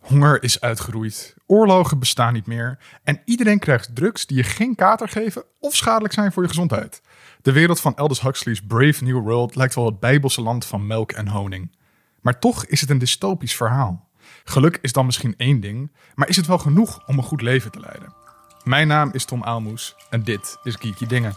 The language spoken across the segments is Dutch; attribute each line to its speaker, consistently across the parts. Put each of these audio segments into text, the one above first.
Speaker 1: Honger is uitgeroeid, oorlogen bestaan niet meer en iedereen krijgt drugs die je geen kater geven of schadelijk zijn voor je gezondheid. De wereld van Aldous Huxley's Brave New World lijkt wel het bijbelse land van melk en honing. Maar toch is het een dystopisch verhaal. Geluk is dan misschien één ding, maar is het wel genoeg om een goed leven te leiden? Mijn naam is Tom Aalmoes en dit is Geeky Dingen.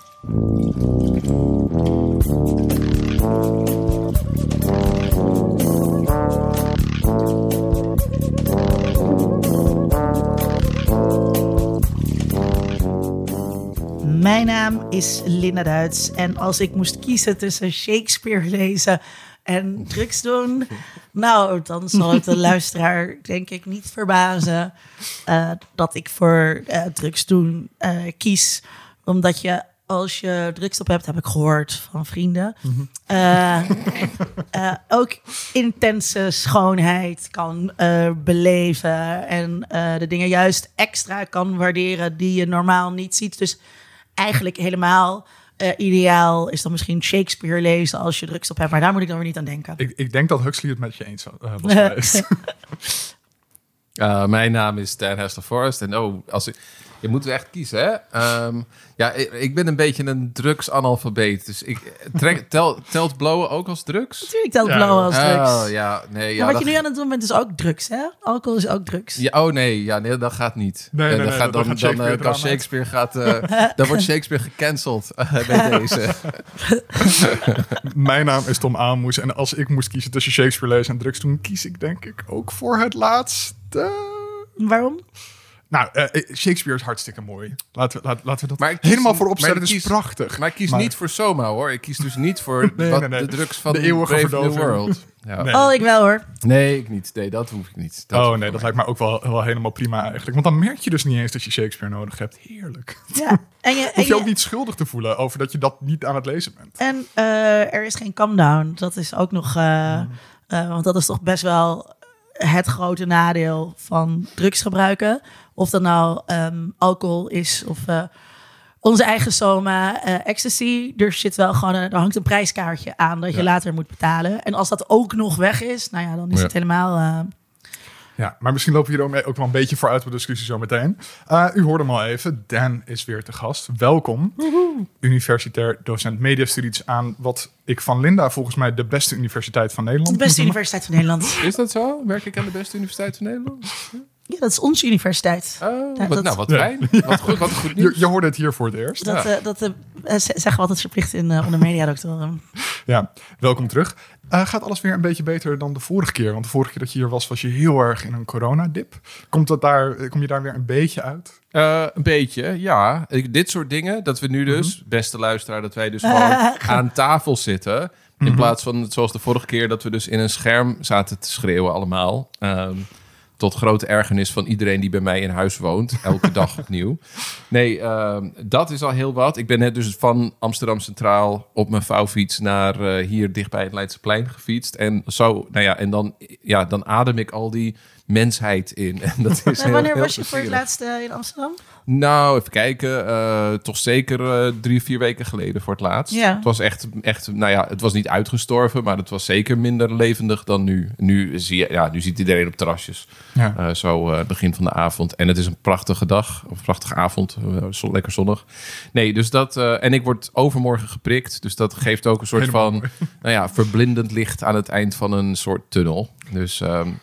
Speaker 2: Mijn naam is Linda Duits en als ik moest kiezen tussen Shakespeare lezen en drugs doen, nou, dan zal het de luisteraar denk ik niet verbazen dat ik voor drugs doen kies. Omdat je, als je drugs op hebt, heb ik gehoord van vrienden, ook intense schoonheid kan beleven en de dingen juist extra kan waarderen die je normaal niet ziet. Dus eigenlijk helemaal ideaal is dan misschien Shakespeare lezen als je drugs op hebt. Maar daar moet ik dan weer niet aan denken.
Speaker 1: Ik denk dat Huxley het met je eens was geweest.
Speaker 3: Mijn naam is Dan Hester Forrest. En je moet echt kiezen, hè? Ik ben een beetje een drugsanalfabeet. Dus telt blowen ook als drugs?
Speaker 2: Natuurlijk telt blowen als drugs.
Speaker 3: Maar
Speaker 2: wat je nu aan het doen bent is ook drugs, hè? Alcohol is ook drugs.
Speaker 3: Nee, dat gaat niet. Dan wordt Shakespeare gecanceld bij deze.
Speaker 1: Mijn naam is Tom Aalmoes en als ik moest kiezen tussen Shakespeare lezen en drugs doen, kies ik denk ik ook voor het laatste.
Speaker 2: Waarom?
Speaker 1: Nou, Shakespeare is hartstikke mooi. Laten we dat helemaal voorop stellen. Het is prachtig.
Speaker 3: Maar ik kies niet voor Soma, hoor. Ik kies dus niet voor de drugs van
Speaker 1: de eeuwige
Speaker 3: Brave
Speaker 1: verdoving.
Speaker 3: New World. Ja.
Speaker 2: Nee. Oh, ik wel, hoor.
Speaker 3: Nee, ik niet. Nee, dat hoef ik niet.
Speaker 1: Dat lijkt mij ook wel helemaal prima eigenlijk. Want dan merk je dus niet eens dat je Shakespeare nodig hebt. Heerlijk.
Speaker 2: Ja.
Speaker 1: Hoef je ook niet schuldig te voelen over dat je dat niet aan het lezen bent.
Speaker 2: En er is geen calm down. Dat is ook nog... want dat is toch best wel het grote nadeel van drugs gebruiken. Of dat nou alcohol is of onze eigen Soma, ecstasy. Er zit wel gewoon er hangt een prijskaartje aan dat je later moet betalen. En als dat ook nog weg is, nou ja, dan is het helemaal...
Speaker 1: Ja, maar misschien lopen we hier ook wel een beetje vooruit op de discussie zo meteen. U hoorde hem al even. Dan is weer te gast. Welkom. Woehoe. Universitair docent mediastudies aan wat ik van Linda volgens mij de beste universiteit van Nederland.
Speaker 2: De beste universiteit van Nederland.
Speaker 3: Is dat zo? Werk ik aan de beste universiteit van Nederland?
Speaker 2: Ja, dat is onze universiteit.
Speaker 3: Wat fijn. Wat goed nieuws.
Speaker 1: Je hoorde het hier voor het eerst.
Speaker 2: Dat zeggen we altijd verplicht onder mediadoctoren.
Speaker 1: Ja, welkom terug. Gaat alles weer een beetje beter dan de vorige keer? Want de vorige keer dat je hier was je heel erg in een coronadip. Kom je daar weer een beetje uit?
Speaker 3: Een beetje, ja. Dit soort dingen, dat we nu dus, beste luisteraar, dat wij dus gewoon aan tafel zitten. In plaats van, zoals de vorige keer, dat we dus in een scherm zaten te schreeuwen allemaal. Tot grote ergernis van iedereen die bij mij in huis woont. Elke dag opnieuw. Nee, dat is al heel wat. Ik ben net dus van Amsterdam Centraal op mijn vouwfiets naar hier dichtbij het Leidseplein gefietst. En zo, dan adem ik al die mensheid in. En dat is
Speaker 2: wanneer was je voor het laatst in Amsterdam?
Speaker 3: Nou, even kijken. Toch zeker 3-4 weken geleden voor het laatst.
Speaker 2: Ja.
Speaker 3: Het was echt, het was niet uitgestorven, maar het was zeker minder levendig dan nu. Nu ziet iedereen op terrasjes. Ja. Begin van de avond. En het is een prachtige dag, of een prachtige avond. Lekker zonnig. Nee, dus dat... en ik word overmorgen geprikt. Dus dat geeft ook een soort van verblindend licht aan het eind van een soort tunnel. Dus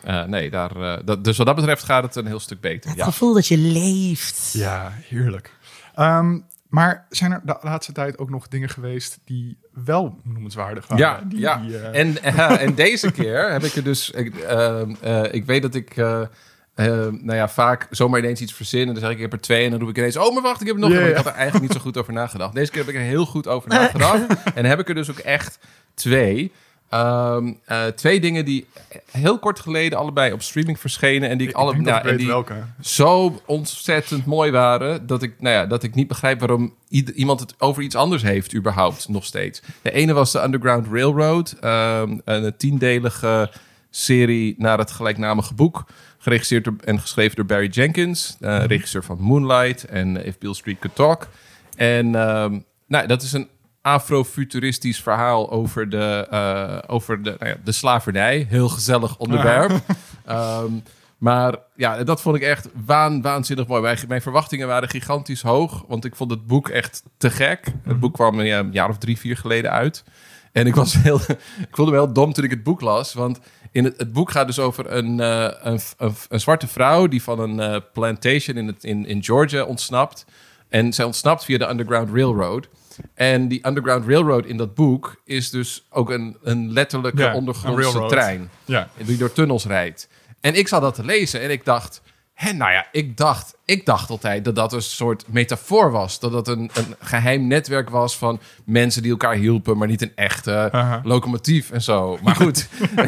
Speaker 3: dus wat dat betreft gaat het een heel stuk beter.
Speaker 2: Het gevoel dat je leeft.
Speaker 1: Ja, heerlijk. Maar zijn er de laatste tijd ook nog dingen geweest die wel noemenswaardig waren?
Speaker 3: En deze keer heb ik er dus... Ik weet dat ik... vaak zomaar ineens iets verzinnen. Dan zeg ik heb er 2 en dan roep ik ineens... Oh, maar wacht, ik heb er nog. Maar ik had er eigenlijk niet zo goed over nagedacht. Deze keer heb ik er heel goed over nagedacht. En heb ik er dus ook echt 2... 2 dingen die heel kort geleden allebei op streaming verschenen. En die zo ontzettend mooi waren. Dat ik niet begrijp waarom iemand het over iets anders heeft überhaupt nog steeds. De ene was de Underground Railroad. Een 10-delige serie naar het gelijknamige boek. Geregisseerd en geschreven door Barry Jenkins. Regisseur van Moonlight en If Beale Street Could Talk. En dat is een afrofuturistisch verhaal over de slavernij. Heel gezellig onderwerp. Maar ja, dat vond ik echt waanzinnig mooi. Mijn verwachtingen waren gigantisch hoog, want ik vond het boek echt te gek. Het boek kwam een jaar of 3-4 geleden uit. En ik voelde me heel dom toen ik het boek las, want het boek gaat dus over een zwarte vrouw die van een plantation in Georgia ontsnapt. En zij ontsnapt via de Underground Railroad. En die Underground Railroad in dat boek is dus ook een letterlijke ondergrondse trein. Ja. Die door tunnels rijdt. En ik zat dat te lezen en ik dacht... ik dacht altijd dat een soort metafoor was. Dat een geheim netwerk was van mensen die elkaar hielpen... maar niet een echte locomotief en zo. Maar goed.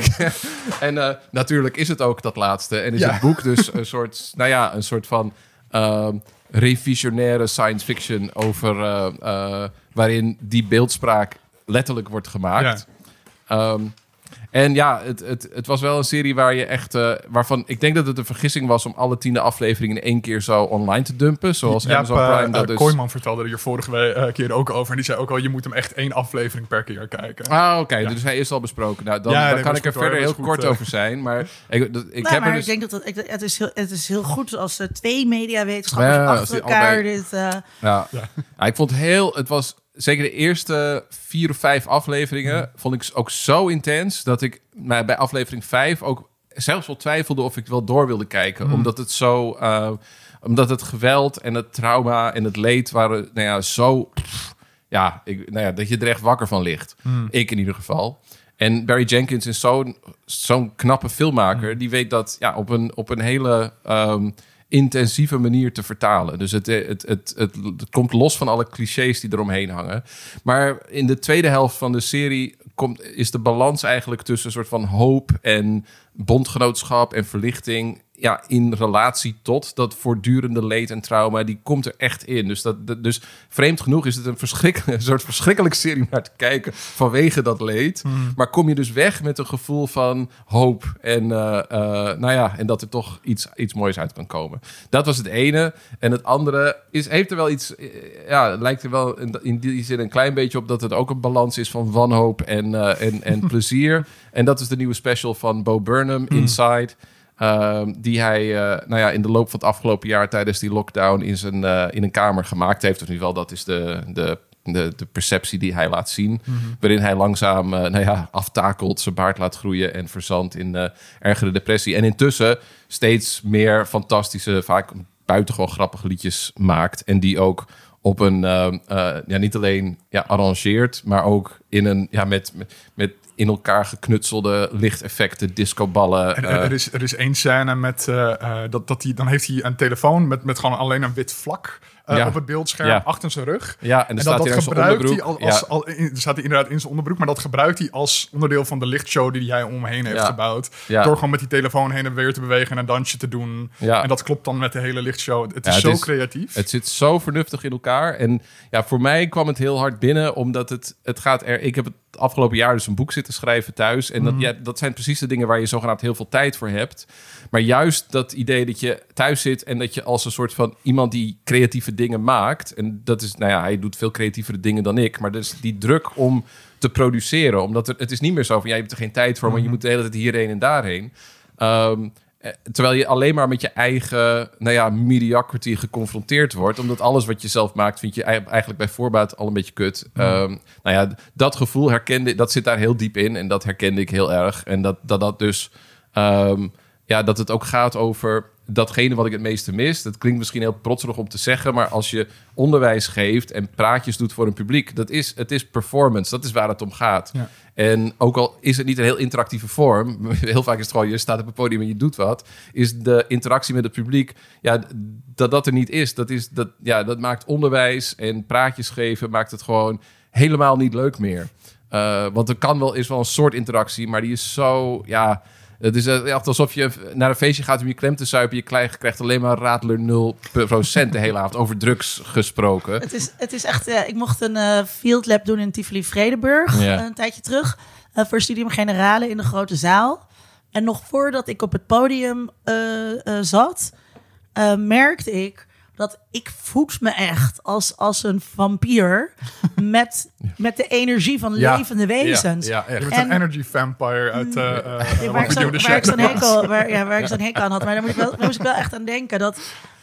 Speaker 3: En natuurlijk is het ook dat laatste. En is het boek dus een soort van... revisionaire science fiction over... waarin die beeldspraak letterlijk wordt gemaakt. Ja. En ja, het was wel een serie waar je echt... waarvan ik denk dat het een vergissing was om alle 10 afleveringen in 1 keer zo online te dumpen. Zoals Amazon Prime dat dus...
Speaker 1: Kooijman vertelde er hier vorige keer ook over. En die zei ook al, je moet hem echt 1 aflevering per keer kijken.
Speaker 3: Ah, oké. Ja. Dus hij is al besproken. Nou, dan kan ik er verder heel kort over zijn. Maar ik
Speaker 2: denk dat het is heel goed als 2 mediawetenschappers achter elkaar dit...
Speaker 3: Ik vond het was... Zeker de eerste 4 of 5 afleveringen vond ik ook zo intens... dat ik bij aflevering 5 ook zelfs wel twijfelde of ik wel door wilde kijken. Omdat het zo... omdat het geweld en het trauma en het leed waren zo... dat je er echt wakker van ligt. Ik in ieder geval. En Barry Jenkins is zo'n knappe filmmaker... die weet dat op een hele... intensieve manier te vertalen. Dus het komt los van alle clichés die eromheen hangen. Maar in de tweede helft van de serie is de balans eigenlijk tussen een soort van hoop en bondgenootschap en verlichting... in relatie tot dat voortdurende leed en trauma, die komt er echt in. Dus vreemd genoeg is het een soort verschrikkelijke serie om naar te kijken vanwege dat leed. Maar kom je dus weg met een gevoel van hoop en en dat er toch iets moois uit kan komen. Dat was het ene. En het andere heeft er wel iets, lijkt er wel in die zin een klein beetje op dat het ook een balans is van wanhoop en plezier. En dat is de nieuwe special van Bo Burnham, Inside. Die hij in de loop van het afgelopen jaar tijdens die lockdown in een kamer gemaakt heeft. Of in ieder geval, dat is de perceptie die hij laat zien. Waarin hij langzaam aftakelt, zijn baard laat groeien en verzandt in ergere depressie. En intussen steeds meer fantastische, vaak buitengewoon grappige liedjes maakt. En die ook op een, niet alleen arrangeert, maar ook in een, met in elkaar geknutselde lichteffecten, discoballen.
Speaker 1: Er is 1 scène met dan heeft hij een telefoon met gewoon alleen een wit vlak op het beeldscherm achter zijn rug. Ja, en dat gebruikt hij staat hij inderdaad in zijn onderbroek, maar dat gebruikt hij als onderdeel van de lichtshow die hij omheen heeft gebouwd. Ja. Door gewoon met die telefoon heen en weer te bewegen en een dansje te doen. Ja. En dat klopt dan met de hele lichtshow. Het is zo creatief.
Speaker 3: Het zit zo vernuftig in elkaar. En voor mij kwam het heel hard binnen, omdat het gaat ik heb het afgelopen jaar dus een boek zitten schrijven thuis. En dat zijn precies de dingen waar je zogenaamd heel veel tijd voor hebt. Maar juist dat idee dat je thuis zit en dat je als een soort van iemand die creatieve dingen maakt. En dat is, hij doet veel creatievere dingen dan ik. Maar dus die druk om te produceren. Omdat het is niet meer zo van, je hebt er geen tijd voor, maar je moet de hele tijd hierheen en daarheen. Terwijl je alleen maar met je eigen mediocrity geconfronteerd wordt. Omdat alles wat je zelf maakt, vind je eigenlijk bij voorbaat al een beetje kut. Dat gevoel dat zit daar heel diep in. En dat herkende ik heel erg. En dat dus... dat het ook gaat over datgene wat ik het meeste mis. Dat klinkt misschien heel protserig om te zeggen, maar als je onderwijs geeft en praatjes doet voor een publiek, het is performance. Dat is waar het om gaat. Ja. En ook al is het niet een heel interactieve vorm, heel vaak is het gewoon, je staat op een podium en je doet wat, is de interactie met het publiek, dat er niet is. Dat maakt onderwijs en praatjes geven, maakt het gewoon helemaal niet leuk meer. Want er is wel een soort interactie, maar die is zo, het is echt alsof je naar een feestje gaat om je klem te suipen. Je krijgt alleen maar Radler 0% de hele avond, over drugs gesproken.
Speaker 2: Het is echt... ik mocht een field lab doen in Tivoli-Vredenburg een tijdje terug. Voor Studium Generale in de grote zaal. En nog voordat ik op het podium zat, merkte ik dat ik voed me echt als een vampier met de energie van levende wezens.
Speaker 3: Ja.
Speaker 1: Je bent een energy vampire uit
Speaker 2: waar ik zo'n hekel aan had. Maar daar moest ik wel echt aan denken dat...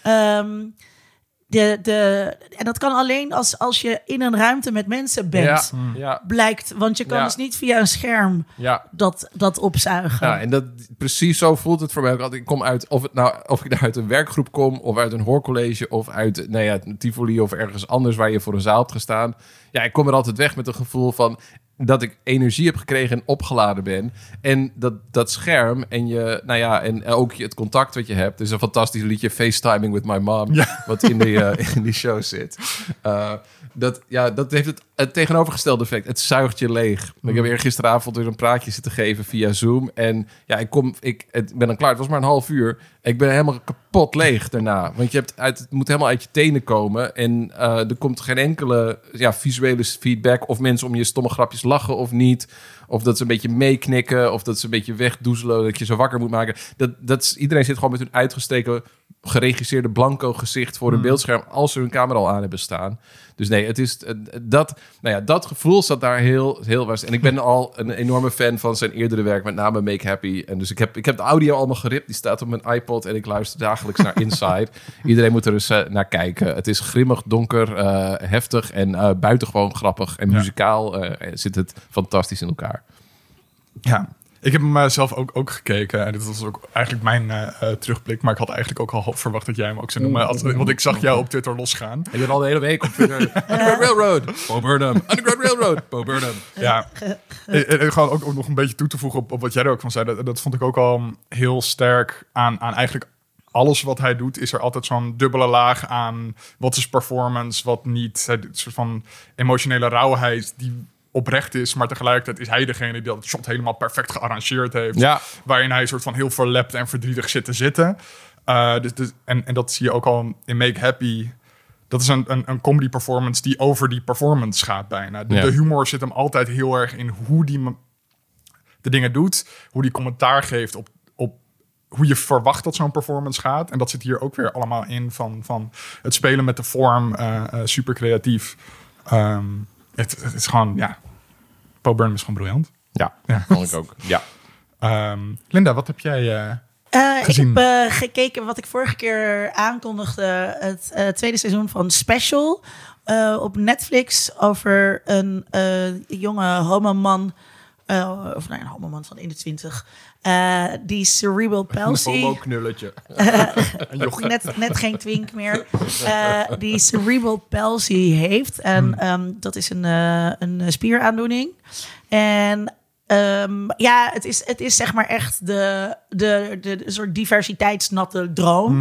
Speaker 2: en dat kan alleen als je in een ruimte met mensen bent, blijkt. Want je kan dus niet via een scherm dat opzuigen.
Speaker 3: Ja, en dat precies zo voelt het voor mij ook altijd. Ik kom uit, of ik nou uit een werkgroep kom, of uit een hoorcollege, of uit Tivoli of ergens anders waar je voor een zaal hebt gestaan. Ja, ik kom er altijd weg met een gevoel van dat ik energie heb gekregen en opgeladen ben. En dat scherm en ook het contact wat je hebt. Er is een fantastisch liedje, FaceTiming with my mom, wat in die show zit. Dat heeft het tegenovergestelde effect. Het zuigt je leeg. Ik heb gisteravond weer een praatje zitten geven via Zoom. En ik ben dan klaar. Het was maar een half uur. Ik ben helemaal kapot leeg daarna. Want het moet helemaal uit je tenen komen. En er komt geen enkele visuele feedback. Of mensen om je stomme grapjes lachen of niet. Of dat ze een beetje meeknikken. Of dat ze een beetje wegdoezelen. Dat je ze wakker moet maken. Iedereen zit gewoon met hun uitgestreken, geregisseerde blanco gezicht voor een beeldscherm. Als ze hun camera al aan hebben staan. Dus nee, het is dat gevoel zat daar heel, heel was. En ik ben al een enorme fan van zijn eerdere werk, met name Make Happy. En dus ik heb de audio allemaal geript. Die staat op mijn iPod en ik luister dagelijks naar Inside. Iedereen moet er dus naar kijken. Het is grimmig, donker, heftig en buitengewoon grappig. En muzikaal zit het fantastisch in elkaar.
Speaker 1: Ja. Ik heb hem zelf ook gekeken. En dit was ook eigenlijk mijn terugblik. Maar ik had eigenlijk ook al verwacht dat jij hem ook zou noemen. Want ik zag jou op Twitter losgaan.
Speaker 3: Ik ben al de hele week op Twitter. Underground Railroad, Bo Burnham. Underground Railroad, Bo Burnham.
Speaker 1: Ja, en gewoon ook nog een beetje toe te voegen op wat jij er ook van zei. Dat vond ik ook al heel sterk aan eigenlijk alles wat hij doet. Is er altijd zo'n dubbele laag aan wat is performance, wat niet. Een soort van emotionele rauwheid die oprecht is, maar tegelijkertijd is hij degene die dat shot helemaal perfect gearrangeerd heeft. Ja. Waarin hij een soort van heel verlept en verdrietig zit te zitten. En dat zie je ook al in Make Happy. Dat is een comedy performance die over die performance gaat bijna. De humor zit hem altijd heel erg in hoe die de dingen doet. Hoe die commentaar geeft op hoe je verwacht dat zo'n performance gaat. En dat zit hier ook weer allemaal in van het spelen met de vorm. Super creatief. Het is gewoon, Bo Burnham is gewoon briljant.
Speaker 3: Ja, vond ik ook. Ja.
Speaker 1: Linda, wat heb jij gezien?
Speaker 2: Ik heb gekeken wat ik vorige keer aankondigde. Het tweede seizoen van Special op Netflix over een jonge homoman. Een homoman van in de 20. Die cerebral palsy.
Speaker 3: Een homo-knulletje.
Speaker 2: net geen twink meer. Die cerebral palsy heeft. En dat is een spieraandoening. En het is zeg maar echt de soort diversiteitsnatte droom.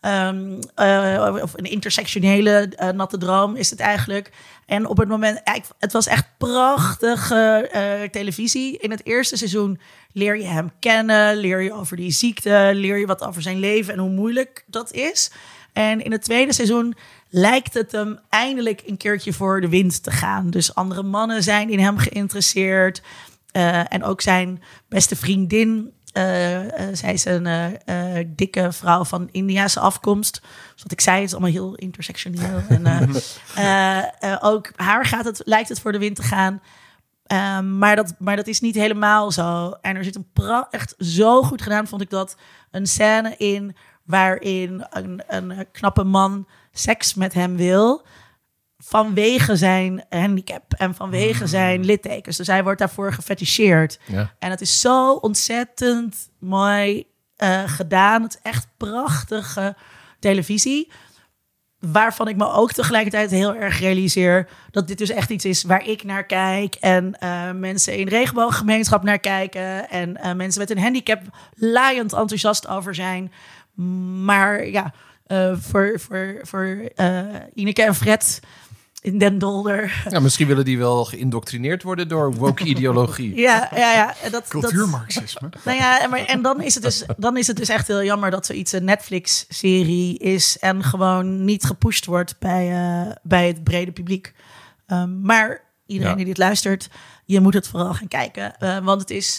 Speaker 2: Of een intersectionele natte droom is het eigenlijk. En op het moment, het was echt prachtige televisie. In het eerste seizoen leer je hem kennen, leer je over die ziekte, leer je wat over zijn leven en hoe moeilijk dat is. En in het tweede seizoen lijkt het hem eindelijk een keertje voor de wind te gaan. Dus andere mannen zijn in hem geïnteresseerd. En ook zijn beste vriendin. Zij is een dikke vrouw van Indiase afkomst. Dus wat ik zei, het is allemaal heel intersectioneel. En ook haar lijkt het voor de wind te gaan. Maar dat is niet helemaal zo. En er zit echt zo goed gedaan, vond ik dat. Een scène in waarin een knappe man seks met hem wil, vanwege zijn handicap en vanwege zijn littekens. Dus hij wordt daarvoor gefeticheerd. Ja. En het is zo ontzettend mooi gedaan. Het is echt prachtige televisie. Waarvan ik me ook tegelijkertijd heel erg realiseer dat dit dus echt iets is waar ik naar kijk. En mensen in de regenbooggemeenschap naar kijken. En mensen met een handicap laaiend enthousiast over zijn. Maar ja, voor Ineke en Fred in Den Dolder.
Speaker 3: Ja, misschien willen die wel geïndoctrineerd worden door woke-ideologie.
Speaker 2: Ja.
Speaker 1: Cultuurmarxisme.
Speaker 2: En dan is het dus echt heel jammer dat zoiets een Netflix-serie is en gewoon niet gepusht wordt bij het brede publiek. Maar iedereen die dit luistert, je moet het vooral gaan kijken. Want het is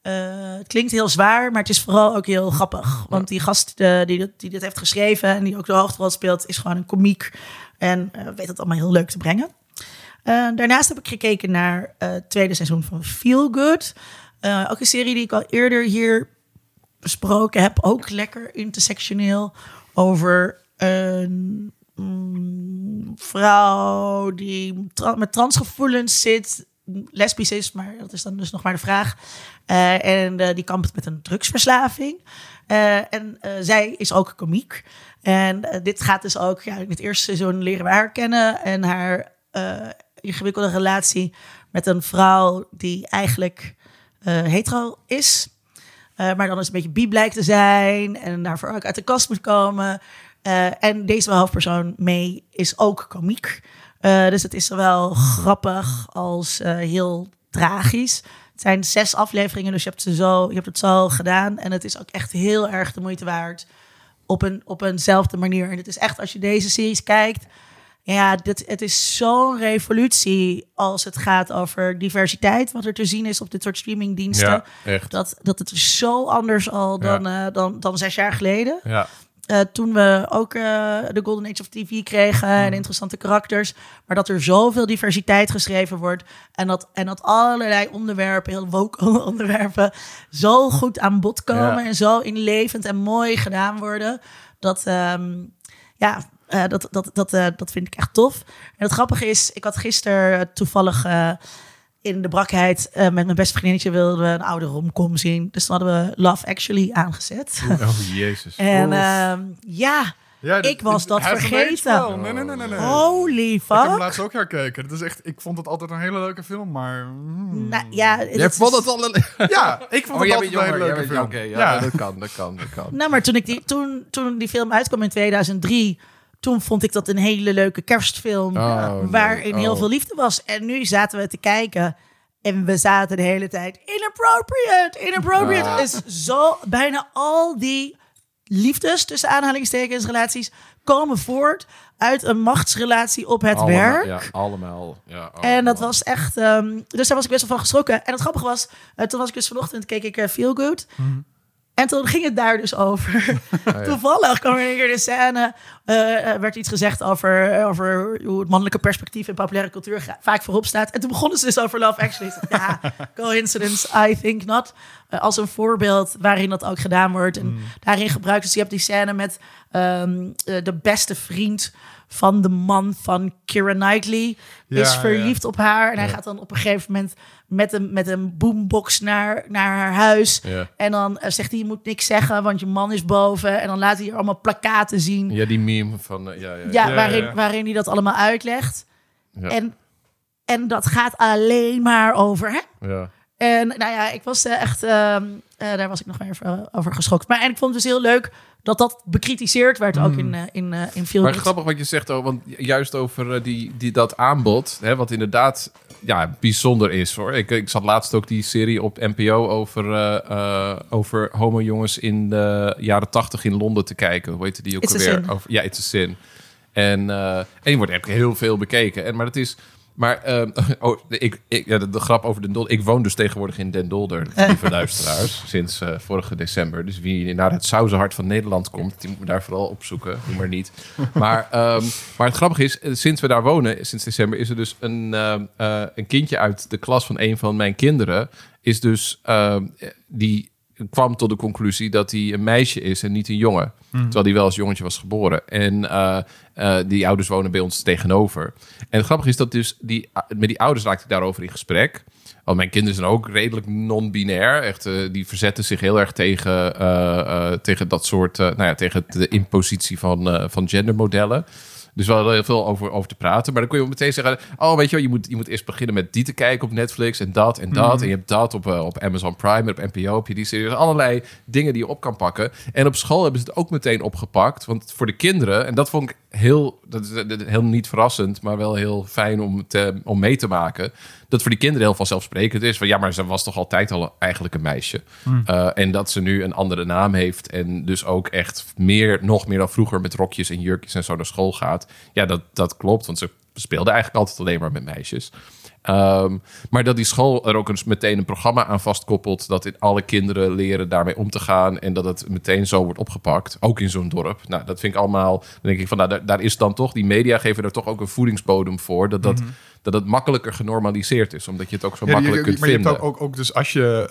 Speaker 2: Het klinkt heel zwaar, maar het is vooral ook heel grappig. Want die gast die dit heeft geschreven en die ook de hoofdrol speelt, is gewoon een komiek. En weet het allemaal heel leuk te brengen. Daarnaast heb ik gekeken naar het tweede seizoen van Feel Good. Ook een serie die ik al eerder hier besproken heb. Ook lekker intersectioneel over een vrouw die met transgevoelens zit. Lesbisch is, maar dat is dan dus nog maar de vraag. En die kampt met een drugsverslaving. En zij is ook komiek. En dit gaat dus ook... in het eerste seizoen leren we haar kennen. En haar ingewikkelde relatie met een vrouw die eigenlijk hetero is. Maar dan eens een beetje bi blijkt te zijn. En daarvoor ook uit de kast moet komen. En deze hoofdpersoon, May, is ook komiek. Dus het is zowel grappig als heel tragisch. Het zijn 6 afleveringen, dus je hebt het zo gedaan. En het is ook echt heel erg de moeite waard op eenzelfde manier. En het is echt, als je deze series kijkt... het is zo'n revolutie als het gaat over diversiteit... wat er te zien is op dit soort streamingdiensten.
Speaker 3: Ja, echt.
Speaker 2: Dat het is zo anders al dan 6 jaar geleden.
Speaker 3: Ja.
Speaker 2: Toen we ook de Golden Age of TV kregen en interessante karakters. Maar dat er zoveel diversiteit geschreven wordt. En dat allerlei onderwerpen, heel woke onderwerpen, zo goed aan bod komen. En zo inlevend en mooi gedaan worden. Dat vind ik echt tof. En het grappige is, ik had gisteren toevallig... in de brakheid met mijn beste vriendinnetje wilden we een oude romcom zien. Dus toen hadden we Love Actually aangezet.
Speaker 3: Oh, jezus.
Speaker 2: En ik was dat vergeten.
Speaker 1: Nee.
Speaker 2: Holy fuck.
Speaker 1: Ik heb hem laatst ook herkeken. Het is echt, ik vond het altijd een hele leuke film, maar...
Speaker 3: Jij vond het al een...
Speaker 1: Ja, ik vond het altijd een hele leuke film.
Speaker 3: Oké, dat kan.
Speaker 2: Nou, maar toen die film uitkwam in 2003... Toen vond ik dat een hele leuke kerstfilm waarin heel veel liefde was. En nu zaten we te kijken en we zaten de hele tijd... Inappropriate is zo... Bijna al die liefdes, tussen aanhalingstekens, relaties... komen voort uit een machtsrelatie op het werk.
Speaker 3: Ja, allemaal.
Speaker 2: En dat was echt... dus daar was ik best wel van geschrokken. En het grappige was, toen was ik dus vanochtend... keek ik Feel Good... En toen ging het daar dus over. Toevallig kwam er een keer de scène... werd iets gezegd over hoe het mannelijke perspectief... in populaire cultuur vaak voorop staat. En toen begonnen ze dus over Love Actually. Ja, coincidence, I think not. Als een voorbeeld waarin dat ook gedaan wordt. En daarin gebruikt dus... Je hebt die scène met de beste vriend... van de man van Keira Knightley... is verliefd op haar. En hij gaat dan op een gegeven moment... met een boombox naar haar huis. Ja. En dan zegt hij, je moet niks zeggen... want je man is boven. En dan laat hij allemaal plakkaten zien.
Speaker 3: Ja, die meme van...
Speaker 2: waarin hij dat allemaal uitlegt. Ja. En dat gaat alleen maar over hem. Ja. En ik was echt... daar was ik nog even over geschokt. En ik vond het dus heel leuk... dat bekritiseerd werd ook in veel.
Speaker 3: Maar grappig wat je zegt, want juist over dat aanbod, hè, wat inderdaad bijzonder is, hoor. Ik zat laatst ook die serie op NPO over homo-jongens in de jaren 80 in Londen te kijken. Hoe heette die ook alweer? It's a Sin. En die wordt echt heel veel bekeken. Maar dat is... Maar de grap over Den Dolder. Ik woon dus tegenwoordig in Den Dolder, lieve luisteraars, sinds vorige december. Dus wie naar het sauzenhart van Nederland komt, die moet me daar vooral opzoeken. Doe maar niet. Maar het grappige is, sinds we daar wonen, sinds december, is er dus een kindje uit de klas van een van mijn kinderen. Is dus die kwam tot de conclusie dat hij een meisje is en niet een jongen. Terwijl hij wel als jongetje was geboren. En die ouders wonen bij ons tegenover. En het grappige is dat dus met die ouders raakte ik daarover in gesprek. Want mijn kinderen zijn ook redelijk non-binair. Echt, die verzetten zich heel erg tegen dat soort... tegen de impositie van gendermodellen. Dus we hadden heel veel over te praten. Maar dan kun je meteen zeggen... weet je wel, je moet eerst beginnen met die te kijken op Netflix... en dat en dat. En je hebt dat op Amazon Prime en op NPO. Heb je die series. Allerlei dingen die je op kan pakken. En op school hebben ze het ook meteen opgepakt. Want voor de kinderen... en dat vond ik heel niet verrassend... maar wel heel fijn om mee te maken... dat voor die kinderen heel vanzelfsprekend is... van maar ze was toch altijd al eigenlijk een meisje. En dat ze nu een andere naam heeft... en dus ook echt nog meer dan vroeger... met rokjes en jurkjes en zo naar school gaat. Ja, dat klopt, want ze speelde eigenlijk altijd alleen maar met meisjes. Maar dat die school er ook meteen een programma aan vastkoppelt... dat alle kinderen leren daarmee om te gaan... en dat het meteen zo wordt opgepakt. Ook in zo'n dorp. Nou, dat vind ik allemaal... Dan denk ik van, daar is dan toch... die media geven er toch ook een voedingsbodem voor... dat het makkelijker genormaliseerd is. Omdat je het ook zo makkelijk kunt vinden.
Speaker 1: Maar je hebt ook dus als je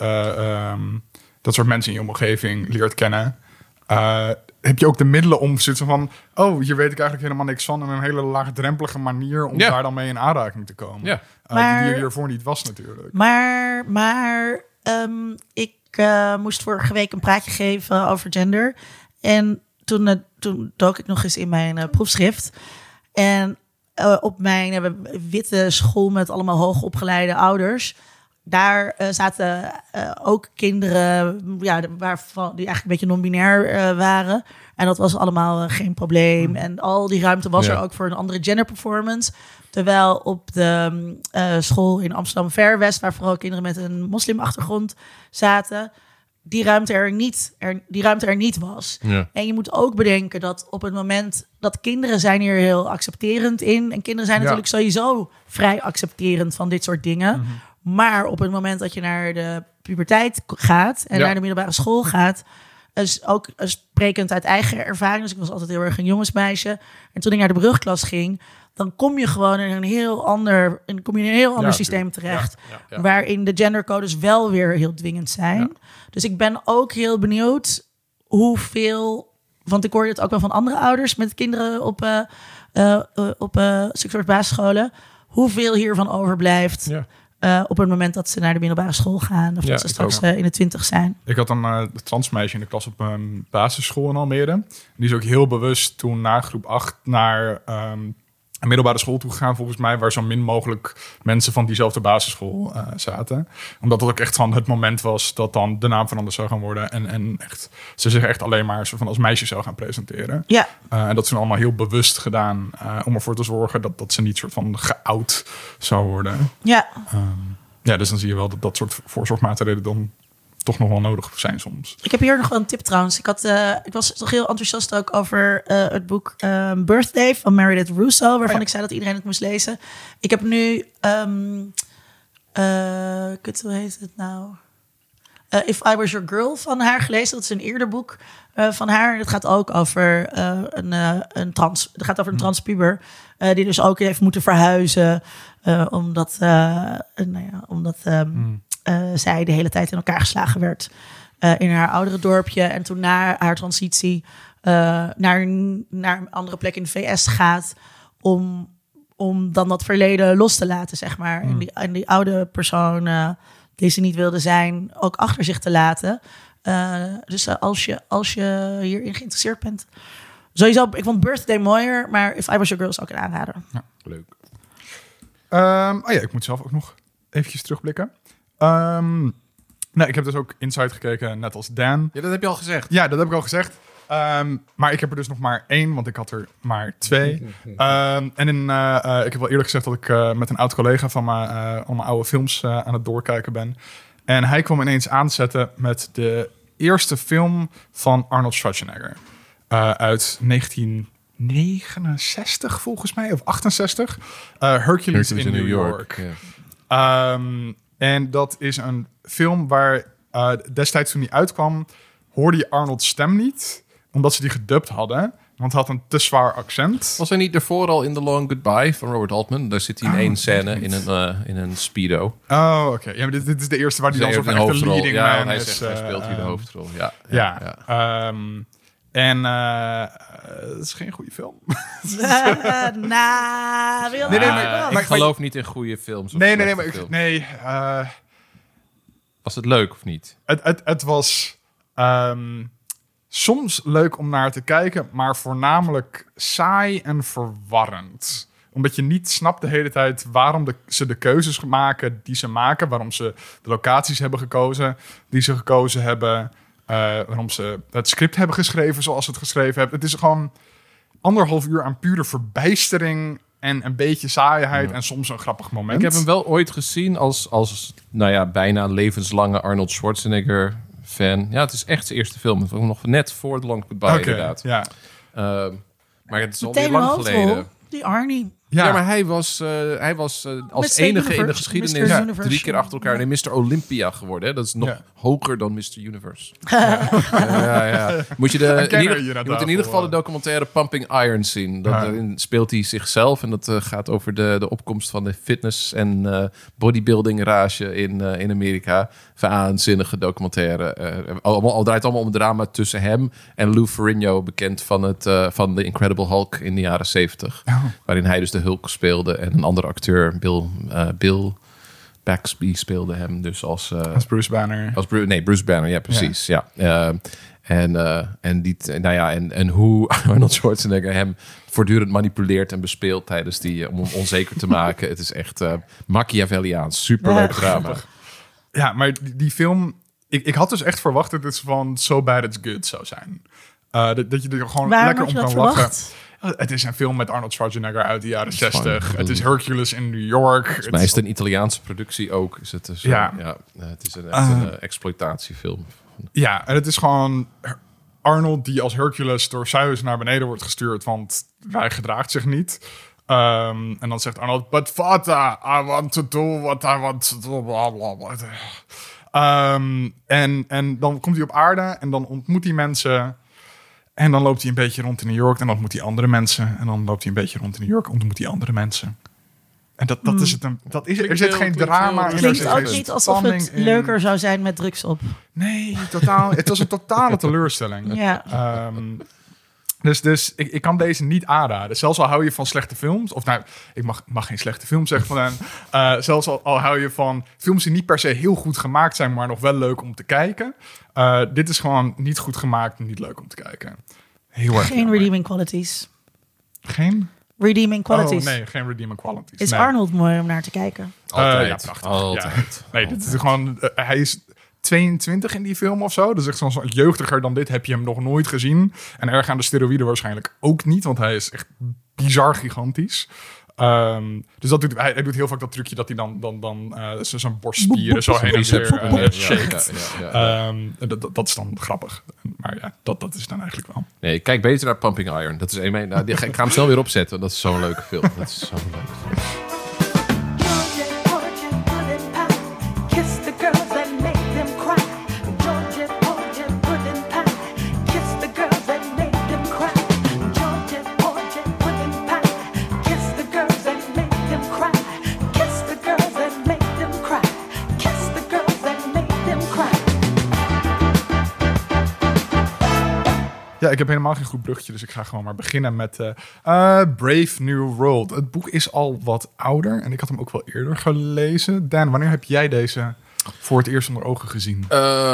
Speaker 1: dat soort mensen in je omgeving leert kennen... heb je ook de middelen om zitten van... hier weet ik eigenlijk helemaal niks van... en een hele laagdrempelige manier om daar dan mee in aanraking te komen.
Speaker 3: Ja.
Speaker 1: Die er hiervoor niet was natuurlijk.
Speaker 2: Maar ik moest vorige week een praatje geven over gender. En toen dook ik nog eens in mijn proefschrift. En op mijn witte school met allemaal hoogopgeleide ouders... Daar zaten ook kinderen waarvan die eigenlijk een beetje non-binair waren. En dat was allemaal geen probleem. En al die ruimte was er ook voor een andere gender performance. Terwijl op de school in Amsterdam Ver-West... waar vooral kinderen met een moslimachtergrond zaten... die ruimte er niet was. Ja. En je moet ook bedenken dat op het moment... dat kinderen zijn hier heel accepterend in. En kinderen zijn natuurlijk sowieso vrij accepterend van dit soort dingen... Mm-hmm. Maar op het moment dat je naar de puberteit gaat... en naar de middelbare school gaat... is ook sprekend uit eigen ervaring... dus ik was altijd heel erg een jongensmeisje... en toen ik naar de brugklas ging... dan kom je gewoon in een heel ander systeem terecht... waarin de gendercodes wel weer heel dwingend zijn. Ja. Dus ik ben ook heel benieuwd hoeveel... want ik hoorde het ook wel van andere ouders... met kinderen op zulke basisscholen... hoeveel hiervan overblijft... Ja. Op het moment dat ze naar de middelbare school gaan... of dat ze straks in de 20 zijn.
Speaker 1: Ik had een transmeisje in de klas op een basisschool in Almere. Die is ook heel bewust toen na groep 8 naar een middelbare school toe gegaan... volgens mij, waar zo min mogelijk mensen van diezelfde basisschool zaten. Omdat dat ook echt van het moment was... dat dan de naam veranderd zou gaan worden... en echt, ze zich echt alleen maar zo van als meisje zou gaan presenteren. Ja. En dat is allemaal heel bewust gedaan... om ervoor te zorgen dat ze niet soort van geout zou worden. Ja. Dus dan zie je wel dat soort voorzorgmaatregelen... dan toch nog wel nodig zijn soms.
Speaker 2: Ik heb hier nog wel een tip trouwens. Ik was toch heel enthousiast ook over het boek Birthday van Meredith Russo... waarvan ik zei dat iedereen het moest lezen. Ik heb nu... hoe heet het nou? If I Was Your Girl van haar gelezen. Dat is een eerder boek van haar. Het gaat ook over een transpuber... die dus ook heeft moeten verhuizen... omdat zij de hele tijd in elkaar geslagen werd in haar oudere dorpje. En toen na haar transitie naar een andere plek in de VS gaat... om dan dat verleden los te laten, zeg maar. En die oude persoon die ze niet wilde zijn, ook achter zich te laten. Dus als je hierin geïnteresseerd bent... Sowieso, ik vond Birthday mooier, maar If I Was Your Girl is ook een aanrader.
Speaker 1: Ja, leuk. Ik moet zelf ook nog eventjes terugblikken. Ik heb dus ook Inside gekeken, net als Dan.
Speaker 3: Ja, dat heb je al gezegd.
Speaker 1: Ja, dat heb ik al gezegd. Maar ik heb er dus nog maar 1, want ik had er maar 2. Ik heb wel eerder gezegd dat ik met een oud collega van me allemaal oude films aan het doorkijken ben. En hij kwam ineens aanzetten met de eerste film van Arnold Schwarzenegger. Uit 1969 volgens mij, of 68. Hercules in New York. Yeah. En dat is een film waar destijds toen die uitkwam... hoorde je Arnold's stem niet, omdat ze die gedubt hadden. Want hij had een te zwaar accent.
Speaker 3: Was hij niet ervoor al in The Long Goodbye van Robert Altman? Daar zit hij in één scène in een speedo.
Speaker 1: Oh, oké. Ja, maar dit is de eerste waar hij dan soort van echt de leading man is.
Speaker 3: Hij speelt hier de hoofdrol.
Speaker 1: Het is geen goede film.
Speaker 3: Ik geloof niet in goede films. Was het leuk of niet?
Speaker 1: Het was soms leuk om naar te kijken, maar voornamelijk saai en verwarrend. Omdat je niet snapt de hele tijd waarom ze de keuzes maken die ze maken. Waarom ze de locaties hebben gekozen die ze gekozen hebben. Waarom ze het script hebben geschreven zoals ze het geschreven hebben. Het is gewoon 1,5 uur aan pure verbijstering en een beetje saaiheid en soms een grappig moment.
Speaker 3: Ik heb hem wel ooit gezien als bijna levenslange Arnold Schwarzenegger fan. Ja, het is echt zijn eerste film. Het was nog net voor The Long Goodbye, inderdaad.
Speaker 1: Ja.
Speaker 3: Maar het is alweer lang geleden.
Speaker 2: Die Arnie.
Speaker 3: Ja, maar hij was als
Speaker 2: Mr.
Speaker 3: enige in de
Speaker 2: Universe.
Speaker 3: geschiedenis
Speaker 2: Mr. Universe.
Speaker 3: 3 keer achter elkaar Mr. Olympia geworden. Hè? Dat is nog hoger dan Mr. Universe. Moet je in ieder geval de documentaire Pumping Iron zien. Daarin speelt hij zichzelf en dat gaat over de opkomst van de fitness en bodybuilding rage in Amerika. Waanzinnige documentaire. Al draait allemaal om het drama tussen hem en Lou Ferrigno, bekend van The Incredible Hulk in de jaren 70. Waarin hij dus de Hulk speelde en een andere acteur, Bill Baxby, speelde hem dus als
Speaker 1: Bruce Banner.
Speaker 3: Bruce Banner, ja, precies. Ja. En hoe Arnold Schwarzenegger hem voortdurend manipuleert en bespeelt tijdens om hem onzeker te maken. Het is echt Machiavelliaans. Superleuk drama.
Speaker 1: Ja, maar die film... Ik had dus echt verwacht dat het van So Bad It's Good zou zijn. Dat je er gewoon lekker om kan lachen. Het is een film met Arnold Schwarzenegger uit de jaren 60. Het is Hercules in New York.
Speaker 3: Volgens mij is het een Italiaanse productie ook. Is het dus, het is een exploitatiefilm. Ja,
Speaker 1: en het is gewoon Arnold die als Hercules door Zeus naar beneden wordt gestuurd, want hij gedraagt zich niet. En dan zegt Arnold, but father, I want to do what I want to do. Blah, blah, blah. En dan komt hij op aarde en dan ontmoet hij mensen. En dan loopt hij een beetje rond in New York en dan ontmoet hij andere mensen. En dan loopt hij een beetje rond in New York en ontmoet hij andere mensen. En dat is het. Er zit geen drama in.
Speaker 2: Het klinkt ook niet alsof het leuker zou zijn met drugs op.
Speaker 1: Nee, totaal. Het was een totale teleurstelling.
Speaker 2: Ja.
Speaker 1: Dus ik kan deze niet aanraden. Zelfs al hou je van slechte films. Of nou, ik mag geen slechte film zeggen van hen. Zelfs al hou je van films die niet per se heel goed gemaakt zijn, maar nog wel leuk om te kijken. Dit is gewoon niet goed gemaakt en niet leuk om te kijken. Heel erg.
Speaker 2: Geen redeeming qualities.
Speaker 1: Geen?
Speaker 2: Redeeming qualities.
Speaker 1: Oh nee, geen redeeming qualities.
Speaker 2: Is Arnold mooi om naar te kijken?
Speaker 3: Altijd.
Speaker 1: Ja, prachtig.
Speaker 3: Altijd.
Speaker 1: Ja. Nee, dit is gewoon... hij is 22 in die film of zo. Dus echt zo'n jeugdiger dan dit heb je hem nog nooit gezien. En erg aan de steroïden waarschijnlijk ook niet. Want hij is echt bizar gigantisch. Dus hij doet heel vaak dat trucje dat hij dan zijn borstspieren zo heen en weer shakt. Dat is dan grappig. Maar ja, dat is dan eigenlijk wel.
Speaker 3: Nee, ik kijk beter naar Pumping Iron. Dat is ik ga hem snel weer opzetten. Dat is zo'n leuke film. Dat is zo'n leuke film.
Speaker 1: Ja, ik heb helemaal geen goed bruggetje, dus ik ga gewoon maar beginnen met Brave New World. Het boek is al wat ouder en ik had hem ook wel eerder gelezen. Dan, wanneer heb jij deze voor het eerst onder ogen gezien?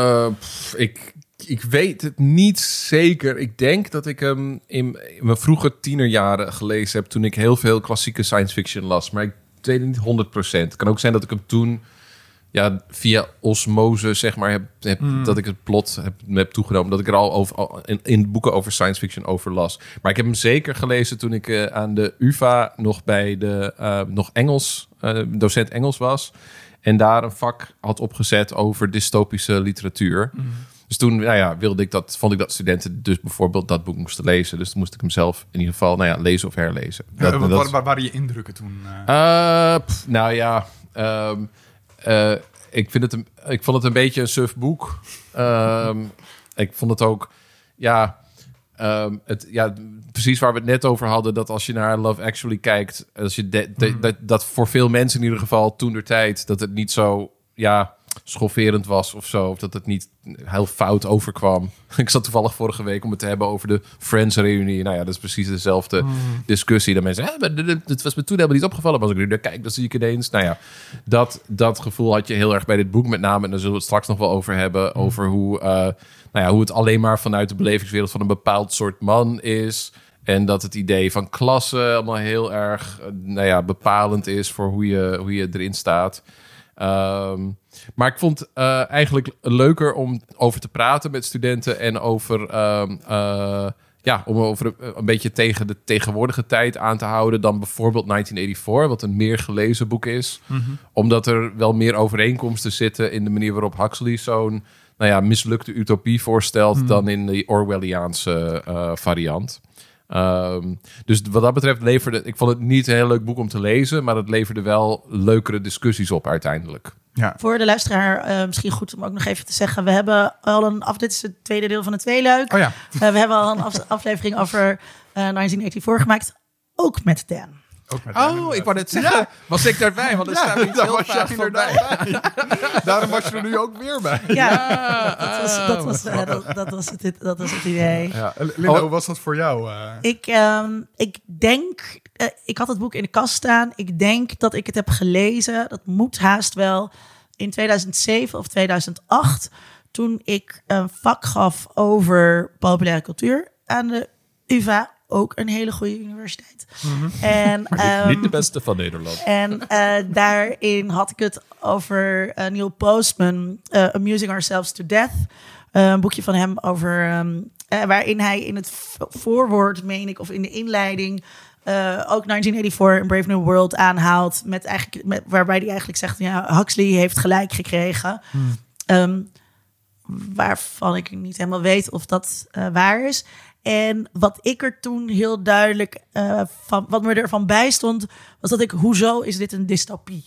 Speaker 3: Ik weet het niet zeker. Ik denk dat ik hem in mijn vroege tienerjaren gelezen heb toen ik heel veel klassieke science fiction las. Maar ik weet het niet 100%. Het kan ook zijn dat ik hem toen via osmose, zeg maar, dat ik het plot heb toegenomen. Dat ik er al in boeken over science fiction over las. Maar ik heb hem zeker gelezen toen ik aan de UvA nog bij nog Engels, docent Engels was. En daar een vak had opgezet over dystopische literatuur. Dus toen vond ik dat studenten dus bijvoorbeeld dat boek moesten lezen. Dus toen moest ik hem zelf in ieder geval lezen of herlezen.
Speaker 1: Wat waren je indrukken toen?
Speaker 3: Ik vond het een beetje een suf boek. Ik vond het ook... precies waar we het net over hadden, dat als je naar Love Actually kijkt, als je dat voor veel mensen in ieder geval toentertijd, dat het niet zo schofferend was of zo, of dat het niet heel fout overkwam. Ik zat toevallig vorige week om het te hebben over de Friends-reunie. Nou ja, dat is precies dezelfde discussie. Dat mensen het was me toen helemaal niet opgevallen, maar als ik nu naar kijk, dan zie ik ineens. Nou ja, dat gevoel had je heel erg bij dit boek met name, en daar zullen we het straks nog wel over hebben, over hoe het alleen maar vanuit de belevingswereld van een bepaald soort man is. En dat het idee van klasse allemaal heel erg bepalend is voor hoe je erin staat. Maar ik vond eigenlijk leuker om over te praten met studenten en over een beetje tegen de tegenwoordige tijd aan te houden dan bijvoorbeeld 1984, wat een meer gelezen boek is. Mm-hmm. Omdat er wel meer overeenkomsten zitten in de manier waarop Huxley zo'n mislukte utopie voorstelt dan in de Orwelliaanse variant. Dus wat dat betreft ik vond het niet een heel leuk boek om te lezen, maar het leverde wel leukere discussies op uiteindelijk.
Speaker 2: Ja. Voor de luisteraar misschien goed om ook nog even te zeggen. We hebben al dit is het tweede deel van het tweeluik.
Speaker 1: Oh ja.
Speaker 2: We hebben al een aflevering over 1984 gemaakt. Ook met Dan.
Speaker 3: Ik wou net zeggen, was ik daarbij? Want er staat iets heel vaak voorbij.
Speaker 1: Daarom was je er nu ook weer bij.
Speaker 2: Ja, dat was het idee.
Speaker 1: Ja. Linda, hoe was dat voor jou?
Speaker 2: Ik denk, ik had het boek in de kast staan. Ik denk dat ik het heb gelezen. Dat moet haast wel in 2007 of 2008. Toen ik een vak gaf over populaire cultuur aan de UvA. Ook een hele goede universiteit.
Speaker 3: Mm-hmm.
Speaker 2: En,
Speaker 3: niet de beste van Nederland.
Speaker 2: En daarin had ik het over Neil Postman, Amusing Ourselves to Death. Een boekje van hem over waarin hij in het voorwoord, meen ik, of in de inleiding ook 1984 een Brave New World aanhaalt. Waarbij hij eigenlijk zegt, ja, Huxley heeft gelijk gekregen. Waarvan ik niet helemaal weet of dat waar is. En wat ik er toen heel duidelijk wat me ervan bij stond, was dat hoezo is dit een dystopie?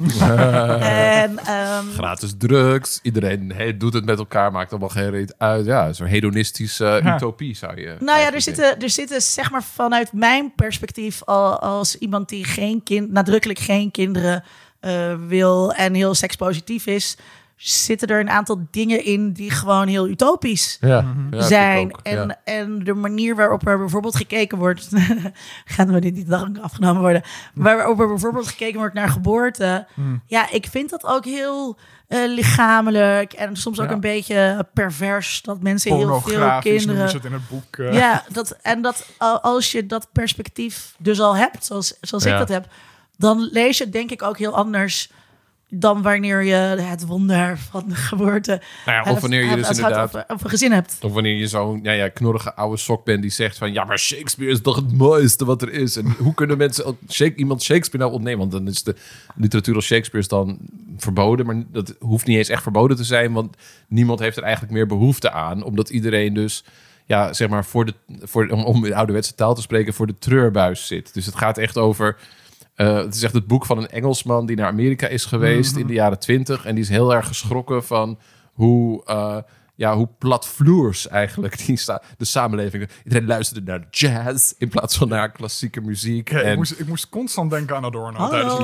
Speaker 3: Gratis drugs, iedereen doet het met elkaar, maakt allemaal geen reet uit. Ja, zo'n hedonistische utopie zou je.
Speaker 2: Nou ja, er zitten zeg maar vanuit mijn perspectief als iemand die nadrukkelijk geen kinderen wil en heel sekspositief is, zitten er een aantal dingen in die gewoon heel utopisch zijn. En de manier waarop er bijvoorbeeld gekeken wordt, gaan we dit niet afgenomen worden, waarop er bijvoorbeeld gekeken wordt naar geboorte. Ja, ik vind dat ook heel lichamelijk en soms ook een beetje pervers, dat mensen heel veel kinderen.
Speaker 1: Noemen ze het in het boek.
Speaker 2: Dat als je dat perspectief dus al hebt, zoals ik dat heb, dan lees je het denk ik ook heel anders dan wanneer je het wonder van de geboorte
Speaker 3: of wanneer je dus inderdaad
Speaker 2: of een gezin hebt.
Speaker 3: Of wanneer je zo'n knorrige oude sok bent die zegt van ja, maar Shakespeare is toch het mooiste wat er is. En hoe kunnen mensen iemand Shakespeare nou ontnemen? Want dan is de literatuur als Shakespeare is dan verboden, maar dat hoeft niet eens echt verboden te zijn, want niemand heeft er eigenlijk meer behoefte aan, omdat iedereen dus zeg maar om in ouderwetse taal te spreken, voor de treurbuis zit. Dus het gaat echt over. Het is echt het boek van een Engelsman die naar Amerika is geweest in de jaren 20. En die is heel erg geschrokken van hoe platvloers eigenlijk de samenleving. Iedereen luisterde naar jazz in plaats van naar klassieke muziek.
Speaker 1: Ja, ik moest constant denken aan Adorno.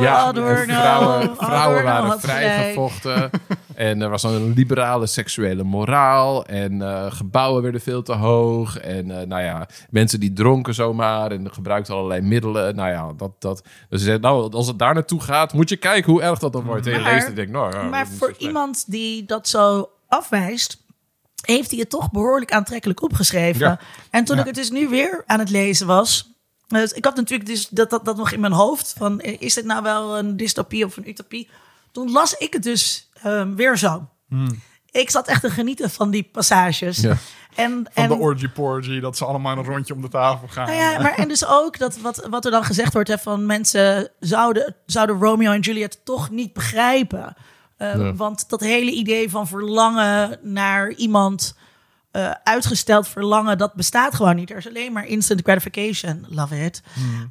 Speaker 3: Vrouwen waren vrijgevochten. En er was een liberale seksuele moraal. En gebouwen werden veel te hoog. En mensen die dronken zomaar en gebruikten allerlei middelen. Dus ze zeiden, als het daar naartoe gaat, moet je kijken hoe erg dat dan wordt. En je leest en denkt,
Speaker 2: maar voor iemand die dat zo afwijst, heeft hij het toch behoorlijk aantrekkelijk opgeschreven. Ja. En toen ik het dus nu weer aan het lezen was, dus ik had natuurlijk dus dat nog in mijn hoofd, van is dit nou wel een dystopie of een utopie? Toen las ik het dus weer zo. Ik zat echt te genieten van die passages. Ja.
Speaker 1: Van de orgy-porgy, dat ze allemaal een rondje om de tafel gaan.
Speaker 2: En dus ook dat wat er dan gezegd wordt, van mensen zouden Romeo en Juliet toch niet begrijpen. Want dat hele idee van verlangen naar iemand, uitgesteld verlangen, dat bestaat gewoon niet. Er is alleen maar instant gratification. Love it.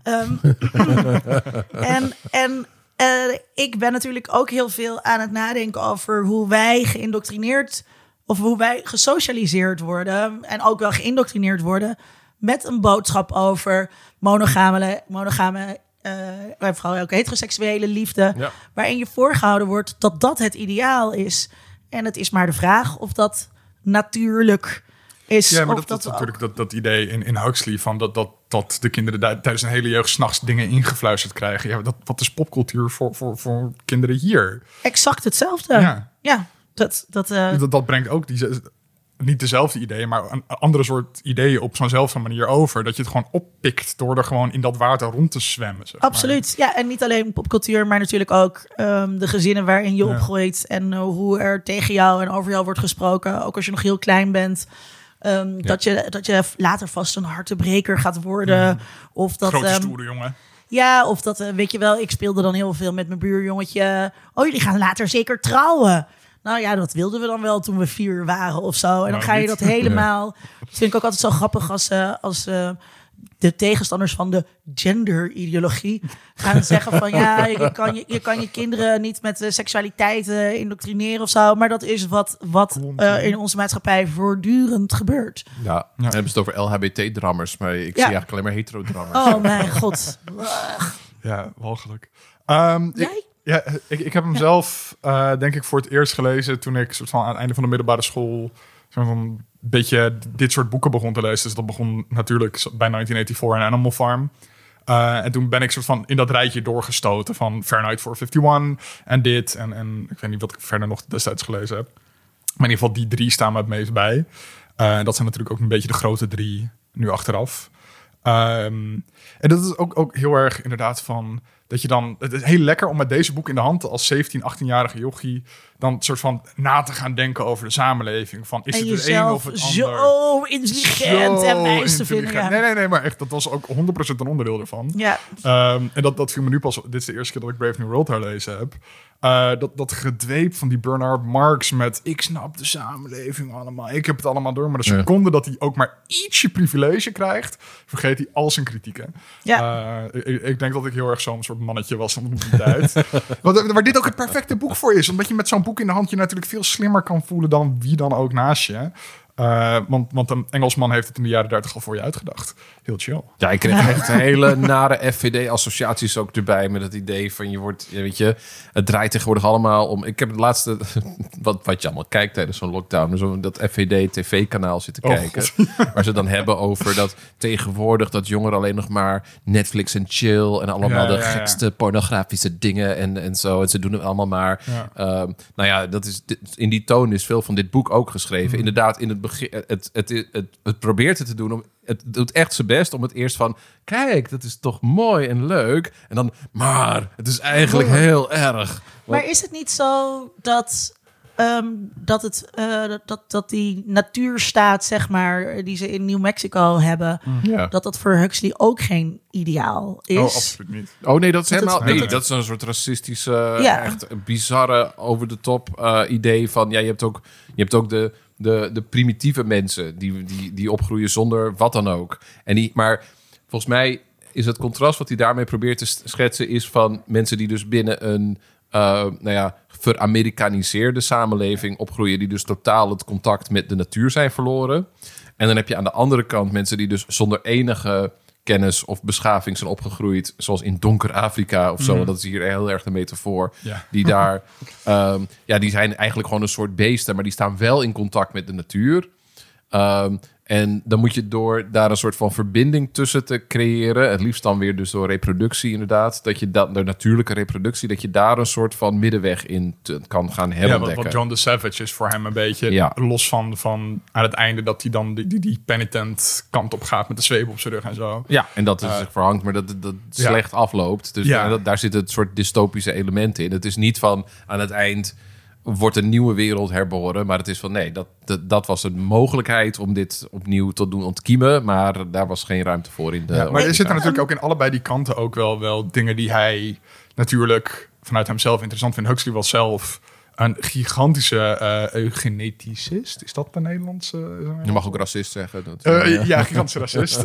Speaker 2: Ik ben natuurlijk ook heel veel aan het nadenken over hoe wij geïndoctrineerd, of hoe wij gesocialiseerd worden en ook wel geïndoctrineerd worden met een boodschap over monogame vooral ook heteroseksuele liefde, waarin je voorgehouden wordt dat het ideaal is. En het is maar de vraag of dat natuurlijk is.
Speaker 1: Ja, maar dat is natuurlijk dat idee in Huxley van dat de kinderen tijdens een hele jeugd 's nachts dingen ingefluisterd krijgen. Ja, wat is popcultuur voor kinderen hier?
Speaker 2: Exact hetzelfde. Ja.
Speaker 1: Dat brengt ook niet dezelfde ideeën, maar een andere soort ideeën op zo'nzelfde manier over. Dat je het gewoon oppikt door er gewoon in dat water rond te zwemmen. Zeg maar.
Speaker 2: Absoluut. Ja, en niet alleen popcultuur, maar natuurlijk ook de gezinnen waarin je opgroeit en hoe er tegen jou en over jou wordt gesproken. Ook als je nog heel klein bent. Dat je later vast een hartebreker gaat worden. Of dat,
Speaker 1: grote stoere jongen.
Speaker 2: Ja, of dat, weet je wel, ik speelde dan heel veel met mijn buurjongetje. Oh, jullie gaan later zeker trouwen. Nou ja, dat wilden we dan wel toen we 4 waren of zo. En dan ga je dat helemaal. Dat vind ik ook altijd zo grappig als de tegenstanders van de genderideologie gaan zeggen van ja, je kan je kinderen niet met seksualiteit indoctrineren of zo, maar dat is wat in onze maatschappij voortdurend gebeurt.
Speaker 3: Ja, dan hebben ze het over LHBT-drammers, maar ik zie eigenlijk alleen maar hetero-drammers.
Speaker 2: Oh mijn god.
Speaker 1: Ja, walgelijk.
Speaker 2: Jij?
Speaker 1: Ik heb hem zelf, denk ik, voor het eerst gelezen toen ik soort van aan het einde van de middelbare school een beetje dit soort boeken begon te lezen. Dus dat begon natuurlijk bij 1984 en Animal Farm. En toen ben ik soort van in dat rijtje doorgestoten van Fahrenheit 451 en dit. En ik weet niet wat ik verder nog destijds gelezen heb. Maar in ieder geval die 3 staan me het meest bij. Dat zijn natuurlijk ook een beetje de grote 3 nu achteraf. En dat is ook heel erg inderdaad van dat je dan... Het is heel lekker om met deze boek in de hand als 17, 18-jarige jochie dan soort van na te gaan denken over de samenleving. Van, is
Speaker 2: en
Speaker 1: het een of het ander?
Speaker 2: Zo intelligent en wijs te vinden. Ja.
Speaker 1: Nee, maar echt, dat was ook 100% een onderdeel ervan.
Speaker 2: Ja.
Speaker 1: En dat viel me nu pas... Dit is de eerste keer dat ik Brave New World herlezen heb. Dat gedweep van die Bernard Marx met ik snap de samenleving allemaal, ik heb het allemaal door. Maar de seconde dat hij ook maar ietsje privilege krijgt, vergeet hij al zijn kritieken.
Speaker 2: Ja.
Speaker 1: Ik denk dat ik heel erg zo'n soort mannetje was van die tijd. Waar dit ook het perfecte boek voor is. Omdat je met zo'n boek in de hand je natuurlijk veel slimmer kan voelen dan wie dan ook naast je. Want een Engelsman heeft het in de jaren 30 al voor je uitgedacht. Heel chill.
Speaker 3: Ja, ik kreeg echt hele nare FVD-associaties ook erbij met het idee van je wordt, weet je, het draait tegenwoordig allemaal om. Ik heb het laatste, wat je allemaal kijkt tijdens zo'n lockdown, zo dat FVD-tv-kanaal zitten kijken, waar ze dan hebben over dat tegenwoordig dat jongeren alleen nog maar Netflix en chill en allemaal de gekste pornografische dingen en zo. En ze doen het allemaal maar. Ja. Nou ja, in die toon is veel van dit boek ook geschreven. Inderdaad, in het begin, het probeert het te doen. Het doet echt zijn best om het eerst van... Kijk, dat is toch mooi en leuk. En dan, maar het is eigenlijk heel erg.
Speaker 2: Maar is het niet zo dat die natuurstaat, zeg maar, die ze in New Mexico hebben, dat voor Huxley ook geen ideaal is?
Speaker 1: Oh, absoluut niet.
Speaker 3: Oh nee, dat is helemaal... Nee, dat is een soort racistische, echt bizarre, over de top idee van... Ja, je hebt ook de primitieve mensen die opgroeien zonder wat dan ook. Maar volgens mij is het contrast wat hij daarmee probeert te schetsen... is van mensen die dus binnen een veramerikaniseerde samenleving opgroeien... die dus totaal het contact met de natuur zijn verloren. En dan heb je aan de andere kant mensen die dus zonder enige kennis of beschaving zijn opgegroeid... zoals in donker Afrika of zo. Want dat is hier heel erg de metafoor. Ja. Die daar... die zijn eigenlijk gewoon een soort beesten... maar die staan wel in contact met de natuur. En dan moet je door daar een soort van verbinding tussen te creëren... het liefst dan weer dus door reproductie inderdaad... dat je de natuurlijke reproductie... dat je daar een soort van middenweg in kan gaan herontdekken.
Speaker 1: Ja, wat John the Savage is voor hem een beetje... los van aan het einde dat hij dan die penitent kant op gaat... met de zweep op zijn rug en zo.
Speaker 3: Ja, en dat is verhangt, maar dat slecht afloopt. Dus daar zit het soort dystopische element in. Het is niet van aan het eind... wordt een nieuwe wereld herboren. Maar het is van nee, dat was een mogelijkheid om dit opnieuw te doen ontkiemen. Maar daar was geen ruimte voor in de...
Speaker 1: maar er zitten natuurlijk ook in allebei die kanten ook wel dingen die hij natuurlijk vanuit hemzelf interessant vindt. Huxley was zelf een gigantische eugeneticist. Is dat de Nederlandse?
Speaker 3: Je mag ook racist zeggen.
Speaker 1: Gigantische racist.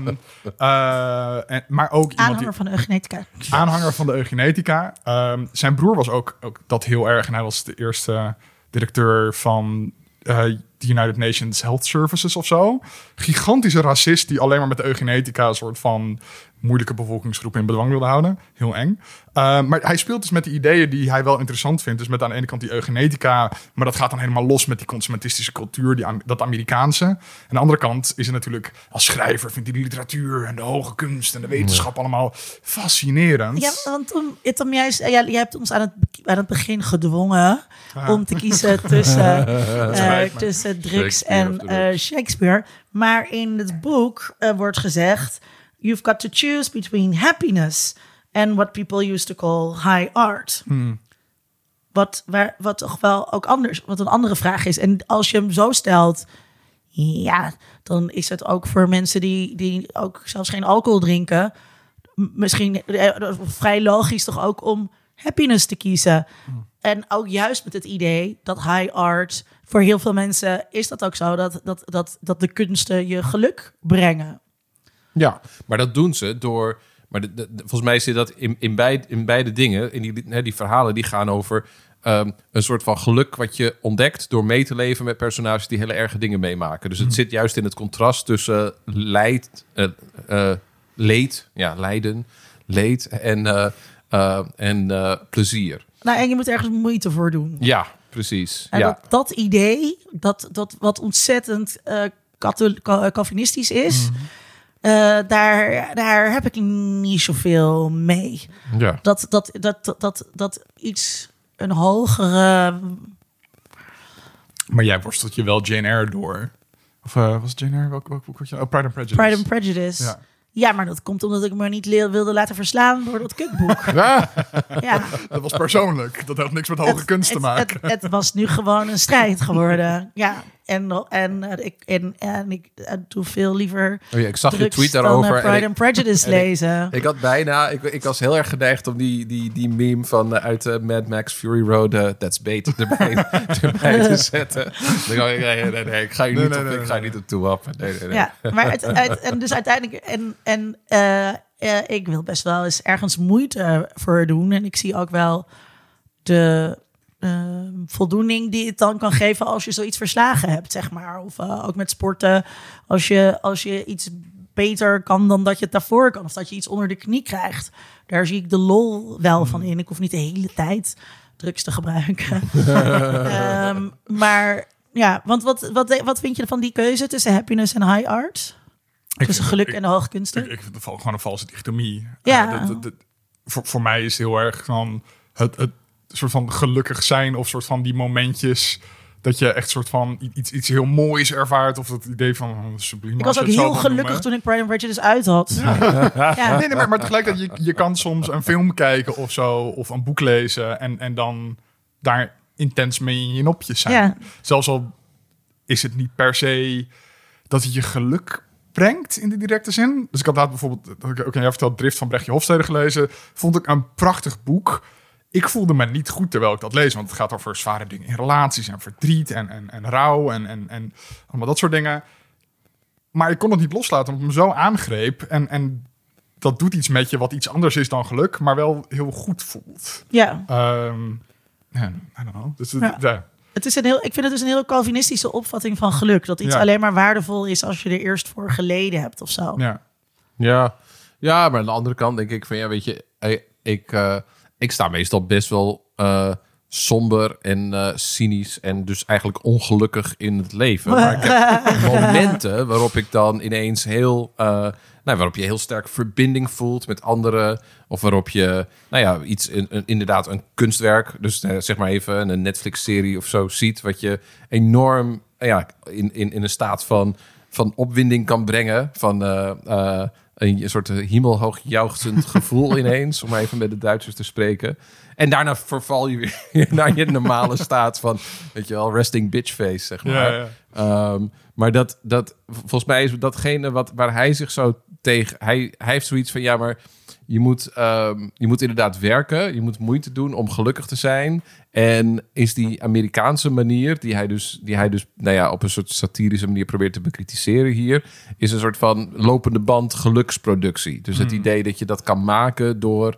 Speaker 1: Maar ook
Speaker 2: aanhanger van de eugenetica.
Speaker 1: Aanhanger van de eugenetica. Zijn broer was ook dat heel erg. En hij was de eerste directeur van de United Nations Health Services of zo. Gigantische racist die alleen maar met de eugenetica een soort van moeilijke bevolkingsgroepen in bedwang wilde houden. Heel eng. Maar hij speelt dus met die ideeën die hij wel interessant vindt. Dus met aan de ene kant die eugenetica, maar dat gaat dan helemaal los met die consumentistische cultuur, dat Amerikaanse. En aan de andere kant is er natuurlijk, als schrijver vindt hij die literatuur en de hoge kunst en de wetenschap allemaal fascinerend.
Speaker 2: Ja, want Tom, jij hebt ons aan het begin gedwongen om te kiezen tussen drugs en Shakespeare. Maar in het boek wordt gezegd... You've got to choose between happiness and what people used to call high art. Wat toch wel ook anders, wat een andere vraag is. En als je hem zo stelt, ja, dan is het ook voor mensen die ook zelfs geen alcohol drinken, misschien vrij logisch toch ook om happiness te kiezen. En ook juist met het idee dat high art, voor heel veel mensen is dat ook zo, dat de kunsten je geluk brengen.
Speaker 3: Ja, maar dat doen ze door... Maar volgens mij zit dat in beide dingen. In die verhalen die gaan over een soort van geluk wat je ontdekt door mee te leven met personages die hele erge dingen meemaken. Dus het zit juist in het contrast tussen lijden, leed en plezier.
Speaker 2: Nou, en je moet ergens moeite voor doen.
Speaker 3: Ja, precies.
Speaker 2: En
Speaker 3: Ja.
Speaker 2: dat idee, dat wat ontzettend Calvinistisch is... Daar heb ik niet zoveel mee.
Speaker 3: Ja.
Speaker 2: Dat iets een hogere...
Speaker 1: Maar jij worstelt je wel Jane Eyre door. Of was het Jane Eyre? Welk boek had je? Oh, Pride and Prejudice.
Speaker 2: Pride and Prejudice.
Speaker 1: Ja.
Speaker 2: Ja, maar dat komt omdat ik me niet wilde laten verslaan door dat kutboek. Ja.
Speaker 1: Dat was persoonlijk. Dat heeft niks met hoge kunst te maken.
Speaker 2: Het was nu gewoon een strijd geworden. Ja. En ik doe veel liever
Speaker 3: Ik zag je
Speaker 2: drugs
Speaker 3: tweet
Speaker 2: dan
Speaker 3: daarover.
Speaker 2: Pride and Prejudice lezen.
Speaker 3: Ik had bijna... Ik was heel erg geneigd om die meme van uit Mad Max Fury Road... That's bait erbij te zetten. Dan dacht ik, nee, ik ga je niet op toe-appen. Nee.
Speaker 2: Ja, maar en dus uiteindelijk... ik wil best wel eens ergens moeite voor doen. En ik zie ook wel de voldoening die het dan kan geven als je zoiets verslagen hebt, zeg maar. Of ook met sporten. Als je iets beter kan dan dat je het daarvoor kan. Of dat je iets onder de knie krijgt. Daar zie ik de lol wel van in. Ik hoef niet de hele tijd drugs te gebruiken. Maar ja, want wat vind je van die keuze tussen happiness en high art? Tussen geluk en de hoge kunsten?
Speaker 1: Ik vind het gewoon een valse dichotomie.
Speaker 2: Ja.
Speaker 1: Voor mij is het heel erg van het soort van gelukkig zijn of soort van die momentjes dat je echt soort van iets heel moois ervaart of het idee van subliem.
Speaker 2: Ik was ook heel gelukkig toen ik Pride and Prejudice uit had. Ja.
Speaker 1: Nee, maar tegelijkertijd je kan soms een film kijken of zo of een boek lezen en dan daar intens mee in je nopjes zijn.
Speaker 2: Ja.
Speaker 1: Zelfs al is het niet per se dat het je geluk brengt in de directe zin. Dus ik had daar bijvoorbeeld, ook aan jou verteld, Drift van Brechtje Hofstede gelezen. Vond ik een prachtig boek. Ik voelde me niet goed terwijl ik dat lees, want het gaat over zware dingen in relaties en verdriet en rouw en allemaal dat soort dingen. Maar ik kon het niet loslaten, omdat het me zo aangreep. En dat doet iets met je wat iets anders is dan geluk, maar wel heel goed voelt.
Speaker 2: Ja.
Speaker 1: I don't know. Dus
Speaker 2: Ja. Ik vind het dus een heel Calvinistische opvatting van geluk. Dat iets alleen maar waardevol is als je er eerst voor geleden hebt of zo.
Speaker 3: Ja, maar aan de andere kant denk ik van ja, weet je, ik sta meestal best wel somber en cynisch en dus eigenlijk ongelukkig in het leven. Maar ik heb momenten waarop ik dan ineens waarop je heel sterk verbinding voelt met anderen. Of waarop je, inderdaad een kunstwerk, dus zeg maar even een Netflix-serie of zo ziet, wat je enorm in een staat van opwinding kan brengen. Van een soort hemelhoog juichend gevoel ineens, om even met de Duitsers te spreken. En daarna verval je weer naar je normale staat van, weet je wel, resting bitch face, zeg maar. Ja. Maar dat volgens mij is datgene waar hij zich zo tegen... Hij heeft zoiets van, ja, maar je moet inderdaad werken. Je moet moeite doen om gelukkig te zijn. En is die Amerikaanse manier, die hij dus op een soort satirische manier probeert te bekritiseren hier, is een soort van lopende band geluksproductie. Dus het idee dat je dat kan maken door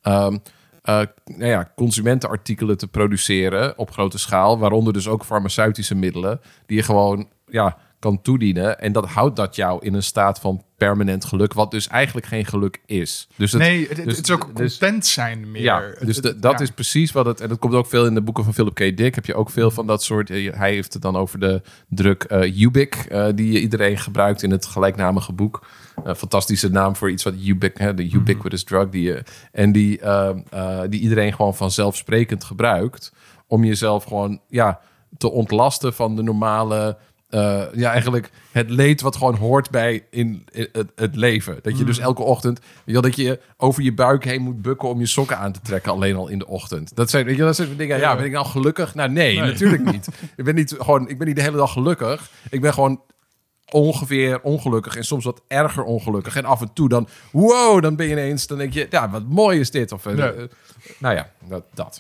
Speaker 3: consumentenartikelen te produceren op grote schaal, waaronder dus ook farmaceutische middelen, die je gewoon kan toedienen. En dat houdt dat jou in een staat van permanent geluk, wat dus eigenlijk geen geluk is. Dus het
Speaker 1: is ook content zijn meer.
Speaker 3: Ja, dus dat is precies wat het... En dat komt ook veel in de boeken van Philip K. Dick. Heb je ook veel van dat soort... Hij heeft het dan over de drug Ubic, die iedereen gebruikt in het gelijknamige boek. Fantastische naam voor iets wat Ubic, de ubiquitous drug, die iedereen gewoon vanzelfsprekend gebruikt, om jezelf gewoon te ontlasten van de normale... eigenlijk het leed wat gewoon hoort bij in het leven. Dat je dus elke ochtend... dat je over je buik heen moet bukken om je sokken aan te trekken, alleen al in de ochtend. Dat zijn dingen... Ja, ben ik nou gelukkig? Nou, nee, natuurlijk niet. Ik ben niet de hele dag gelukkig. Ik ben gewoon ongeveer ongelukkig en soms wat erger ongelukkig. En af en toe dan... Wow, dan ben je ineens... Dan denk je, wat mooi is dit. Of dat.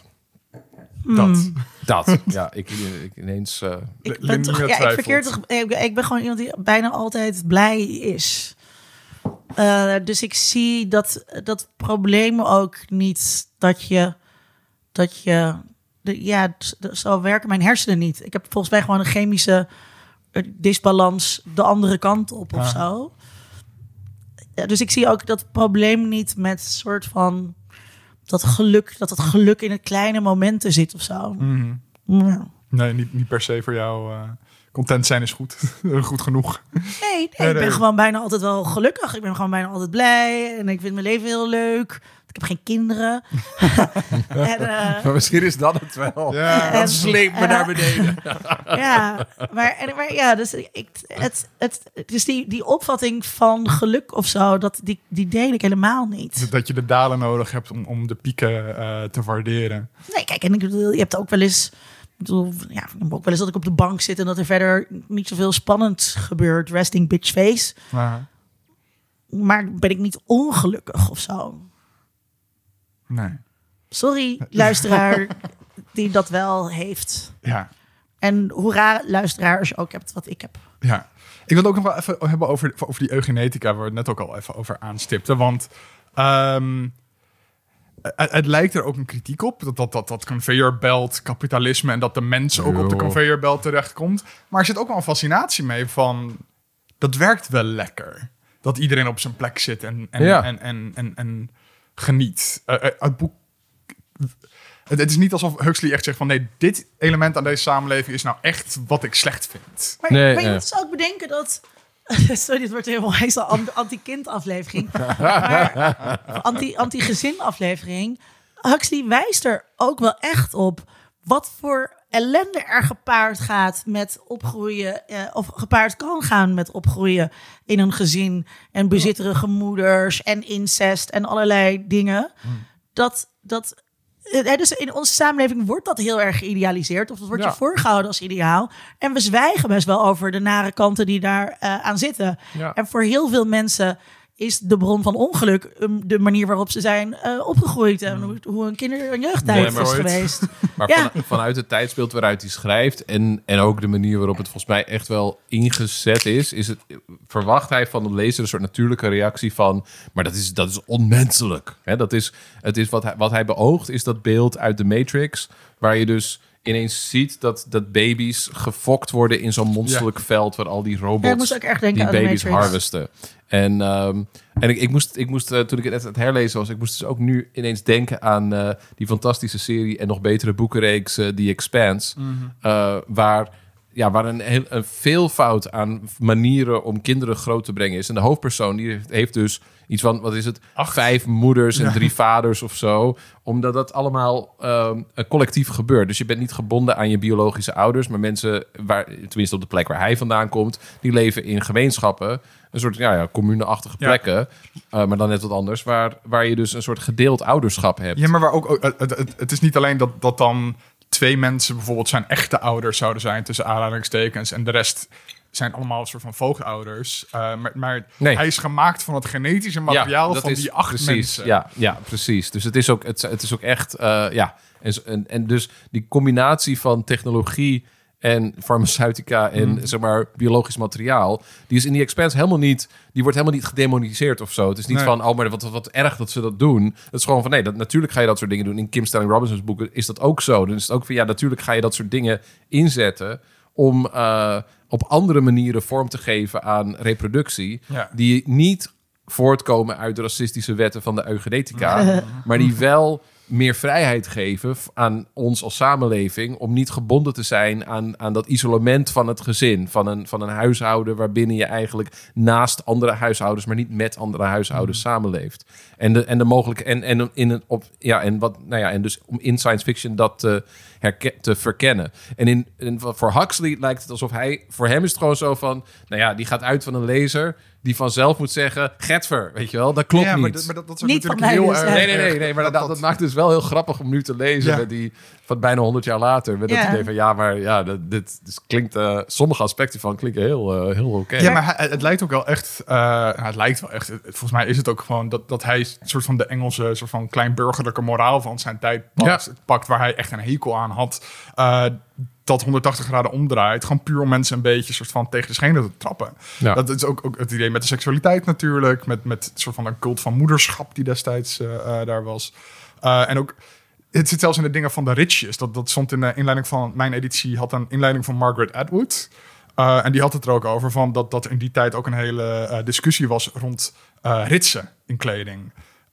Speaker 3: Dat. Ja, ik ineens...
Speaker 2: Ik ben gewoon iemand die bijna altijd blij is. Dus ik zie dat probleem ook niet zo werken mijn hersenen niet. Ik heb volgens mij gewoon een chemische disbalans de andere kant op of zo. Dus ik zie ook dat probleem niet met soort van dat het geluk in het kleine momenten zit of zo.
Speaker 1: Mm-hmm.
Speaker 2: Ja.
Speaker 1: Nee, niet per se voor jou. Content zijn is goed. Goed genoeg.
Speaker 2: Nee, ik ben gewoon bijna altijd wel gelukkig. Ik ben gewoon bijna altijd blij. En ik vind mijn leven heel leuk. Ik heb geen kinderen.
Speaker 3: Maar misschien is dat het wel.
Speaker 1: Ja.
Speaker 3: Dat sleept me naar beneden.
Speaker 2: Dus die opvatting van geluk of zo, die deel ik helemaal niet.
Speaker 1: Dat je de dalen nodig hebt om de pieken te waarderen.
Speaker 2: Nee, kijk, en ik bedoel, je hebt ook wel eens... ik heb ook wel eens dat ik op de bank zit en dat er verder niet zoveel spannend gebeurt. Resting bitch face. Maar ben ik niet ongelukkig of zo?
Speaker 1: Nee.
Speaker 2: Sorry, luisteraar die dat wel heeft.
Speaker 1: Ja.
Speaker 2: En hoera, luisteraar, als je ook hebt wat ik heb.
Speaker 1: Ja. Ik wil het ook nog wel even hebben over die eugenetica, waar we het net ook al even over aanstipten. Want het lijkt er ook een kritiek op. Dat conveyor belt kapitalisme en dat de mens ook op de conveyor belt terechtkomt. Maar er zit ook wel een fascinatie mee van... dat werkt wel lekker. Dat iedereen op zijn plek zit en geniet. Het boek... Het is niet alsof Huxley echt zegt van... nee, dit element aan deze samenleving is nou echt wat ik slecht vind.
Speaker 2: Maar je moet dus ook bedenken dat... Sorry, dit wordt helemaal een anti-kind aflevering. Maar anti-gezin aflevering. Huxley wijst er ook wel echt op wat voor ellende er gepaard gaat met opgroeien, of gepaard kan gaan met opgroeien in een gezin en bezitterige moeders en incest en allerlei dingen. Dus in onze samenleving wordt dat heel erg geïdealiseerd. Of dat wordt je voorgehouden als ideaal. En we zwijgen best wel over de nare kanten die daar aan zitten. Ja. En voor heel veel mensen is de bron van ongeluk de manier waarop ze zijn opgegroeid. En hoe een en jeugdtijd is geweest.
Speaker 3: Maar vanuit het tijdsbeeld waaruit hij schrijft... En ook de manier waarop het volgens mij echt wel ingezet is verwacht hij van de lezer een soort natuurlijke reactie van... maar dat is onmenselijk. Hè, het is wat hij beoogt, is dat beeld uit de Matrix... waar je dus ineens ziet dat baby's gefokt worden in zo'n monsterlijk veld... waar al die robots die baby's harvesten. En ik moest toen ik het net aan het herlezen was... ik moest dus ook nu ineens denken aan die fantastische serie... en nog betere boekenreeks The Expanse... waar een veelvoud aan manieren om kinderen groot te brengen is. En de hoofdpersoon die heeft dus iets van, 5 moeders en 3 vaders of zo. Omdat dat allemaal collectief gebeurt. Dus je bent niet gebonden aan je biologische ouders. Maar mensen, tenminste op de plek waar hij vandaan komt... die leven in gemeenschappen. Een soort commune-achtige plekken. Maar dan net wat anders. Waar je dus een soort gedeeld ouderschap hebt.
Speaker 1: Ja, maar waar ook het is niet alleen dat dan... 2 mensen bijvoorbeeld zijn echte ouders zouden zijn... tussen aanhalingstekens. En de rest zijn allemaal een soort van voogdouders. Maar hij is gemaakt van het genetische materiaal van die 8 mensen.
Speaker 3: Ja, precies. Dus het is ook echt... En dus die combinatie van technologie... en farmaceutica en zeg maar biologisch materiaal... die is in die Expanse helemaal niet... die wordt helemaal niet gedemoniseerd of zo. Het is niet van, maar wat erg dat ze dat doen. Het is gewoon van, natuurlijk ga je dat soort dingen doen. In Kim Stanley Robinson's boeken is dat ook zo. Dan is het ook van, natuurlijk ga je dat soort dingen inzetten... om op andere manieren vorm te geven aan reproductie... die niet voortkomen uit de racistische wetten van de eugenetica... maar die wel... meer vrijheid geven aan ons als samenleving... om niet gebonden te zijn aan dat isolement van het gezin. Van een huishouden waarbinnen je eigenlijk naast andere huishoudens... maar niet met andere huishoudens samenleeft. En de mogelijke... En dus om in science fiction dat te verkennen. En voor Huxley lijkt het alsof voor hem is het gewoon zo van... die gaat uit van een lezer... die vanzelf moet zeggen, Getver, weet je wel, dat klopt niet.
Speaker 1: Maar dat is
Speaker 2: niet
Speaker 1: natuurlijk heel erg...
Speaker 3: Nee, maar dat maakt dus wel heel grappig om nu te lezen... met die van bijna 100 jaar later. Met dat idee van, dit klinkt... sommige aspecten van klinken heel oké.
Speaker 1: Ja, maar het lijkt ook wel echt... het lijkt wel echt... Volgens mij is het ook gewoon dat hij een soort van de Engelse... soort van kleinburgerlijke moraal van zijn tijd pakt... waar hij echt een hekel aan had... dat 180 graden omdraait. Gewoon puur om mensen een beetje soort van tegen de schenen te trappen.
Speaker 3: Ja.
Speaker 1: Dat is ook het idee met de seksualiteit natuurlijk. Met een soort van een cult van moederschap die destijds daar was. En ook, het zit zelfs in de dingen van de Ritjes. Dat stond in de inleiding van mijn editie, had een inleiding van Margaret Atwood. En die had het er ook over van dat in die tijd ook een hele discussie was rond ritsen in kleding.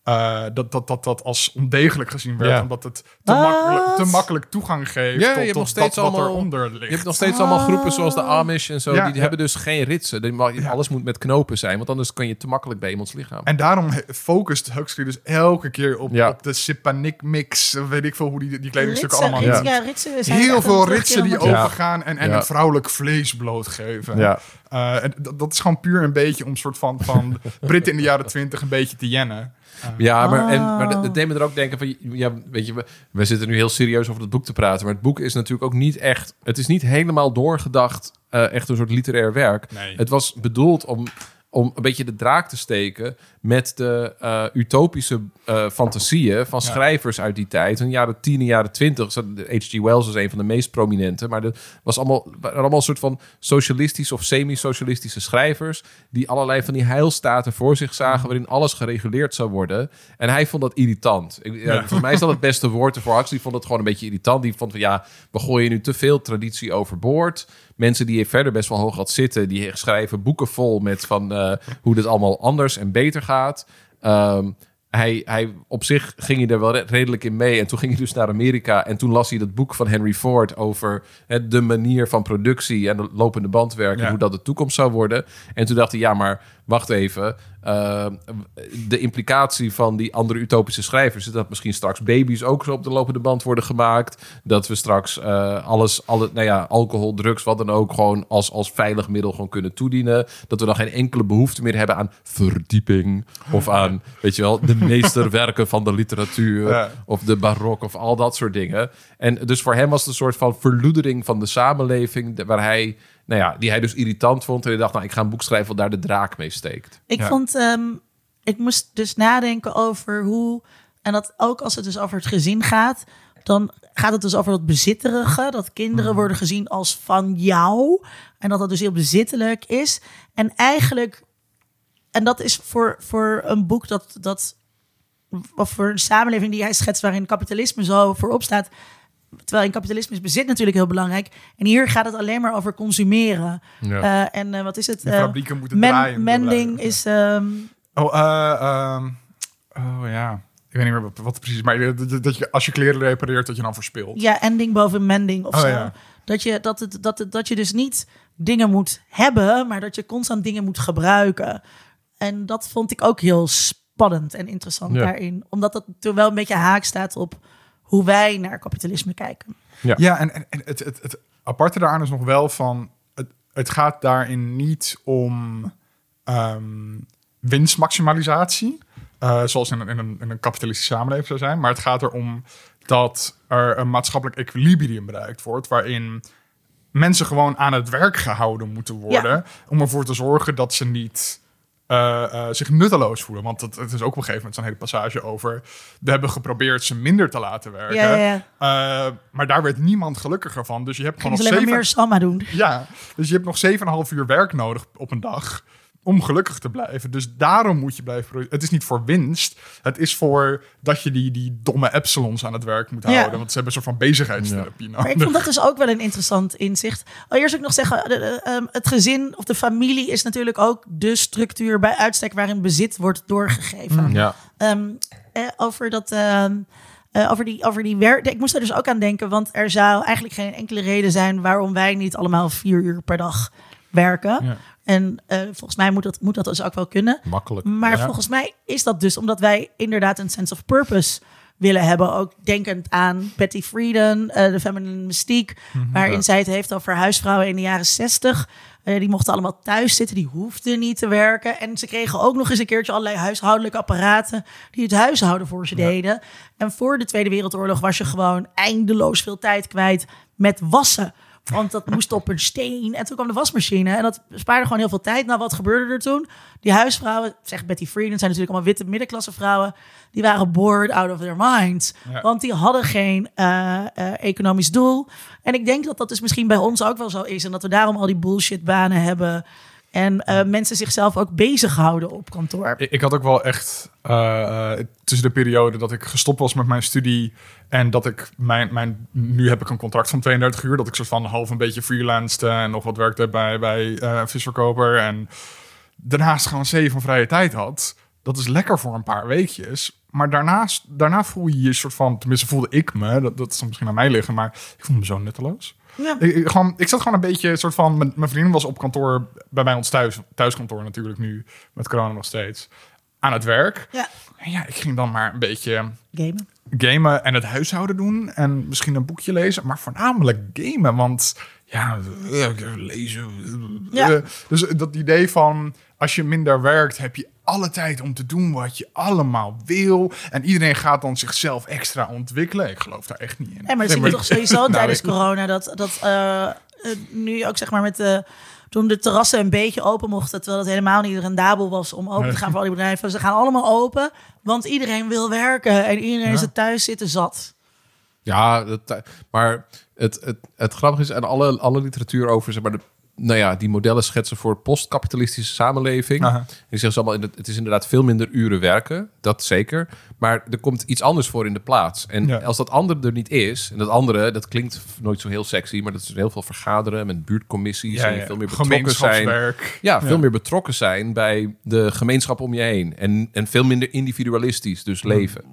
Speaker 1: Dat als ondegelijk gezien werd, omdat het te makkelijk toegang geeft
Speaker 3: Ja,
Speaker 1: tot,
Speaker 3: je hebt nog
Speaker 1: tot
Speaker 3: steeds
Speaker 1: dat wat
Speaker 3: allemaal,
Speaker 1: eronder ligt.
Speaker 3: je hebt nog steeds allemaal groepen zoals de Amish en zo. Die hebben dus geen ritsen. Alles moet met knopen zijn, want anders kan je te makkelijk bij iemands lichaam.
Speaker 1: En daarom focust Huxley dus elke keer op de Sipanik mix. Weet ik veel hoe die kledingstukken allemaal...
Speaker 2: Ritsen zijn
Speaker 1: heel
Speaker 2: echt
Speaker 1: veel
Speaker 2: een
Speaker 1: ritsen die
Speaker 2: terugkerende-
Speaker 1: overgaan en een vrouwelijk vlees blootgeven.
Speaker 3: Ja.
Speaker 1: En dat is gewoon puur een beetje om soort van Britten in de jaren 20 een beetje te jennen.
Speaker 3: Ja, maar dat deed me er ook denken van... Ja, weet je, we zitten nu heel serieus over het boek te praten... maar het boek is natuurlijk ook niet echt... Het is niet helemaal doorgedacht, echt een soort literair werk.
Speaker 1: Nee.
Speaker 3: Het was bedoeld om een beetje de draak te steken... met de utopische fantasieën van schrijvers uit die tijd. In de jaren 10 en jaren 20. H.G. Wells was een van de meest prominente. Maar er waren allemaal een soort van socialistische of semi-socialistische schrijvers... die allerlei van die heilstaten voor zich zagen... waarin alles gereguleerd zou worden. En hij vond dat irritant. Volgens mij is dat het beste woord ervoor. Huxley vond het gewoon een beetje irritant. Die vond van we gooien nu te veel traditie overboord. Mensen die hier verder best wel hoog had zitten... die schrijven boeken vol met van hoe dit allemaal anders en beter gaat. Hij op zich ging hij er wel redelijk in mee. En toen ging hij dus naar Amerika. En toen las hij dat boek van Henry Ford over de manier van productie en de lopende bandwerk. En hoe dat de toekomst zou worden. En toen dacht hij, maar wacht even. De implicatie van die andere utopische schrijvers is dat misschien straks baby's ook zo op de lopende band worden gemaakt. Dat we straks alcohol, drugs, wat dan ook, gewoon als veilig middel gewoon kunnen toedienen. Dat we dan geen enkele behoefte meer hebben aan verdieping. Of aan, weet je wel, de meesterwerken van de literatuur. Of de barok of al dat soort dingen. En dus voor hem was het een soort van verloedering van de samenleving waar hij... die hij dus irritant vond. En hij dacht, ik ga een boek schrijven wat daar de draak mee steekt.
Speaker 2: Ik moest dus nadenken over hoe... En dat ook als het dus over het gezin gaat... dan gaat het dus over het bezitterige. Dat kinderen worden gezien als van jou. En dat dus heel bezittelijk is. En eigenlijk... En dat is voor een boek of voor een samenleving die hij schetst... waarin kapitalisme zo voorop staat... Terwijl in kapitalisme is bezit natuurlijk heel belangrijk. En hier gaat het alleen maar over consumeren. Ja. Wat is het?
Speaker 1: De fabrieken moeten draaien.
Speaker 2: Mending is...
Speaker 1: ja. Ik weet niet meer wat precies. Maar dat je als je kleren repareert, dat je dan verspeelt.
Speaker 2: Ja, ending boven mending of zo.
Speaker 1: Ja.
Speaker 2: Dat je dus niet dingen moet hebben... maar dat je constant dingen moet gebruiken. En dat vond ik ook heel spannend en interessant daarin. Omdat dat toen wel een beetje haak staat op... hoe wij naar kapitalisme kijken.
Speaker 1: Ja, en het aparte daaraan is nog wel van... Het gaat daarin niet om winstmaximalisatie... zoals in een kapitalistische samenleving zou zijn... maar het gaat erom dat er een maatschappelijk equilibrium bereikt wordt... waarin mensen gewoon aan het werk gehouden moeten worden... om ervoor te zorgen dat ze niet... zich nutteloos voelen. Want het is ook op een gegeven moment zo'n hele passage over... we hebben geprobeerd ze minder te laten werken. Maar daar werd niemand gelukkiger van. Dus je hebt gewoon nog
Speaker 2: meer samma doen.
Speaker 1: Ja, dus je hebt nog 7,5 uur werk nodig op een dag... om gelukkig te blijven. Dus daarom moet je blijven... Het is niet voor winst. Het is voor dat je die domme epsilons aan het werk moet houden. Want ze hebben een soort van bezigheidstherapie nodig.
Speaker 2: Maar ik vond dat dus ook wel een interessant inzicht. Eerst ook nog zeggen... het gezin of de familie is natuurlijk ook de structuur bij uitstek... waarin bezit wordt doorgegeven. Over die werk... Ik moest er dus ook aan denken... want er zou eigenlijk geen enkele reden zijn... waarom wij niet allemaal 4 uur per dag werken... Ja. En volgens mij moet dat dus ook wel kunnen.
Speaker 3: Makkelijk.
Speaker 2: Maar volgens mij is dat dus omdat wij inderdaad een sense of purpose willen hebben. Ook denkend aan Betty Friedan, de Feminine Mystique. Waarin zij het heeft over huisvrouwen in de jaren 60. Die mochten allemaal thuis zitten. Die hoefden niet te werken. En ze kregen ook nog eens een keertje allerlei huishoudelijke apparaten... die het huishouden voor ze deden. En voor de Tweede Wereldoorlog was je gewoon eindeloos veel tijd kwijt met wassen... Want dat moest op een steen. En toen kwam de wasmachine. En dat spaarde gewoon heel veel tijd. Nou, wat gebeurde er toen? Die huisvrouwen, zegt Betty Friedan, zijn natuurlijk allemaal witte middenklasse vrouwen. Die waren bored out of their minds.
Speaker 1: Ja.
Speaker 2: Want die hadden geen economisch doel. En ik denk dat dat dus misschien bij ons ook wel zo is. En dat we daarom al die bullshitbanen hebben. En mensen zichzelf ook bezighouden op kantoor.
Speaker 1: Ik had ook wel echt tussen de periode dat ik gestopt was met mijn studie en dat ik nu heb ik een contract van 32 uur, dat ik soort van half een beetje freelanced en nog wat werkte bij visverkoper en daarnaast gewoon 7 vrije tijd had. Dat is lekker voor een paar weekjes. Maar daarna voel je je soort van, tenminste voelde ik me, dat zal misschien aan mij liggen, maar ik voelde me zo nutteloos.
Speaker 2: Ja.
Speaker 1: Ik zat gewoon een beetje soort van... Mijn vriendin was op kantoor, bij ons thuiskantoor natuurlijk nu, met corona nog steeds, aan het werk.
Speaker 2: Ja.
Speaker 1: En ja, ik ging dan maar een beetje
Speaker 2: Gamen.
Speaker 1: en het huishouden doen en misschien een boekje lezen, maar voornamelijk gamen, want ja, lezen.
Speaker 2: Ja.
Speaker 1: Dus dat idee van, als je minder werkt, heb je alle tijd om te doen wat je allemaal wil. En iedereen gaat dan zichzelf extra ontwikkelen. Ik geloof daar echt niet in.
Speaker 2: Nee, maar dat zie je toch sowieso tijdens corona. Dat nu ook zeg maar met toen de terrassen een beetje open mochten, terwijl het helemaal niet rendabel was om open te gaan voor al die bedrijven. Ze gaan allemaal open, want iedereen wil werken en iedereen is er thuis zitten zat.
Speaker 3: Ja, maar het grappige is aan alle literatuur over, zeg maar, die modellen schetsen voor postkapitalistische samenleving.
Speaker 1: Aha.
Speaker 3: En die zeggen ze allemaal, het is inderdaad veel minder uren werken, dat zeker. Maar er komt iets anders voor in de plaats. En als dat andere er niet is, en dat andere, dat klinkt nooit zo heel sexy, maar dat is heel veel vergaderen met buurtcommissies en veel meer betrokken zijn. Ja, veel meer betrokken zijn bij de gemeenschap om je heen. En veel minder individualistisch, dus leven.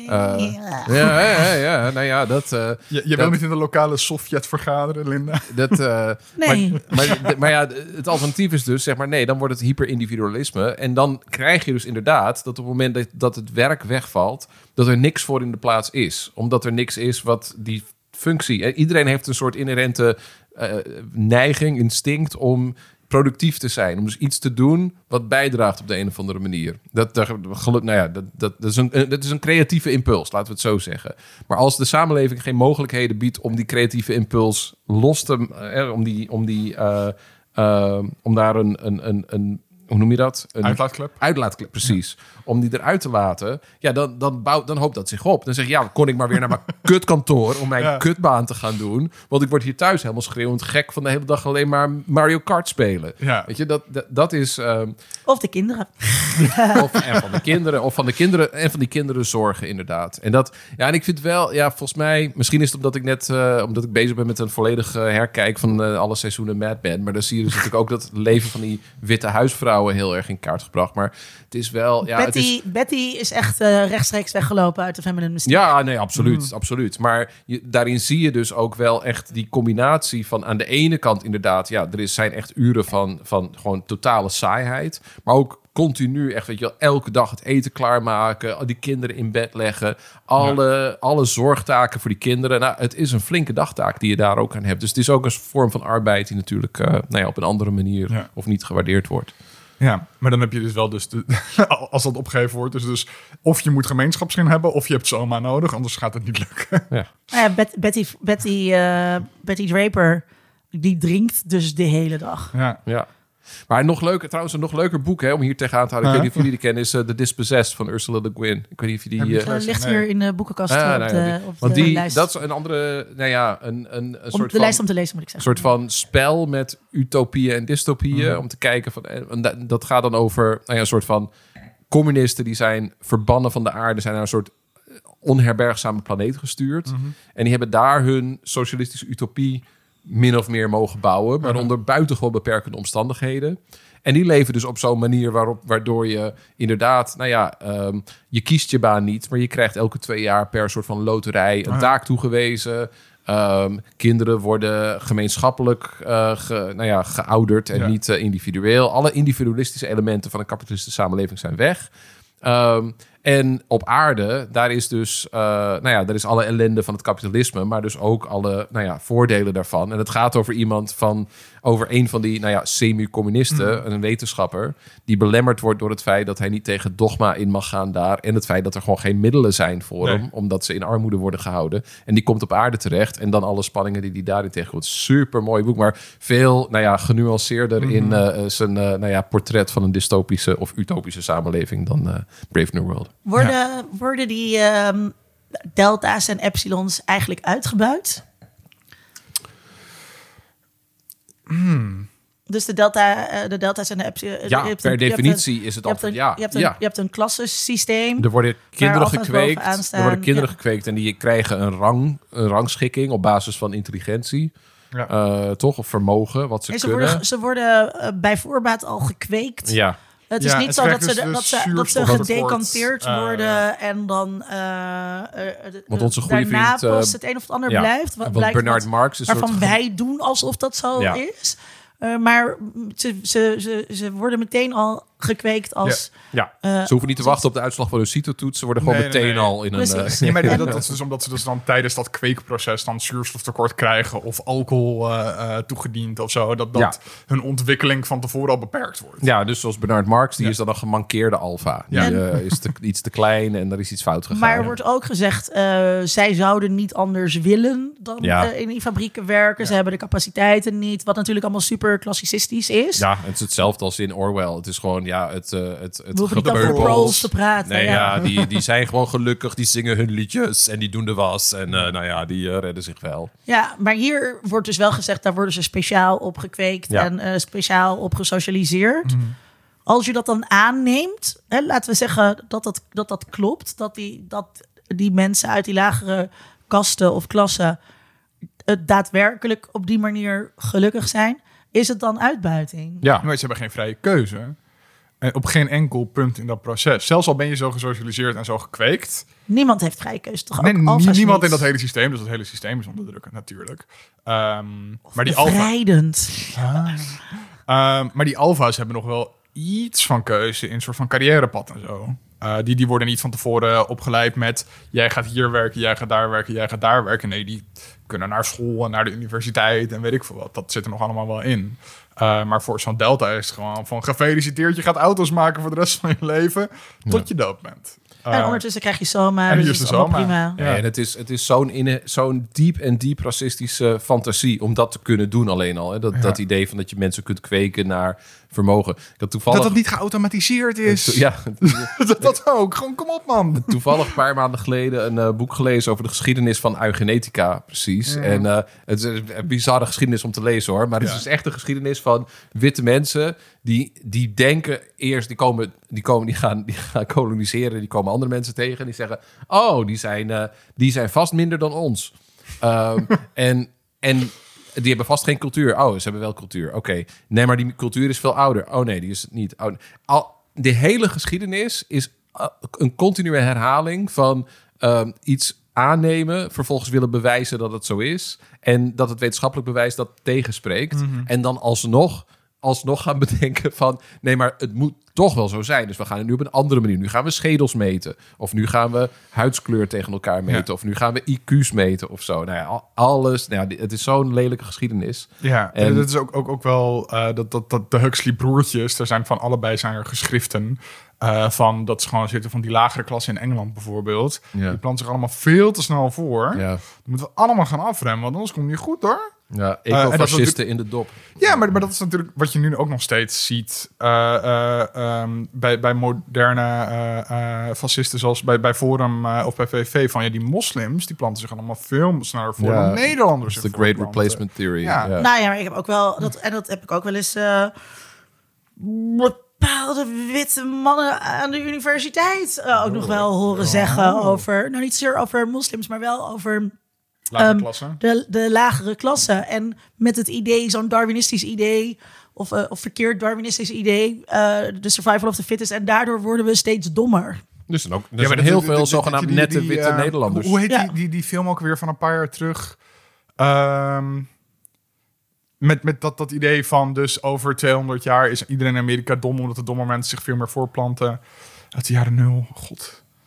Speaker 3: Nou ja, dat...
Speaker 1: Je wil niet in de lokale Sovjet vergaderen, Linda?
Speaker 2: Nee.
Speaker 3: Maar ja, het alternatief is dus, zeg maar, nee, dan wordt het hyperindividualisme. En dan krijg je dus inderdaad dat op het moment dat het werk wegvalt, dat er niks voor in de plaats is. Omdat er niks is wat die functie... Iedereen heeft een soort inherente neiging, instinct om productief te zijn. Om dus iets te doen wat bijdraagt op de een of andere manier. Dat is een creatieve impuls, laten we het zo zeggen. Maar als de samenleving geen mogelijkheden biedt om die creatieve impuls los te... om daar een hoe noem je dat? Een uitlaatklep, precies. Ja. Om die eruit te laten, ja, dan hoopt dat zich op. Dan zeg je, ja, kon ik maar weer naar mijn kutkantoor om mijn kutbaan te gaan doen. Want ik word hier thuis helemaal schreeuwend gek van de hele dag alleen maar Mario Kart spelen. Ja. Weet je, dat is...
Speaker 2: Of de kinderen.
Speaker 3: Of van die kinderen zorgen, inderdaad. En ik vind wel, ja, volgens mij, misschien is het omdat ik bezig ben met een volledig herkijk van alle seizoenen Mad Men. Maar dan zie je dus natuurlijk ook dat het leven van die witte huisvrouwen heel erg in kaart gebracht. Maar het is wel... Ja,
Speaker 2: Betty is echt rechtstreeks weggelopen uit de Feminine Mystique.
Speaker 3: Ja, nee, absoluut. Maar daarin zie je dus ook wel echt die combinatie van aan de ene kant inderdaad, ja, zijn echt uren van gewoon totale saaiheid. Maar ook continu echt, weet je wel, elke dag het eten klaarmaken, die kinderen in bed leggen, alle zorgtaken voor die kinderen. Nou, het is een flinke dagtaak die je daar ook aan hebt. Dus het is ook een vorm van arbeid die natuurlijk op een andere manier of niet gewaardeerd wordt.
Speaker 1: Ja, maar dan heb je dus wel als dat opgegeven wordt, dus of je moet gemeenschapszin hebben, of je hebt zomaar nodig, anders gaat het niet lukken.
Speaker 2: Ja. Nou ja, Betty Draper, die drinkt dus de hele dag.
Speaker 3: Ja. Maar een nog leuker boek, hè, om hier tegenaan te houden. Ik weet niet of jullie die kennen, is The Dispossessed van Ursula Le Guin. Ik weet niet of je die...
Speaker 2: ligt hier in de boekenkast op de lijst.
Speaker 3: Dat is een andere, een soort
Speaker 2: de lijst om te lezen, moet ik zeggen.
Speaker 3: Een soort van spel met utopieën en dystopieën. Om te kijken van... Dat gaat dan over een soort van communisten die zijn verbannen van de aarde, zijn naar een soort onherbergzame planeet gestuurd. En die hebben daar hun socialistische utopie min of meer mogen bouwen, maar onder buitengewoon beperkende omstandigheden. En die leven dus op zo'n manier waardoor je inderdaad, je kiest je baan niet, maar je krijgt elke 2 jaar per soort van loterij een taak toegewezen. Kinderen worden gemeenschappelijk geouderd en niet individueel. Alle individualistische elementen van een kapitalistische samenleving zijn weg. En op aarde, daar is dus daar is alle ellende van het kapitalisme, maar dus ook alle voordelen daarvan. En het gaat over een van die semi-communisten, een wetenschapper, die belemmerd wordt door het feit dat hij niet tegen dogma in mag gaan daar. En het feit dat er gewoon geen middelen zijn voor hem, omdat ze in armoede worden gehouden. En die komt op aarde terecht. En dan alle spanningen die hij daarin tegenkomt. Super mooi boek, maar veel genuanceerder in zijn portret van een dystopische of utopische samenleving dan Brave New World.
Speaker 2: Worden die delta's en epsilons eigenlijk uitgebuit? Dus de delta's en de epsilons...
Speaker 3: Ja, per definitie is het antwoord ja.
Speaker 2: Je hebt een klassensysteem.
Speaker 3: Er worden kinderen gekweekt. En die krijgen een rangschikking op basis van intelligentie. Ja. Toch? Of vermogen, wat ze kunnen.
Speaker 2: Ze worden bij voorbaat al gekweekt.
Speaker 3: Ja.
Speaker 2: Het is niet zo dat ze gedecanteerd worden en dan
Speaker 3: want onze goede
Speaker 2: daarna
Speaker 3: vriend,
Speaker 2: pas het een of het ander blijft.
Speaker 3: Want Bernard Marx is
Speaker 2: waarvan wij doen alsof dat zo is. Maar ze worden meteen al gekweekt als...
Speaker 3: Ze hoeven niet te wachten op de uitslag van hun CITO-toets. Ze worden gewoon meteen al in een...
Speaker 1: maar dat is dus omdat ze dus dan tijdens dat kweekproces dan zuurstoftekort krijgen of alcohol toegediend of zo. Dat hun ontwikkeling van tevoren al beperkt wordt.
Speaker 3: Ja, dus zoals Bernard Marx, die is dan een gemankeerde alfa. Die is iets te klein en er is iets fout gegaan.
Speaker 2: Maar er wordt ook gezegd, zij zouden niet anders willen dan in die fabrieken werken. Ze hebben de capaciteiten niet, wat natuurlijk allemaal super klassicistisch is.
Speaker 3: Ja, het is hetzelfde als in Orwell. Het is gewoon, het
Speaker 2: hoeven niet over proles te praten.
Speaker 3: Nee, die zijn gewoon gelukkig. Die zingen hun liedjes en die doen de was. En die redden zich wel. Ja,
Speaker 2: maar hier wordt dus wel gezegd, daar worden ze speciaal op gekweekt en speciaal op gesocialiseerd. Als je dat dan aanneemt, laten we zeggen dat klopt, dat die mensen uit die lagere kasten of klassen daadwerkelijk op die manier gelukkig zijn, is het dan uitbuiting?
Speaker 1: Ja, maar ze hebben geen vrije keuze. En op geen enkel punt in dat proces. Zelfs al ben je zo gesocialiseerd en zo gekweekt.
Speaker 2: Niemand heeft vrije keuze, toch?
Speaker 1: Nee,
Speaker 2: ook
Speaker 1: niemand in dat hele systeem. Dus dat hele systeem is onderdrukkend natuurlijk. Maar die maar die alfa's hebben nog wel iets van keuze in een soort van carrièrepad en zo. Die worden niet van tevoren opgeleid met... jij gaat hier werken, jij gaat daar werken, jij gaat daar werken. Nee, die kunnen naar school en naar de universiteit en weet ik veel wat. Dat zit er nog allemaal wel in. Maar voor zo'n Delta is het gewoon van... gefeliciteerd, je gaat auto's maken voor de rest van je leven... tot je dood bent.
Speaker 2: En ondertussen krijg je Soma.
Speaker 1: En
Speaker 2: dus
Speaker 1: hier is
Speaker 2: dat
Speaker 1: de
Speaker 2: is
Speaker 1: Soma.
Speaker 2: prima.
Speaker 3: Ja. En het is zo'n diep racistische fantasie... om dat te kunnen doen alleen al. Hè? Dat idee van dat je mensen kunt kweken naar vermogen. Dat
Speaker 1: het niet geautomatiseerd is. Dat ook. Gewoon, kom op, man.
Speaker 3: Toevallig een paar maanden geleden een boek gelezen... over de geschiedenis van eugenetica, precies. Ja. En het is een bizarre geschiedenis om te lezen, hoor. Maar het is dus echt een geschiedenis van witte mensen... die denken eerst... die gaan koloniseren... die komen andere mensen tegen en die zeggen... oh, die zijn vast minder dan ons. En die hebben vast geen cultuur. Oh, ze hebben wel cultuur. Oké. Nee, maar die cultuur is veel ouder. Oh nee, die is het niet. De hele geschiedenis is een continue herhaling van iets aannemen, vervolgens willen bewijzen dat het zo is en dat het wetenschappelijk bewijs dat tegenspreekt. En dan alsnog gaan bedenken van... nee, maar het moet toch wel zo zijn. Dus we gaan het nu op een andere manier. Nu gaan we schedels meten. Of nu gaan we huidskleur tegen elkaar meten. Ja. Of nu gaan we IQ's meten of zo. Nou ja, alles. Nou ja, het is zo'n lelijke geschiedenis.
Speaker 1: Ja, en dat is ook wel... dat de Huxley-broertjes... allebei zijn er geschriften... van dat ze gewoon zitten van die lagere klasse in Engeland bijvoorbeeld. Ja. Die planten zich allemaal veel te snel voor. Ja. Dat moeten we allemaal gaan afremmen, want anders komt het niet goed, hoor.
Speaker 3: Ja, ecofascisten in de dop.
Speaker 1: Ja, maar dat is natuurlijk wat je nu ook nog steeds ziet bij moderne fascisten zoals bij Forum of bij VV. Van die moslims, die planten zich allemaal veel sneller voor dan Nederlanders.
Speaker 3: Dat is de Great Replacement Theory.
Speaker 2: Ja. Nou ja, maar ik heb ook wel... dat heb ik ook wel eens... bepaalde witte mannen aan de universiteit ook nog wel horen zeggen over... nou, niet zozeer over moslims, maar wel over...
Speaker 1: lagere klasse.
Speaker 2: De lagere klasse. En met het idee, zo'n Darwinistisch idee... of verkeerd Darwinistisch idee... de survival of the fittest. En daardoor worden we steeds dommer.
Speaker 3: Dus dan ook heel veel zogenaamd nette witte Nederlanders.
Speaker 1: Hoe heet die film ook weer van een paar jaar terug... Met dat idee van dus over 200 jaar is iedereen in Amerika dom... omdat de domme mensen zich veel meer voorplanten. Uit de jaren 0. God.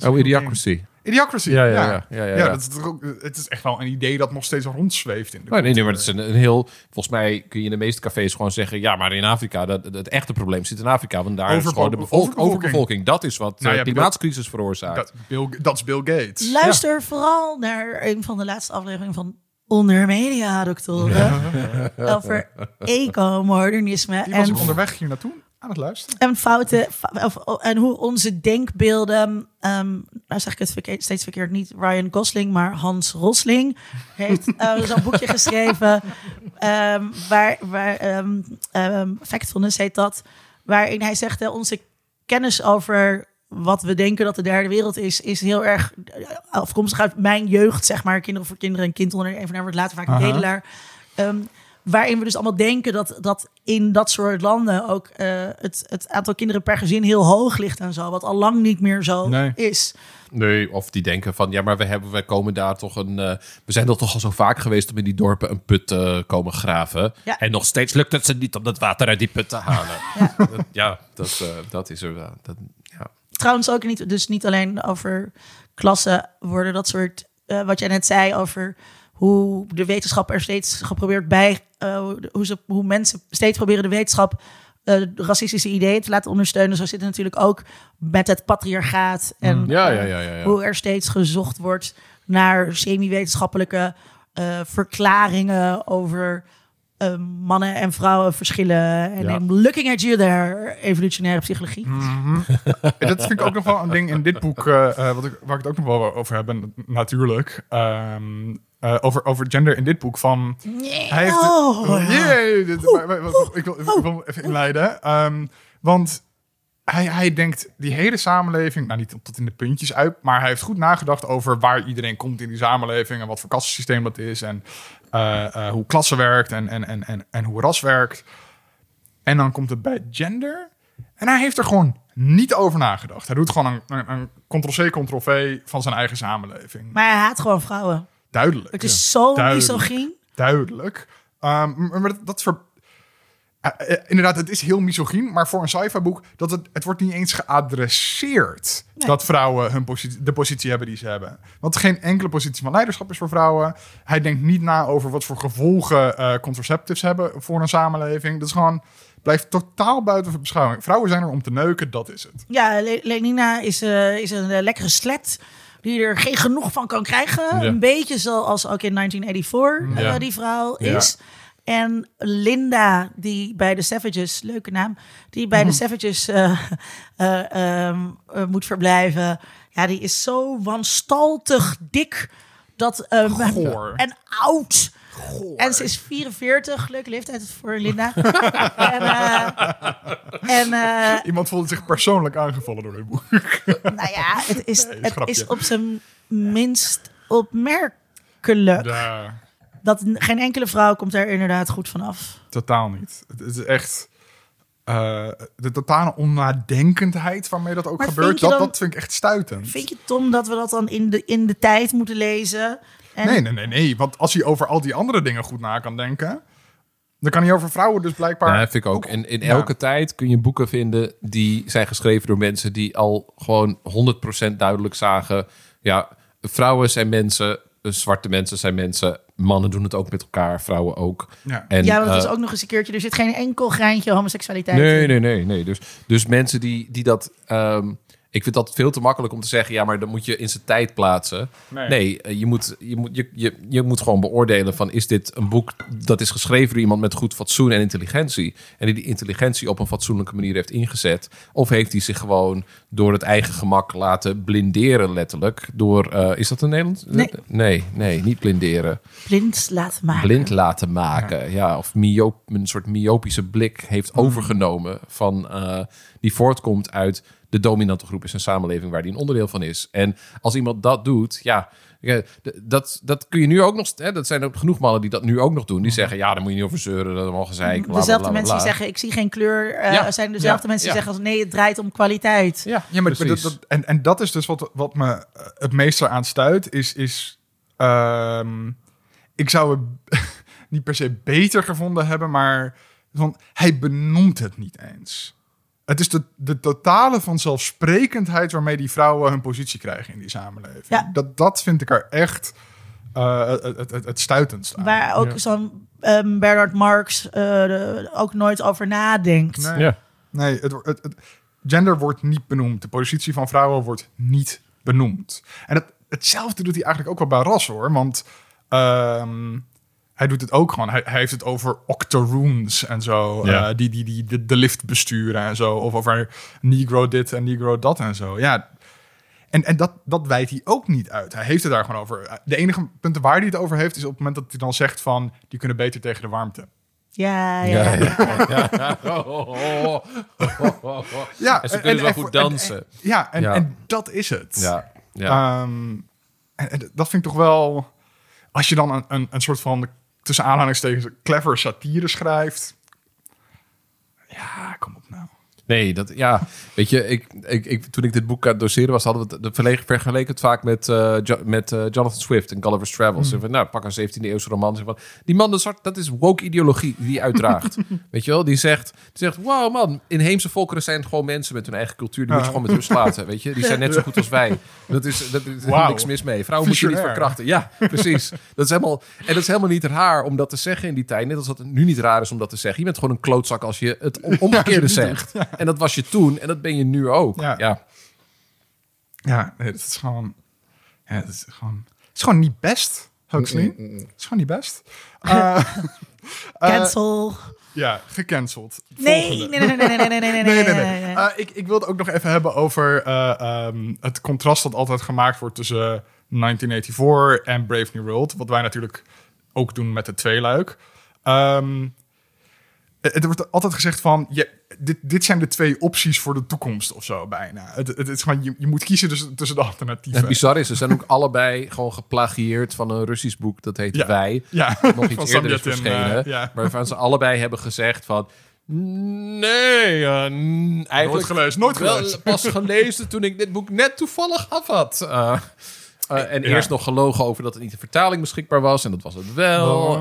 Speaker 3: Oh, Idiocracy.
Speaker 1: Idiocracy,
Speaker 3: Ja.
Speaker 1: Dat is toch ook, het is echt wel een idee dat nog steeds rondzweeft in de
Speaker 3: Nee, maar het is een heel... Volgens mij kun je in de meeste cafés gewoon zeggen... Ja, maar in Afrika, het echte probleem zit in Afrika. Want daar is gewoon de overbevolking. Dat is wat de klimaatcrisis veroorzaakt.
Speaker 1: Dat is Bill Gates.
Speaker 2: Luister vooral naar een van de laatste afleveringen van Onder Media, doktoren. Over ecomodernisme.
Speaker 1: Die was ik onderweg hier naartoe aan het luisteren.
Speaker 2: En fouten, en hoe onze denkbeelden, nou zeg ik het steeds verkeerd, niet Ryan Gosling, maar Hans Rosling heeft zo'n boekje geschreven, Factfulness heet dat, waarin hij zegt, onze kennis over wat we denken dat de derde wereld is heel erg afkomstig uit mijn jeugd, zeg maar, Kinderen voor Kinderen en Kind onder even wordt later vaak een bedelaar. Waarin we dus allemaal denken dat in dat soort landen ook het aantal kinderen per gezin heel hoog ligt en zo. Wat al lang niet meer zo is.
Speaker 3: Nee, of die denken van, ja, maar wij komen daar toch we zijn er toch al zo vaak geweest om in die dorpen een put te komen graven. Ja. En nog steeds lukt het ze niet om dat water uit die put te halen. Dat is er wel.
Speaker 2: Trouwens ook niet alleen over klassen worden dat soort, wat jij net zei over hoe de wetenschap er steeds geprobeerd hoe mensen steeds proberen de wetenschap racistische ideeën te laten ondersteunen. Zo zit het natuurlijk ook met het patriarchaat en hoe er steeds gezocht wordt naar semi-wetenschappelijke verklaringen over mannen en vrouwen verschillen. En looking at you there, evolutionaire psychologie.
Speaker 1: Mm-hmm. Dat vind ik ook nog wel een ding in dit boek, waar ik het ook nog wel over heb, natuurlijk. Over gender in dit boek van... Hij heeft ik wil even inleiden. Want hij denkt die hele samenleving... Nou, niet tot in de puntjes uit... maar hij heeft goed nagedacht over waar iedereen komt in die samenleving... en wat voor kassensysteem dat is... en hoe klasse werkt en hoe ras werkt. En dan komt het bij gender... en hij heeft er gewoon niet over nagedacht. Hij doet gewoon een Ctrl-C, Ctrl-V van zijn eigen samenleving.
Speaker 2: Maar hij haat gewoon vrouwen.
Speaker 1: Duidelijk.
Speaker 2: Het is zo misogyn.
Speaker 1: Duidelijk. Maar inderdaad, het is heel misogyn. Maar voor een sci-fi boek, het wordt niet eens geadresseerd... dat vrouwen de positie hebben die ze hebben. Want geen enkele positie van leiderschap is voor vrouwen. Hij denkt niet na over wat voor gevolgen contraceptives hebben... voor een samenleving. Dat is gewoon... Blijft totaal buiten beschouwing. Vrouwen zijn er om te neuken, dat is het.
Speaker 2: Ja, Lenina is een lekkere slet... die er geen genoeg van kan krijgen. Ja. Een beetje zoals ook in 1984 die vrouw is. En Linda, die bij de Savages, leuke naam... die bij de Savages moet verblijven... ja, die is zo wanstaltig dik... en oud... Goor. En ze is 44, leuke leeftijd voor Linda.
Speaker 1: Iemand voelde zich persoonlijk aangevallen door dit boek.
Speaker 2: Nou ja, het is op zijn minst opmerkelijk. Ja. Dat geen enkele vrouw komt daar inderdaad goed vanaf.
Speaker 1: Totaal niet. Het is echt de totale onnadenkendheid waarmee dat ook maar gebeurt. Dat vind ik echt stuitend.
Speaker 2: Vind je, Tom, dat we dat dan in de tijd moeten lezen...
Speaker 1: Nee. Want als hij over al die andere dingen goed na kan denken... dan kan hij over vrouwen dus blijkbaar...
Speaker 3: Ja, dat vind ik ook. En in elke tijd kun je boeken vinden... die zijn geschreven door mensen die al gewoon 100% duidelijk zagen... ja, vrouwen zijn mensen, zwarte mensen zijn mensen... mannen doen het ook met elkaar, vrouwen ook.
Speaker 2: Ja, en, want het is ook nog eens een keertje... er zit geen enkel greintje homoseksualiteit
Speaker 3: in. Nee. Dus mensen die dat... ik vind dat veel te makkelijk om te zeggen... ja, maar dan moet je in zijn tijd plaatsen. Nee, je moet gewoon beoordelen van... is dit een boek dat is geschreven door iemand met goed fatsoen en intelligentie... en die intelligentie op een fatsoenlijke manier heeft ingezet... of heeft hij zich gewoon door het eigen gemak laten blinderen letterlijk... door, is dat een Nederlands? Nee, niet blinderen. Blind laten maken, ja. Of een soort myopische blik heeft overgenomen... van die voortkomt uit... de dominante groep is een samenleving waar die een onderdeel van is. En als iemand dat doet, dat kun je nu ook nog... Hè, dat zijn ook genoeg mannen die dat nu ook nog doen. Die zeggen, ja, daar moet je niet over zeuren, dat allemaal gezeik.
Speaker 2: Dezelfde mensen die zeggen, ik zie geen kleur... zijn dezelfde mensen die zeggen, nee, het draait om kwaliteit.
Speaker 1: Ja, maar dat is dus wat me het meest aan stuit, is ik zou het niet per se beter gevonden hebben, maar hij benoemt het niet eens. Het is de totale vanzelfsprekendheid waarmee die vrouwen hun positie krijgen in die samenleving.
Speaker 2: Ja.
Speaker 1: Dat vind ik er echt het stuitendst aan.
Speaker 2: Waar ook zo'n Bernard Marx ook nooit over nadenkt.
Speaker 1: Nee, gender wordt niet benoemd. De positie van vrouwen wordt niet benoemd. En hetzelfde doet hij eigenlijk ook wel bij ras, hoor. Want hij doet het ook gewoon. Hij heeft het over octoroons en zo.
Speaker 3: Ja.
Speaker 1: Die de lift besturen en zo. Of over negro dit en negro dat en zo. Ja. En dat wijdt hij ook niet uit. Hij heeft het daar gewoon over. De enige punten waar hij het over heeft... is op het moment dat hij dan zegt van... die kunnen beter tegen de warmte.
Speaker 2: Ja.
Speaker 3: Ja. En ze kunnen wel goed dansen.
Speaker 1: En dat is het.
Speaker 3: Ja.
Speaker 1: En dat vind ik toch wel... Als je dan een soort van... tussen aanhalingstekens clever satire schrijft... Ja, kom op nou.
Speaker 3: Nee, weet je, toen ik dit boek aan het doseren was, hadden we het vergeleken het vaak met Jonathan Swift en Gulliver's Travels. Nou, pak een 17e eeuwse roman. Van, die man, dat is woke ideologie die hij uitdraagt. Weet je wel? Die zegt, wow man, inheemse volkeren zijn gewoon mensen met hun eigen cultuur. Die moet je gewoon met rust laten, weet je. Die zijn net zo goed als wij. Dat is niks mis mee. Vrouwen moet je niet verkrachten. Ja, precies. Dat is helemaal niet raar om dat te zeggen in die tijd. Net als dat het nu niet raar is om dat te zeggen. Je bent gewoon een klootzak als je het omgekeerde zegt. Ja. En dat was je toen en dat ben je nu ook. Ja,
Speaker 1: nee, het is gewoon... Ja, het is gewoon niet best, Huxley. Het is gewoon niet best.
Speaker 2: Cancel.
Speaker 1: Ja, gecanceld.
Speaker 2: Nee.
Speaker 1: Ik wilde ook nog even hebben over het contrast dat altijd gemaakt wordt tussen 1984 en Brave New World. Wat wij natuurlijk ook doen met het tweeluik. Er wordt altijd gezegd van... Dit zijn de 2 opties voor de toekomst of zo bijna. Het is gewoon, je moet kiezen tussen de alternatieven.
Speaker 3: Het bizar is, ze zijn ook allebei gewoon geplagieerd van een Russisch boek. Dat heet Wij.
Speaker 1: Ja.
Speaker 3: Nog iets eerder is verschenen. Waarvan ze allebei hebben gezegd van... Nee, eigenlijk...
Speaker 1: Nooit gelezen.
Speaker 3: Pas gelezen toen ik dit boek net toevallig af had. Eerst nog gelogen over dat het niet in vertaling beschikbaar was. En dat was het wel.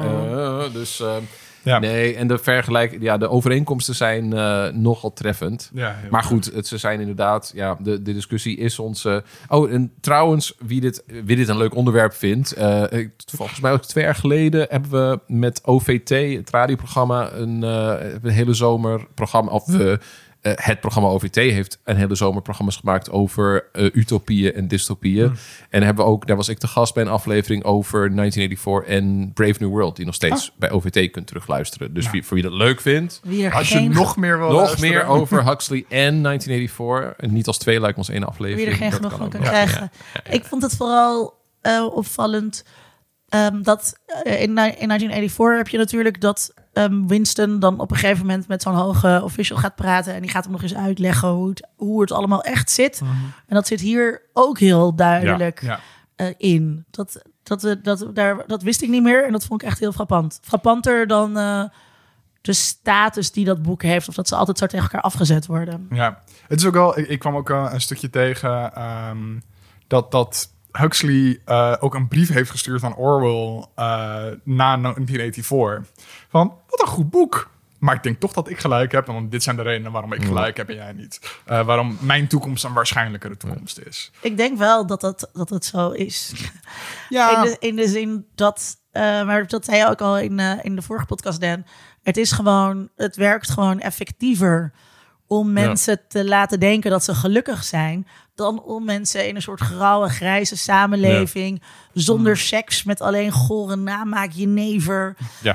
Speaker 3: Nee, en de overeenkomsten zijn nogal treffend.
Speaker 1: Ja,
Speaker 3: maar goed, ze zijn inderdaad... Ja, de discussie is onze... en trouwens, wie dit een leuk onderwerp vindt... volgens mij ook 2 jaar geleden hebben we met OVT, het radioprogramma... een hele zomer programma... het programma OVT heeft een hele zomer programma's gemaakt over utopieën en dystopieën. En hebben we ook, daar was ik te gast bij een aflevering over 1984 en Brave New World, die nog steeds bij OVT kunt terugluisteren. Dus voor wie dat leuk vindt.
Speaker 1: Als je nog meer wil luisteren.
Speaker 3: Meer over Huxley en 1984. En niet als 2 lijkt ons 1 aflevering.
Speaker 2: Wie er geen genoeg van kan krijgen. Ja. Ik vond het vooral opvallend dat in 1984 heb je natuurlijk dat Winston dan op een gegeven moment met zo'n hoge official gaat praten en die gaat hem nog eens uitleggen hoe het allemaal echt zit. En dat zit hier ook heel duidelijk in. Dat wist ik niet meer en dat vond ik echt heel frappant. Frappanter dan de status die dat boek heeft of dat ze altijd zo tegen elkaar afgezet worden. Ja,
Speaker 1: het is ook wel. Ik kwam ook een stukje tegen dat Huxley ook een brief heeft gestuurd aan Orwell na 1984. Van, wat een goed boek. Maar ik denk toch dat ik gelijk heb. Want dit zijn de redenen waarom ik gelijk heb en jij niet. Waarom mijn toekomst een waarschijnlijkere toekomst is.
Speaker 2: Ik denk wel dat het zo is.
Speaker 1: Ja.
Speaker 2: In de zin dat... maar dat zei je ook al in de vorige podcast, Dan. Het werkt gewoon effectiever om mensen te laten denken dat ze gelukkig zijn, dan om mensen in een soort grauwe, grijze samenleving zonder seks, met alleen gore namaak jenever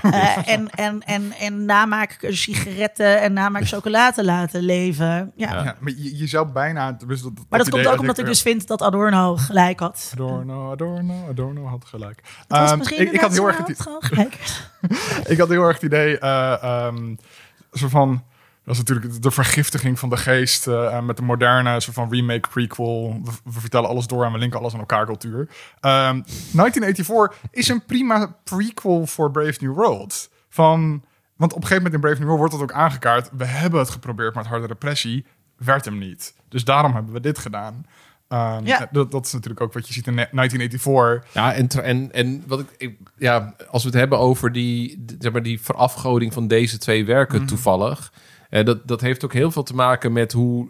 Speaker 2: en namaak sigaretten en namaak chocola te laten leven. Ja.
Speaker 1: Maar je zou bijna...
Speaker 2: Maar dat komt ook omdat ik dus vind dat Adorno gelijk had.
Speaker 1: Adorno had gelijk.
Speaker 2: Ik had heel erg
Speaker 1: het idee, soort van... Dat is natuurlijk de vergiftiging van de geest met de moderne soort van remake, prequel. We vertellen alles door en we linken alles aan elkaar cultuur. 1984 is een prima prequel voor Brave New World. Want op een gegeven moment in Brave New World wordt dat ook aangekaart. We hebben het geprobeerd met harde repressie. Werd hem niet. Dus daarom hebben we dit gedaan. Dat is natuurlijk ook wat je ziet in 1984.
Speaker 3: Ja, en wat als we het hebben over die verafgoding van deze 2 werken toevallig. Dat heeft ook heel veel te maken met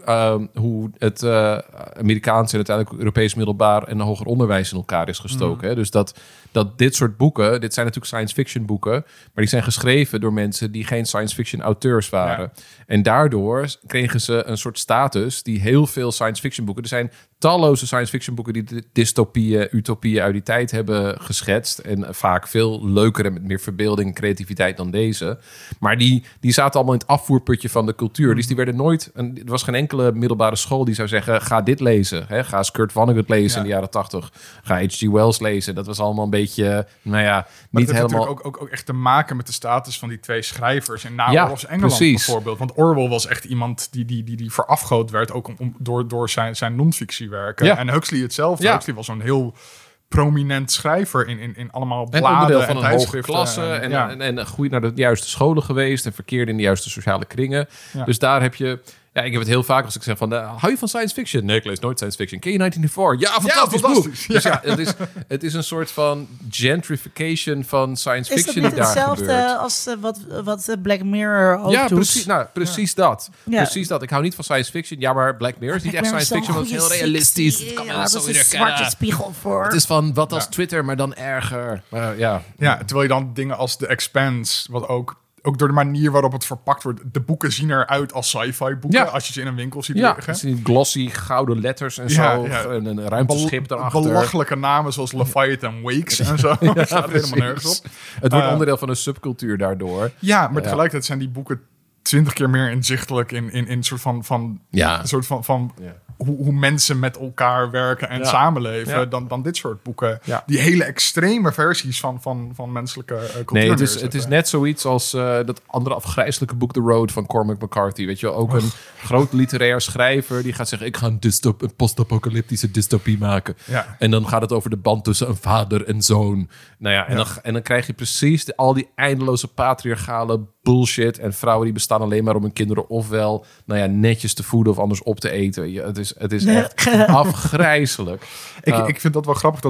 Speaker 3: hoe het Amerikaanse en uiteindelijk Europees middelbaar en hoger onderwijs in elkaar is gestoken. Hè? Dus dat dit soort boeken, dit zijn natuurlijk science fiction boeken, maar die zijn geschreven door mensen die geen science fiction auteurs waren. Ja. En daardoor kregen ze een soort status die heel veel science fiction boeken, er zijn talloze science fiction boeken die dystopieën, utopieën uit die tijd hebben geschetst. En vaak veel leuker en met meer verbeelding en creativiteit dan deze. Maar die zaten allemaal in het afvoerputje van de cultuur. Dus die werden nooit... Er was geen enkele middelbare school die zou zeggen, ga dit lezen. Hè? Ga Kurt Vonnegut lezen in de jaren 80. Ga H.G. Wells lezen. Dat was allemaal een beetje, niet helemaal...
Speaker 1: Maar dat heeft natuurlijk ook echt te maken met de status van die twee schrijvers in naoorlogs Engeland bijvoorbeeld. Want Orwell was echt iemand die verafgood werd, ook door zijn non-fictiewerken. Ja. En Huxley hetzelfde. Ja. Huxley was zo'n heel prominent schrijver in allemaal bladen
Speaker 3: en van een hoge klasse en goed naar de juiste scholen geweest en verkeerde in de juiste sociale kringen. Ja. Dus daar heb je... Ja, ik heb het heel vaak als ik zeg van, hou je van science fiction? Nee, ik lees nooit science fiction. Ken je 1984? Ja, fantastisch boek. Dus het is een soort van gentrification van science fiction die daar gebeurt.
Speaker 2: Is dat hetzelfde als wat Black Mirror ook doet?
Speaker 3: Precies dat. Ja. Precies dat. Ik hou niet van science fiction. Ja, maar Black Mirror is niet echt science fiction, want het is heel realistisch. Het kan
Speaker 2: dat is een zwarte spiegel voor.
Speaker 3: Het is van, wat als Twitter, maar dan erger.
Speaker 1: Ja, terwijl je dan dingen als The Expanse, wat ook door de manier waarop het verpakt wordt. De boeken zien eruit als sci-fi boeken. Ja. Als je ze in een winkel ziet liggen.
Speaker 3: Het zijn glossy gouden letters en zo. Ja. En een ruimteschip erachter.
Speaker 1: Belachelijke namen zoals Leviathan Wakes en zo. Dat staat helemaal nergens op.
Speaker 3: Het wordt onderdeel van een subcultuur daardoor.
Speaker 1: Ja, maar tegelijkertijd zijn die boeken 20 keer meer inzichtelijk in een soort van een soort van hoe mensen met elkaar werken en samenleven dan dit soort boeken. Ja. Die hele extreme versies van menselijke cultuur.
Speaker 3: Nee, het is net zoiets als dat andere afgrijzelijke boek The Road van Cormac McCarthy. Weet je wel, ook een groot literair schrijver die gaat zeggen, ik ga een post-apocalyptische dystopie maken. Ja. En dan gaat het over de band tussen een vader en zoon. Nou ja, en dan krijg je precies al die eindeloze patriarchale bullshit en vrouwen die bestaan alleen maar om hun kinderen ofwel netjes te voeden of anders op te eten. Het is echt afgrijzelijk.
Speaker 1: Ik vind dat wel grappig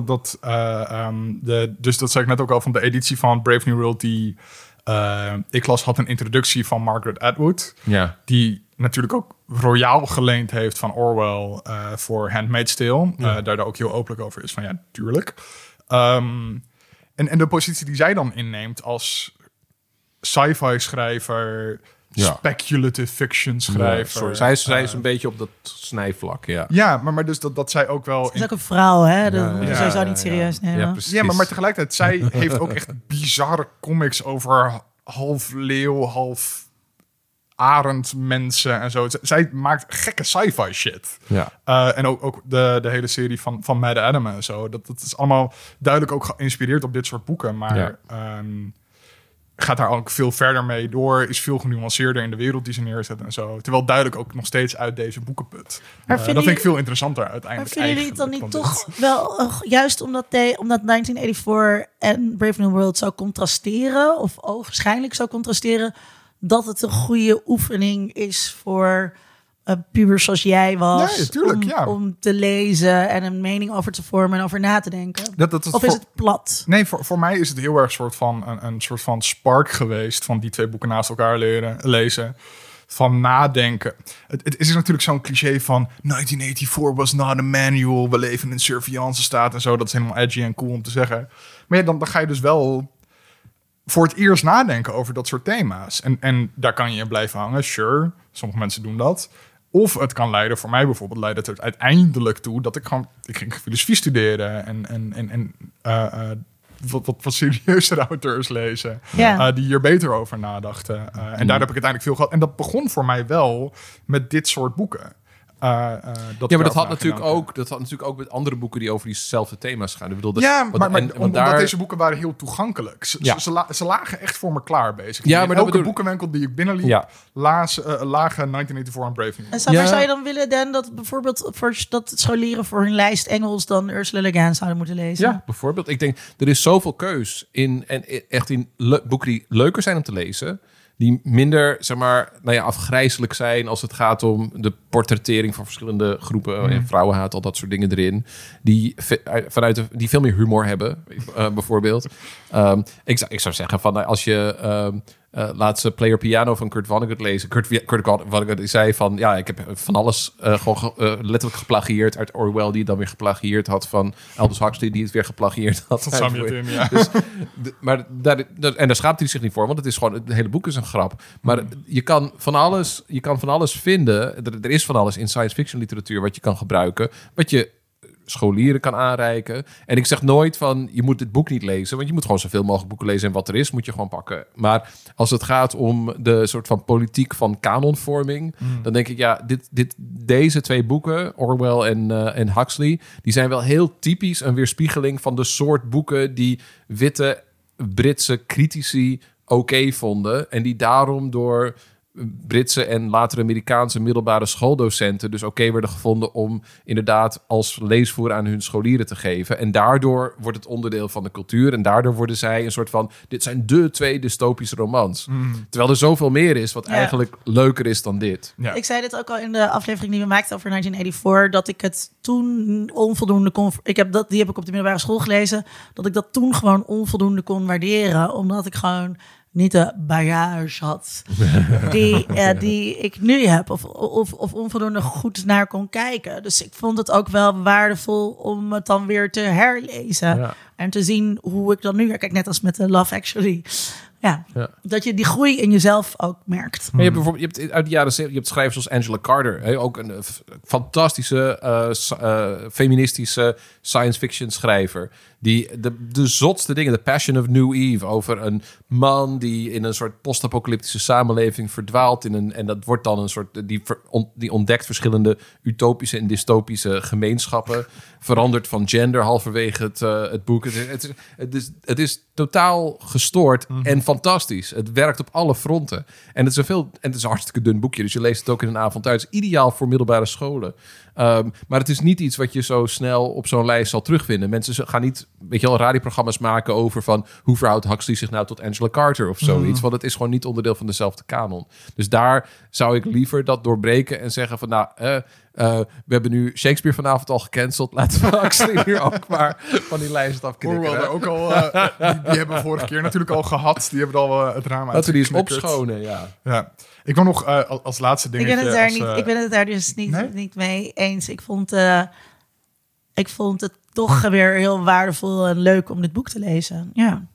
Speaker 1: dus dat zei ik net ook al van de editie van Brave New World die ik las had een introductie van Margaret Atwood. Ja. Die natuurlijk ook royaal geleend heeft van Orwell voor Handmaid's Tale. Ja. Daar ook heel openlijk over is van ja, tuurlijk. En de positie die zij dan inneemt als sci-fi schrijver, speculative fiction schrijver.
Speaker 3: Ja, zij is een beetje op dat snijvlak,
Speaker 1: Ja, maar dus dat zij ook wel...
Speaker 2: Ze is ook een vrouw, hè? Zij zou niet serieus nemen.
Speaker 1: Ja, maar tegelijkertijd, zij heeft ook echt bizarre comics over half leeuw, half arend mensen en zo. Zij maakt gekke sci-fi shit. Ja. En ook de hele serie van Mad Adam en zo. Dat is allemaal duidelijk ook geïnspireerd op dit soort boeken, maar... gaat daar ook veel verder mee door. Is veel genuanceerder in de wereld die ze neerzet en zo. Terwijl duidelijk ook nog steeds uit deze boeken put. Dat vind ik veel interessanter uiteindelijk.
Speaker 2: Maar vinden jullie het dan niet toch wel... juist omdat 1984 en Brave New World zou contrasteren... of ogenschijnlijk zou contrasteren... dat het een goede oefening is voor... pubers zoals jij was, om te lezen en een mening over te vormen en over na te denken? Of is het plat?
Speaker 1: Nee, voor mij is het heel erg een soort van spark geweest van die twee boeken naast elkaar lezen. Van nadenken. Het is natuurlijk zo'n cliché van 1984 was not a manual. We leven in een surveillance staat en zo. Dat is helemaal edgy en cool om te zeggen. Maar ja, dan ga je dus wel voor het eerst nadenken over dat soort thema's. En daar kan je in blijven hangen, sure. Sommige mensen doen dat. Of het kan leiden, voor mij bijvoorbeeld, leidt het uiteindelijk toe dat ik ging filosofie studeren en wat serieuzere auteurs lezen die hier beter over nadachten. En daar heb ik uiteindelijk veel gehad. En dat begon voor mij wel met dit soort boeken.
Speaker 3: Maar dat had natuurlijk ook met andere boeken die over diezelfde thema's gaan. Ik bedoel,
Speaker 1: omdat deze boeken waren heel toegankelijk. Ze lagen echt voor me klaar bezig.
Speaker 3: Ja, maar
Speaker 1: elke boekenwinkel die ik binnenliep, lagen 1984 en Brave New World.
Speaker 2: En zou je dan willen, Dan, dat bijvoorbeeld dat scholieren voor hun lijst Engels dan Ursula Le Guin zouden moeten lezen?
Speaker 3: Ja, bijvoorbeeld. Ik denk, er is zoveel keus in boeken die leuker zijn om te lezen, die minder, afgrijzelijk zijn als het gaat om de portrettering van verschillende groepen. Vrouwenhaat, al dat soort dingen erin. Die die veel meer humor hebben, bijvoorbeeld. Ik zou zeggen, van als je laat ze Player Piano van Kurt Vonnegut lezen. Kurt Vonnegut die zei van... Ja, ik heb van alles letterlijk geplagieerd uit Orwell... die het dan weer geplagieerd had van Aldous Huxley... die het weer geplagieerd had.
Speaker 1: Van Samuel Tim, ja.
Speaker 3: Dus, maar daar schaamt hij zich niet voor... want het is gewoon, het hele boek is een grap. Maar je kan van alles vinden... Er is van alles in science fiction literatuur... wat je kan gebruiken... wat je scholieren kan aanreiken. En ik zeg nooit van, je moet dit boek niet lezen... want je moet gewoon zoveel mogelijk boeken lezen... en wat er is, moet je gewoon pakken. Maar als het gaat om de soort van politiek van kanonvorming... dan denk ik, ja, deze 2 boeken... Orwell en Huxley... die zijn wel heel typisch een weerspiegeling... van de soort boeken die witte Britse critici oké vonden... en die daarom door Britse en later Amerikaanse middelbare schooldocenten dus oké werden gevonden om inderdaad als leesvoer aan hun scholieren te geven. En daardoor wordt het onderdeel van de cultuur en daardoor worden zij een soort van, dit zijn de 2 dystopische romans. Terwijl er zoveel meer is wat eigenlijk leuker is dan dit.
Speaker 2: Ja. Ik zei dit ook al in de aflevering die we maakten over 1984, dat ik het toen onvoldoende kon... Die heb ik op de middelbare school gelezen, dat ik dat toen gewoon onvoldoende kon waarderen, omdat ik gewoon niet de bagage had die ik nu heb. Of onvoldoende goed naar kon kijken. Dus ik vond het ook wel waardevol om het dan weer te herlezen. Ja. En te zien hoe ik dan nu... Kijk, net als met de Love Actually. Ja, dat je die groei in jezelf ook merkt.
Speaker 3: Je hebt bijvoorbeeld uit de jaren 70, je hebt schrijvers zoals Angela Carter. Ook een fantastische feministische science fiction schrijver. Die de zotste dingen, The Passion of New Eve, over een man die in een soort post-apocalyptische samenleving verdwaalt. En dat wordt dan een soort, die ontdekt verschillende utopische en dystopische gemeenschappen. Verandert van gender halverwege het boek. Het is totaal gestoord en fantastisch. Het werkt op alle fronten. En het is een hartstikke dun boekje, dus je leest het ook in een avond uit. Het is ideaal voor middelbare scholen. Maar het is niet iets wat je zo snel op zo'n lijst zal terugvinden. Mensen gaan niet, radioprogramma's maken over van hoe verhoudt Huxley zich nou tot Angela Carter of zoiets. Want het is gewoon niet onderdeel van dezelfde kanon. Dus daar zou ik liever dat doorbreken en zeggen van we hebben nu Shakespeare vanavond al gecanceld. Laten we Huxley hier ook maar van die lijst afknikken.
Speaker 1: Orwell ook al, die hebben we vorige keer natuurlijk al gehad. Die hebben al het raam uit.
Speaker 3: Dat we die eens opschonen, ja.
Speaker 1: Ik wil nog als laatste dingetje...
Speaker 2: Ik ben het daar dus niet mee eens. Ik vond het toch weer heel waardevol en leuk om dit boek te lezen. Ja.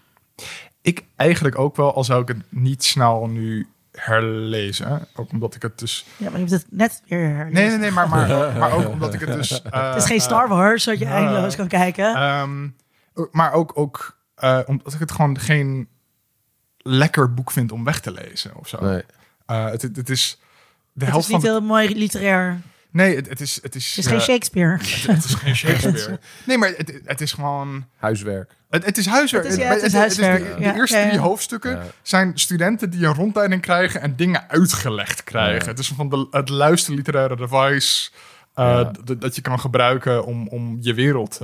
Speaker 1: Ik eigenlijk ook wel, al zou ik het niet snel nu herlezen. Ook omdat ik het dus...
Speaker 2: Ja, maar je hebt het net weer herlezen.
Speaker 1: Nee, maar ook omdat ik het dus...
Speaker 2: het is geen Star Wars, zodat je eindeloos kan kijken.
Speaker 1: Maar ook omdat ik het gewoon geen lekker boek vind om weg te lezen of zo.
Speaker 3: Nee.
Speaker 1: Het is de
Speaker 2: helft van... Het is niet heel mooi literair.
Speaker 1: Nee, het is
Speaker 2: geen Shakespeare.
Speaker 1: Het is geen Shakespeare. Nee, maar het is gewoon...
Speaker 3: Huiswerk.
Speaker 1: Het is huiswerk.
Speaker 2: Het is huiswerk.
Speaker 1: De eerste 3 hoofdstukken zijn studenten die een rondleiding krijgen en dingen uitgelegd krijgen. Ja. Het is van het luiste literaire device dat je kan gebruiken om je wereld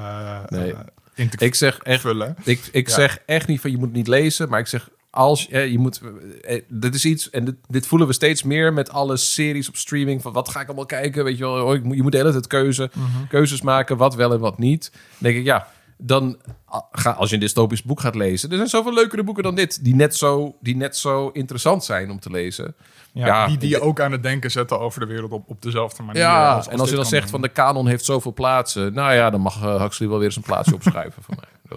Speaker 1: in te vullen.
Speaker 3: Ik zeg echt niet van je moet niet lezen, maar ik zeg... Als je moet, dit is iets, en dit voelen we steeds meer met alle series op streaming. Van wat ga ik allemaal kijken? Weet je wel, je moet de hele tijd keuzes maken, wat wel en wat niet. Dan denk ik, dan als je een dystopisch boek gaat lezen. Er zijn zoveel leukere boeken dan dit, die net zo interessant zijn om te lezen.
Speaker 1: Die je ook aan het denken zetten over de wereld op dezelfde manier.
Speaker 3: Ja, als je dan zegt van de kanon heeft zoveel plaatsen. Nou ja, dan mag Huxley wel weer eens een plaatsje opschrijven voor mij.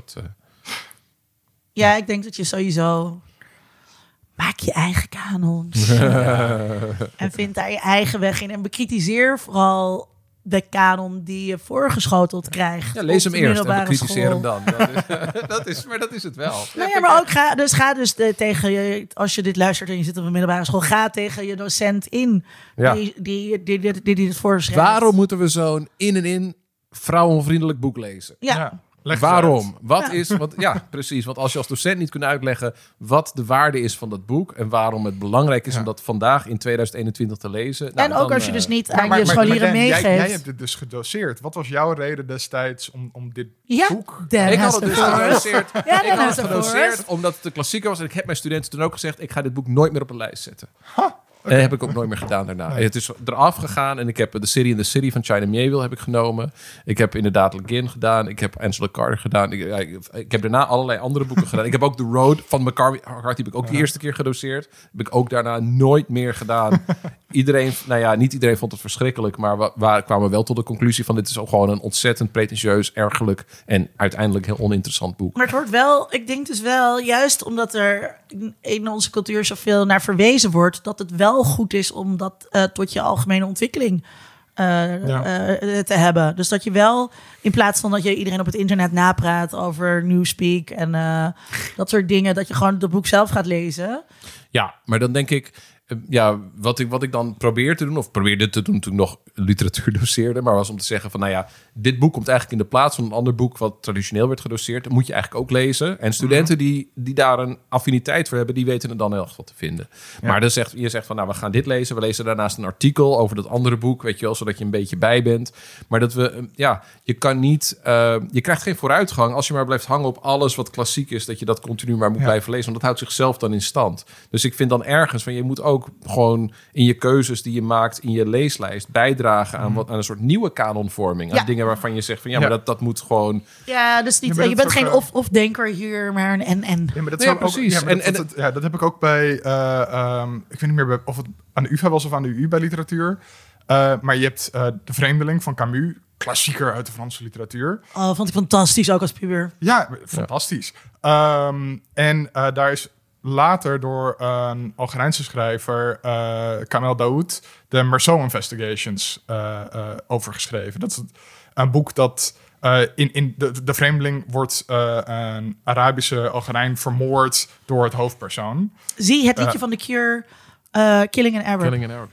Speaker 2: Ja, ik denk dat je sowieso... Maak je eigen kanons. En vind daar je eigen weg in. En bekritiseer vooral de kanon die je voorgeschoteld krijgt.
Speaker 3: Ja, lees hem eerst en bekritiseer hem dan. Dat is het wel.
Speaker 2: Nou ja, maar ook ga dus tegen je... Als je dit luistert en je zit op een middelbare school... Ga tegen je docent in die dit voorschrijft.
Speaker 3: Waarom moeten we zo'n in vrouwenvriendelijk boek lezen?
Speaker 2: Ja.
Speaker 3: Waarom? Precies. Want als je als docent niet kunt uitleggen wat de waarde is van dat boek en waarom het belangrijk is om dat vandaag in 2021 te lezen. Nou,
Speaker 2: en ook als je dus niet aan je scholieren meegeeft.
Speaker 1: Jij hebt het dus gedoseerd. Wat was jouw reden destijds om dit boek...
Speaker 3: Ik had het dus gedoseerd omdat het een klassieker was. En ik heb mijn studenten toen ook gezegd, ik ga dit boek nooit meer op een lijst zetten. En heb ik ook nooit meer gedaan daarna.
Speaker 1: Nee.
Speaker 3: Het is eraf gegaan en ik heb The City in the City van China Miéville heb ik genomen. Ik heb inderdaad Le Guin gedaan. Ik heb Angela Carter gedaan. Ik heb daarna allerlei andere boeken gedaan. Ik heb ook The Road van McCarthy heb ik ook de eerste keer gedoseerd. Heb ik ook daarna nooit meer gedaan. Niet iedereen vond het verschrikkelijk, maar we kwamen wel tot de conclusie van dit is ook gewoon een ontzettend pretentieus, ergerlijk en uiteindelijk heel oninteressant boek.
Speaker 2: Maar het wordt wel, ik denk dus wel, juist omdat er in onze cultuur zoveel naar verwezen wordt, dat het wel goed is om dat tot je algemene ontwikkeling te hebben. Dus dat je wel, in plaats van dat je iedereen op het internet napraat over Newspeak en dat soort dingen, dat je gewoon het boek zelf gaat lezen.
Speaker 3: Ja, maar dan denk ik, wat ik dan probeer te doen, of probeerde te doen toen ik nog literatuur doseerde, maar was om te zeggen van, dit boek komt eigenlijk in de plaats van een ander boek wat traditioneel werd gedoseerd. Dat moet je eigenlijk ook lezen. En studenten die daar een affiniteit voor hebben, die weten er dan heel erg wat te vinden. Ja. Maar je zegt van, we gaan dit lezen. We lezen daarnaast een artikel over dat andere boek, weet je wel, zodat je een beetje bij bent. Maar dat je kan niet, je krijgt geen vooruitgang als je maar blijft hangen op alles wat klassiek is, dat je dat continu maar moet blijven lezen. Want dat houdt zichzelf dan in stand. Dus ik vind dan ergens van, je moet ook gewoon in je keuzes die je maakt in je leeslijst bijdragen aan een soort nieuwe kanonvorming. Aan dingen waarvan je zegt van maar dat moet gewoon.
Speaker 2: Ja, dus niet. Je bent geen of denker hier, maar een en.
Speaker 1: Ja, maar dat is precies. Dat heb ik ook bij. Ik weet niet meer of het aan de UvA was of aan de UU bij literatuur. Maar je hebt De Vreemdeling van Camus, klassieker uit de Franse literatuur.
Speaker 2: Oh, vond ik fantastisch, ook als puber.
Speaker 1: Ja, fantastisch. Daar is later door een Algerijnse schrijver, Kamel Daoud, de Meursault Investigations over geschreven. Dat is een boek dat in de Vreemdeling wordt een Arabische Algerijn vermoord door het hoofdpersoon.
Speaker 2: Zie het liedje van The Cure, Killing an Arab.
Speaker 3: Killing an Arab,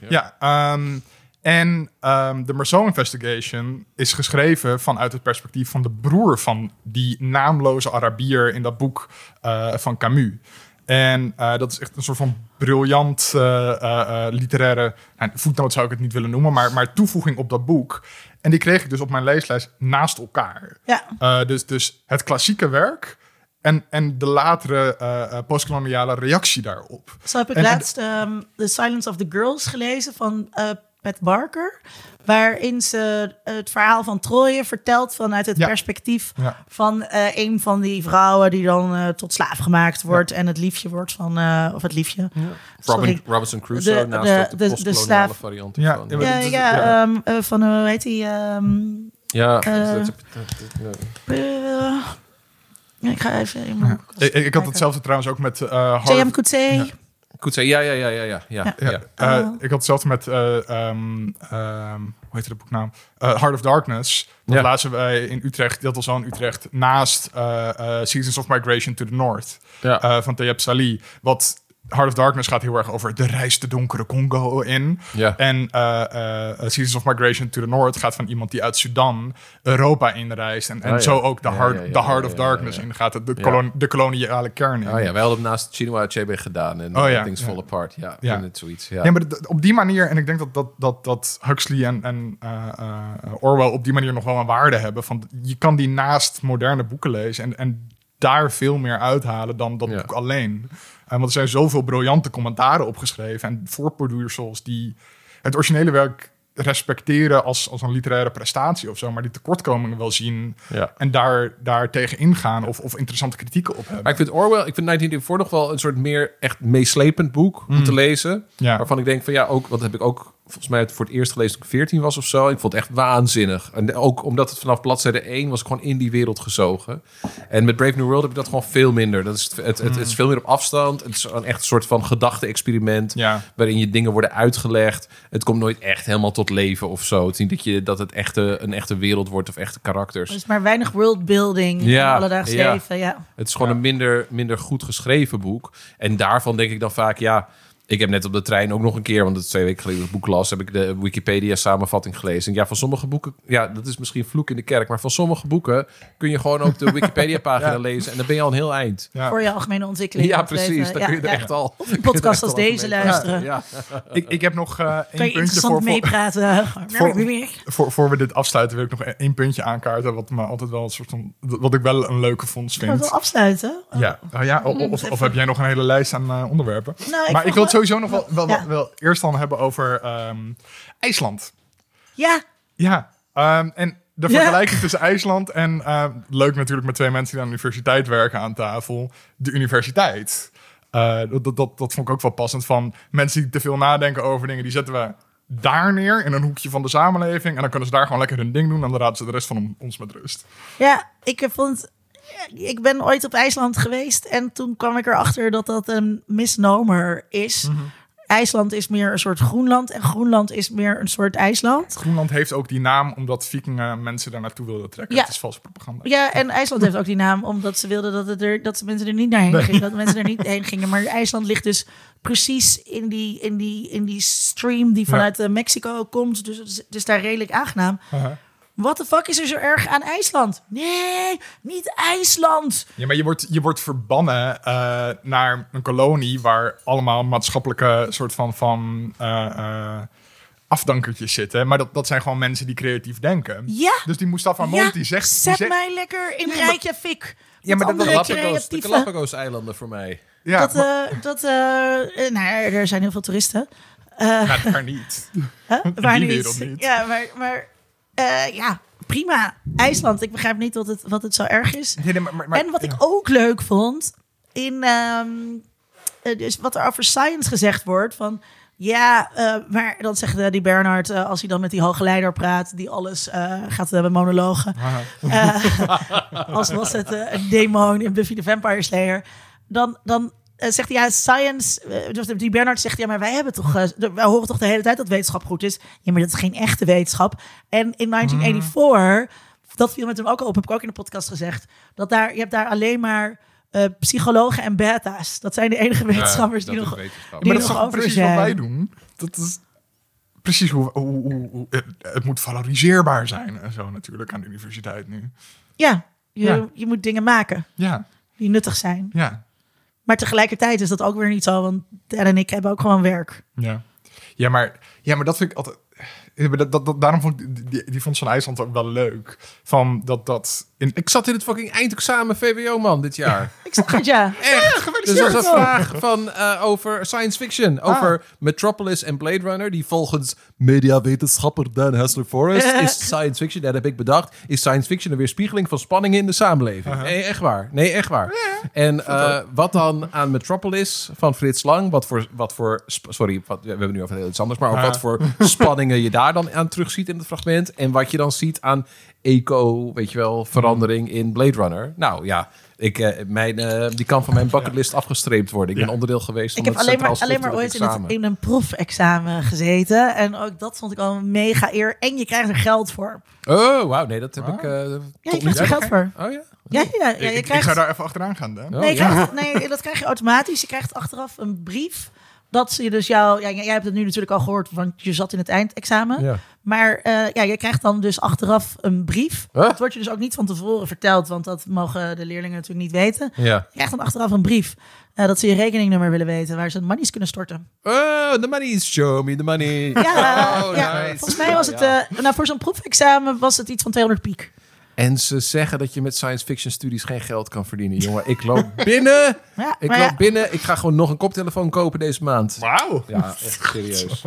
Speaker 1: de Meursault Investigation is geschreven vanuit het perspectief van de broer van die naamloze Arabier in dat boek van Camus. En dat is echt een soort van briljant literaire voetnoot zou ik het niet willen noemen, maar toevoeging op dat boek. En die kreeg ik dus op mijn leeslijst naast elkaar.
Speaker 2: Ja.
Speaker 1: Dus het klassieke werk en de latere postkoloniale reactie daarop.
Speaker 2: Zo heb ik laatst The Silence of the Girls gelezen van Pat Barker, waarin ze het verhaal van Troje vertelt vanuit het perspectief van een van die vrouwen die dan tot slaaf gemaakt wordt en het liefje wordt van, of het liefje.
Speaker 3: Ja. Robinson Crusoe naast de postkoloniale variant.
Speaker 2: Van hoe heet die? Ik ga even in mijn
Speaker 1: ik had hetzelfde trouwens ook met
Speaker 2: J.M. Coetzee.
Speaker 3: Ja.
Speaker 1: Ik had hetzelfde met hoe heet het boeknaam? Heart of Darkness. Dat lazen wij in Utrecht, Deltazaan Utrecht, naast Seasons of Migration to the North van Tayeb Salih. Wat Heart of Darkness gaat heel erg over de reis de donkere Congo in. Ja. En Seasons of Migration to the North gaat van iemand die uit Sudan Europa inreist. En zo ook de Heart of Darkness ingaat. De koloniale kern in.
Speaker 3: Wij hadden het naast Chinua Achebe gedaan. En Things Fall Apart. Ja, vind het zoiets. Ja,
Speaker 1: maar op die manier, en ik denk dat Huxley en Orwell op die manier nog wel een waarde hebben. Van, je kan die naast moderne boeken lezen en daar veel meer uithalen dan dat boek alleen. Want er zijn zoveel briljante commentaren opgeschreven en voorproducers die het originele werk respecteren als een literaire prestatie of zo, maar die tekortkomingen wel zien en daar tegen ingaan of interessante kritieken op hebben.
Speaker 3: Maar ik vind 1984 nog wel een soort meer echt meeslepend boek om te lezen. Ja. Waarvan ik denk van ook, wat heb ik ook volgens mij het voor het eerst gelezen toen ik 14 was of zo. Ik vond het echt waanzinnig. En ook omdat het vanaf bladzijde 1 was ik gewoon in die wereld gezogen. En met Brave New World heb ik dat gewoon veel minder. Dat is het is veel meer op afstand. Het is echt een soort van gedachte-experiment waarin je dingen worden uitgelegd. Het komt nooit echt helemaal tot leven of zo. Het is niet dat het een echte wereld wordt of echte karakters.
Speaker 2: Er is maar weinig worldbuilding in alledaags leven. Ja.
Speaker 3: Het is gewoon een minder goed geschreven boek. En daarvan denk ik dan vaak, ik heb net op de trein ook nog een keer, want het 2 weken geleden het boek las, heb ik de Wikipedia-samenvatting gelezen. En van sommige boeken, dat is misschien vloek in de kerk, maar van sommige boeken kun je gewoon ook de Wikipedia-pagina lezen en dan ben je al een heel eind.
Speaker 2: Ja. Voor je algemene ontwikkeling.
Speaker 3: Ja, precies. Dan kun je er echt al.
Speaker 2: Of een podcast als deze luisteren.
Speaker 1: Ja. Ik heb nog één puntje
Speaker 2: interessant meepraten.
Speaker 1: Voor we dit afsluiten wil ik nog 1 puntje aankaarten, wat me altijd wel een soort van, wat ik wel een leuke vondst vind.
Speaker 2: Wat we afsluiten?
Speaker 1: Of heb jij nog een hele lijst aan onderwerpen? Maar ik wil het sowieso nog wel eerst dan hebben over IJsland.
Speaker 2: Ja.
Speaker 1: Ja, en de vergelijking tussen IJsland en... leuk natuurlijk met 2 mensen die aan de universiteit werken aan tafel. De universiteit. Dat vond ik ook wel passend. Van mensen die te veel nadenken over dingen... die zetten we daar neer in een hoekje van de samenleving... en dan kunnen ze daar gewoon lekker hun ding doen... en dan laten ze de rest van ons met rust.
Speaker 2: Ja, ik ben ooit op IJsland geweest... en toen kwam ik erachter dat dat een misnomer is... Mm-hmm. IJsland is meer een soort Groenland en Groenland is meer een soort IJsland.
Speaker 1: Groenland heeft ook die naam omdat vikingen mensen daar naartoe wilden trekken. Ja. Het is valse propaganda.
Speaker 2: Ja, en IJsland heeft ook die naam omdat ze wilden dat ze mensen er niet naar heen gingen. Dat mensen er niet heen gingen. Maar IJsland ligt dus precies in die stream die vanuit Mexico komt. Dus het is daar redelijk aangenaam. Uh-huh. What the fuck is er zo erg aan IJsland? Nee, niet IJsland.
Speaker 1: Ja, maar je wordt verbannen naar een kolonie... waar allemaal maatschappelijke soort van afdankertjes zitten. Maar dat zijn gewoon mensen die creatief denken.
Speaker 2: Ja.
Speaker 1: Dus die Mustafa Mond, die zegt...
Speaker 2: Zet mij lekker in Reykjavik.
Speaker 3: Ja, maar de Galapagos-eilanden voor mij.
Speaker 1: Ja,
Speaker 2: er zijn heel veel toeristen.
Speaker 1: Daar niet.
Speaker 2: Waar niet? Ja, maar prima. IJsland, ik begrijp niet wat het zo erg is.
Speaker 1: Nee, maar,
Speaker 2: en wat ik ook leuk vond, dus wat er over science gezegd wordt, van maar dan zegt die Bernard, als hij dan met die hoge leider praat, die alles gaat met monologen. Als was het een demon in Buffy the Vampire Slayer. Dan zegt hij, science... die Bernard zegt, maar wij hebben toch... wij horen toch de hele tijd dat wetenschap goed is? Ja, maar dat is geen echte wetenschap. En in 1984, dat viel met hem ook al op, heb ik ook in de podcast gezegd, je hebt daar alleen maar psychologen en beta's. Dat zijn de enige wetenschappers die nog over zijn.
Speaker 1: Maar dat is precies wat wij doen. Dat is precies hoe het moet valoriseerbaar zijn en zo natuurlijk aan de universiteit nu.
Speaker 2: Ja, je moet dingen maken die nuttig zijn.
Speaker 1: Ja.
Speaker 2: Maar tegelijkertijd is dat ook weer niet zo, want Dan en ik hebben ook gewoon werk.
Speaker 1: Ja, maar dat vind ik altijd... Daarom vond ik die vond zo'n IJsland ook wel leuk. Ik
Speaker 3: zat in het fucking eindexamen VWO, man, dit jaar.
Speaker 2: Ik zag het, ja.
Speaker 3: Echt. Dus dat was een vraag over science fiction. Over Metropolis en Blade Runner. Die volgens mediawetenschapper Dan Hessler Forrest is science fiction. Dat heb ik bedacht. Is science fiction een weerspiegeling van spanningen in de samenleving? Uh-huh. Nee, echt waar. Ja, en wat dan aan Metropolis van Frits Lang? We hebben nu over heel iets anders. Maar ook wat voor spanningen je daar dan aan terugziet in het fragment. En wat je dan ziet aan verandering in Blade Runner. Nou ja, die kan van mijn bucketlist afgestreept worden. Ik ben onderdeel geweest van
Speaker 2: het Centraal Schriftelijk Examen. Ik heb alleen maar ooit in een proefexamen gezeten. En ook dat vond ik al een mega eer. En je krijgt er geld voor.
Speaker 3: Oh, wauw. Nee, dat heb ik...
Speaker 2: je krijgt er geld voor.
Speaker 3: Oh ja?
Speaker 2: Ja,
Speaker 1: ik ga daar even achteraan gaan. Dan.
Speaker 2: Nee, dat krijg je automatisch. Je krijgt achteraf een brief... Dat ze dus jij hebt het nu natuurlijk al gehoord, want je zat in het eindexamen. Ja. Maar je krijgt dan dus achteraf een brief. Huh? Dat wordt je dus ook niet van tevoren verteld, want dat mogen de leerlingen natuurlijk niet weten. Ja. Je krijgt dan achteraf een brief dat ze je rekeningnummer willen weten, waar ze de monies kunnen storten.
Speaker 3: Oh, the money, show me the money.
Speaker 2: Nice. Volgens mij was het, voor zo'n proefexamen was het iets van 200 piek.
Speaker 3: En ze zeggen dat je met science fiction studies geen geld kan verdienen. Jongen, ik loop binnen. Ik ga gewoon nog een koptelefoon kopen deze maand.
Speaker 1: Wauw.
Speaker 3: Ja, echt serieus.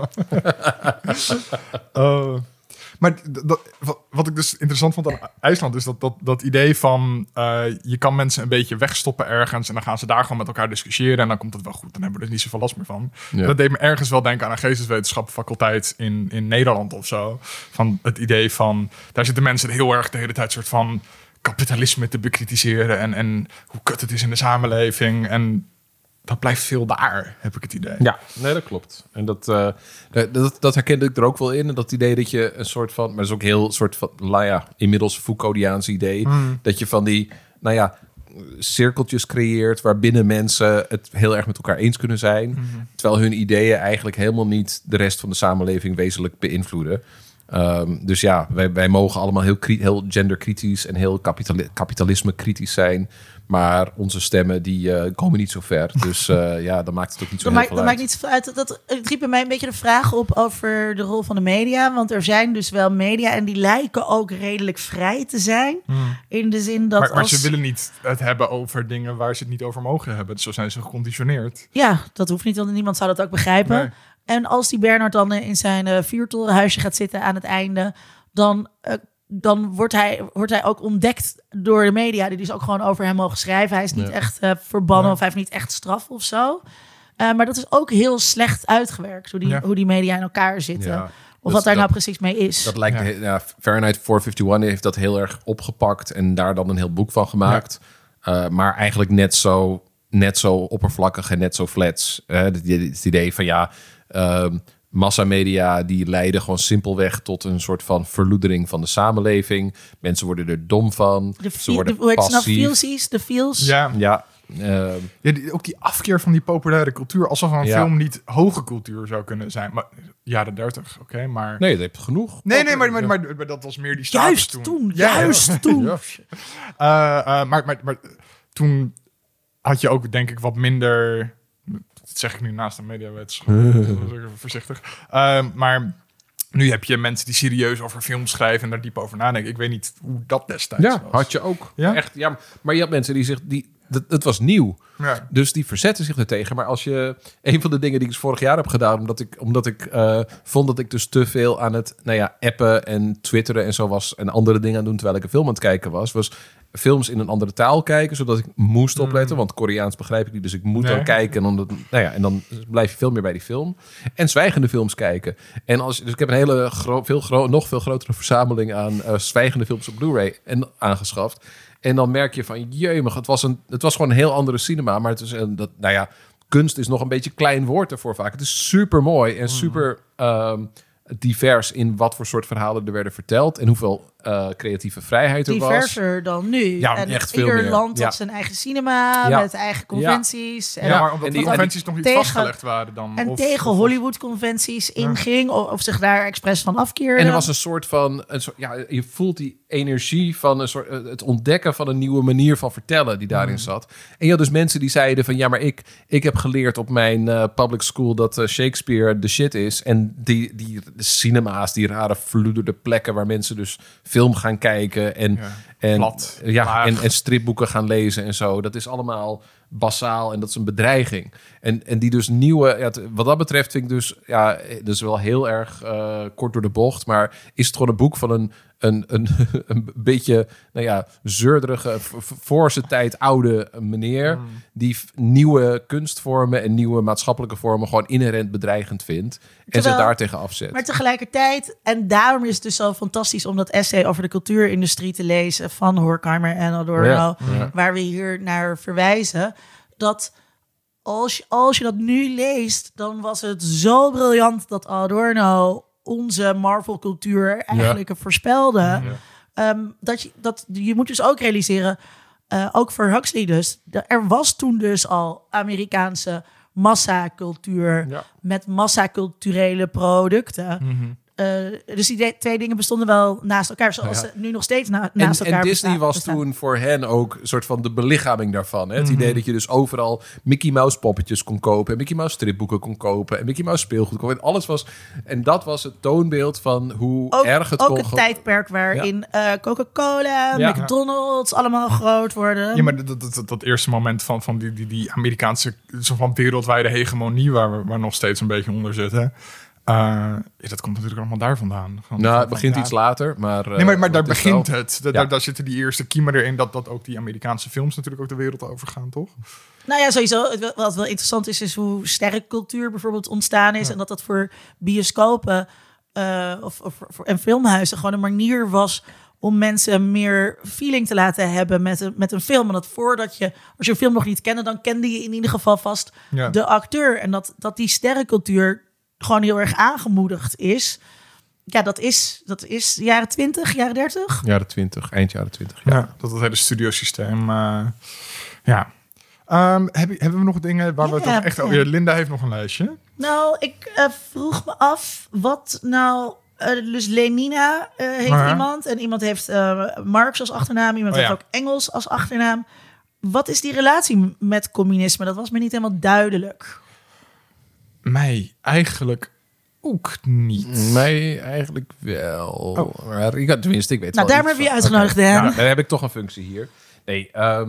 Speaker 1: Maar wat ik dus interessant vond aan IJsland... is dat idee van... je kan mensen een beetje wegstoppen ergens... en dan gaan ze daar gewoon met elkaar discussiëren... en dan komt het wel goed. Dan hebben we er niet zoveel last meer van. Ja. Dat deed me ergens wel denken aan een geesteswetenschappenfaculteit... in Nederland of zo. Van het idee van... daar zitten mensen heel erg de hele tijd... soort van kapitalisme te bekritiseren... en hoe kut het is in de samenleving... en dat blijft veel daar, heb ik het idee.
Speaker 3: Ja, nee, dat klopt. En dat herkende ik er ook wel in. En dat idee dat je een soort van... maar dat is ook heel soort van... inmiddels Foucauldiaans idee... dat je van die, cirkeltjes creëert... waarbinnen mensen het heel erg met elkaar eens kunnen zijn... Mm-hmm. terwijl hun ideeën eigenlijk helemaal niet... de rest van de samenleving wezenlijk beïnvloeden. Dus ja, wij mogen allemaal heel genderkritisch... en heel kapitalisme kritisch zijn... Maar onze stemmen die komen niet zo ver. Dus dan maakt het ook niet zo heel veel
Speaker 2: Dat
Speaker 3: uit.
Speaker 2: maakt niet zoveel uit. Het riep bij mij een beetje de vraag op over de rol van de media. Want er zijn dus wel media en die lijken ook redelijk vrij te zijn. In de zin dat
Speaker 1: maar ze willen niet het hebben over dingen waar ze het niet over mogen hebben. Zo zijn ze geconditioneerd.
Speaker 2: Ja, dat hoeft niet, want niemand zou dat ook begrijpen.
Speaker 1: Nee.
Speaker 2: En als die Bernard dan in zijn vuurtorenhuisje gaat zitten aan het einde, dan wordt hij ook ontdekt door de media, die dus ook gewoon over hem mogen schrijven. Hij is niet echt verbannen of hij heeft niet echt straf of zo. Maar dat is ook heel slecht uitgewerkt, hoe die media in elkaar zitten.
Speaker 3: Ja.
Speaker 2: Of wat daar nou precies mee is.
Speaker 3: Dat lijkt Fahrenheit 451 heeft dat heel erg opgepakt en daar dan een heel boek van gemaakt. Maar eigenlijk net zo oppervlakkig en net zo flats. Het idee van massamedia die leiden gewoon simpelweg tot een soort van verloedering van de samenleving. Mensen worden er dom van. Ze worden passief.
Speaker 2: De feels.
Speaker 1: Ja. Ook die afkeer van die populaire cultuur. Alsof een film niet hoge cultuur zou kunnen zijn. Maar jaren 30, oké, maar...
Speaker 3: Nee, dat heb je genoeg.
Speaker 1: Nee, maar dat was meer die status toen.
Speaker 2: Juist toen.
Speaker 1: Maar toen had je ook, denk ik, wat minder... Dat zeg ik nu naast de mediawetenschap. Voorzichtig. Maar nu heb je mensen die serieus over films schrijven en daar diep over nadenken. Ik weet niet hoe dat destijds was.
Speaker 3: Had je ook.
Speaker 1: Ja?
Speaker 3: Echt, maar je had mensen die zich... Het was nieuw. Ja. Dus die verzetten zich ertegen. Maar als je... Een van de dingen die ik vorig jaar heb gedaan... Omdat ik vond dat ik dus te veel aan het appen en twitteren en zo was... en andere dingen aan doen terwijl ik een film aan het kijken was films in een andere taal kijken... zodat ik moest opletten. Want Koreaans begrijp ik niet. Dus ik moet dan kijken. En dan blijf je veel meer bij die film. En zwijgende films kijken. Dus ik heb een nog veel grotere verzameling aan zwijgende films op Blu-ray aangeschaft... En dan merk je van, jemig, het was gewoon een heel andere cinema. Maar het is kunst is nog een beetje klein woord ervoor vaak. Het is super mooi en super divers in wat voor soort verhalen er werden verteld. En hoeveel creatieve vrijheid er was.
Speaker 2: Diverser dan nu.
Speaker 3: Ja,
Speaker 2: en
Speaker 3: echt veel
Speaker 2: ieder
Speaker 3: meer.
Speaker 2: land had zijn eigen cinema, met eigen conventies.
Speaker 1: Ja, maar omdat die conventies nog niet vastgelegd waren dan.
Speaker 2: En tegen Hollywood-conventies inging of zich daar expres van afkeerde.
Speaker 3: En er was een soort je voelt die energie van het ontdekken van een nieuwe manier van vertellen die daarin zat. En je had dus mensen die zeiden van, maar ik heb geleerd op mijn public school dat Shakespeare de shit is. En de cinema's, die rare verloederde plekken waar mensen dus film gaan kijken en stripboeken gaan lezen en zo. Dat is allemaal basaal en dat is een bedreiging. En die dus nieuwe... wat dat betreft vind ik dus... Ja, dat is wel heel erg kort door de bocht, maar is het gewoon een boek van een beetje, zeurderige, voor zijn tijd oude meneer, die nieuwe kunstvormen en nieuwe maatschappelijke vormen gewoon inherent bedreigend vindt en zich daar tegen afzet.
Speaker 2: Maar tegelijkertijd, en daarom is het dus zo fantastisch om dat essay over de cultuurindustrie te lezen van Horkheimer en Adorno, waar we hier naar verwijzen, dat als je dat nu leest, dan was het zo briljant dat Adorno onze Marvel-cultuur eigenlijk voorspelde. Dat je moet dus ook realiseren, ook voor Huxley dus, er was toen dus al Amerikaanse massacultuur met massaculturele producten. Dus die twee dingen bestonden wel naast elkaar, zoals ze nu nog steeds naast elkaar
Speaker 3: En Disney was toen voor hen ook een soort van de belichaming daarvan. Hè? Het idee dat je dus overal Mickey Mouse poppetjes kon kopen, en Mickey Mouse stripboeken kon kopen, en Mickey Mouse speelgoed kon kopen. En alles was, en dat was het toonbeeld van hoe erg het kon.
Speaker 2: Ook het tijdperk waarin Coca-Cola, McDonald's allemaal groot worden.
Speaker 1: Ja, maar dat eerste moment van die Amerikaanse soort van wereldwijde hegemonie waar we nog steeds een beetje onder zitten. Dat komt natuurlijk allemaal daar vandaan.
Speaker 3: Het begint iets later, maar...
Speaker 1: maar daar begint het. Daar zitten die eerste kiemen erin dat ook die Amerikaanse films natuurlijk ook de wereld over gaan, toch?
Speaker 2: Nou ja, sowieso. Wat wel interessant is hoe sterrencultuur bijvoorbeeld ontstaan is. En dat voor bioscopen en filmhuizen gewoon een manier was om mensen meer feeling te laten hebben met een film. En dat als je een film nog niet kende, dan kende je in ieder geval vast de acteur. En dat die sterrencultuur gewoon heel erg aangemoedigd is. Ja, dat is jaren 20, jaren 30?
Speaker 3: Jaren 20, eind jaren 20.
Speaker 1: Ja, dat hele studiosysteem. Hebben we nog dingen waar we toch echt... Linda heeft nog een lijstje.
Speaker 2: Nou, ik vroeg me af wat nou... dus Lenina heeft iemand. En iemand heeft Marx als achternaam. Iemand heeft ook Engels als achternaam. wat is die relatie met communisme? Dat was me niet helemaal duidelijk.
Speaker 1: Mij eigenlijk ook niet.
Speaker 3: Mij eigenlijk wel.
Speaker 1: Oh.
Speaker 3: Maar tenminste, ik weet
Speaker 2: Nou,
Speaker 3: wel
Speaker 2: daarom
Speaker 3: iets
Speaker 2: heb je
Speaker 3: van.
Speaker 2: uitgenodigd,
Speaker 3: Oké.
Speaker 2: Dan.
Speaker 3: Nou, dan heb ik toch een functie hier. Nee,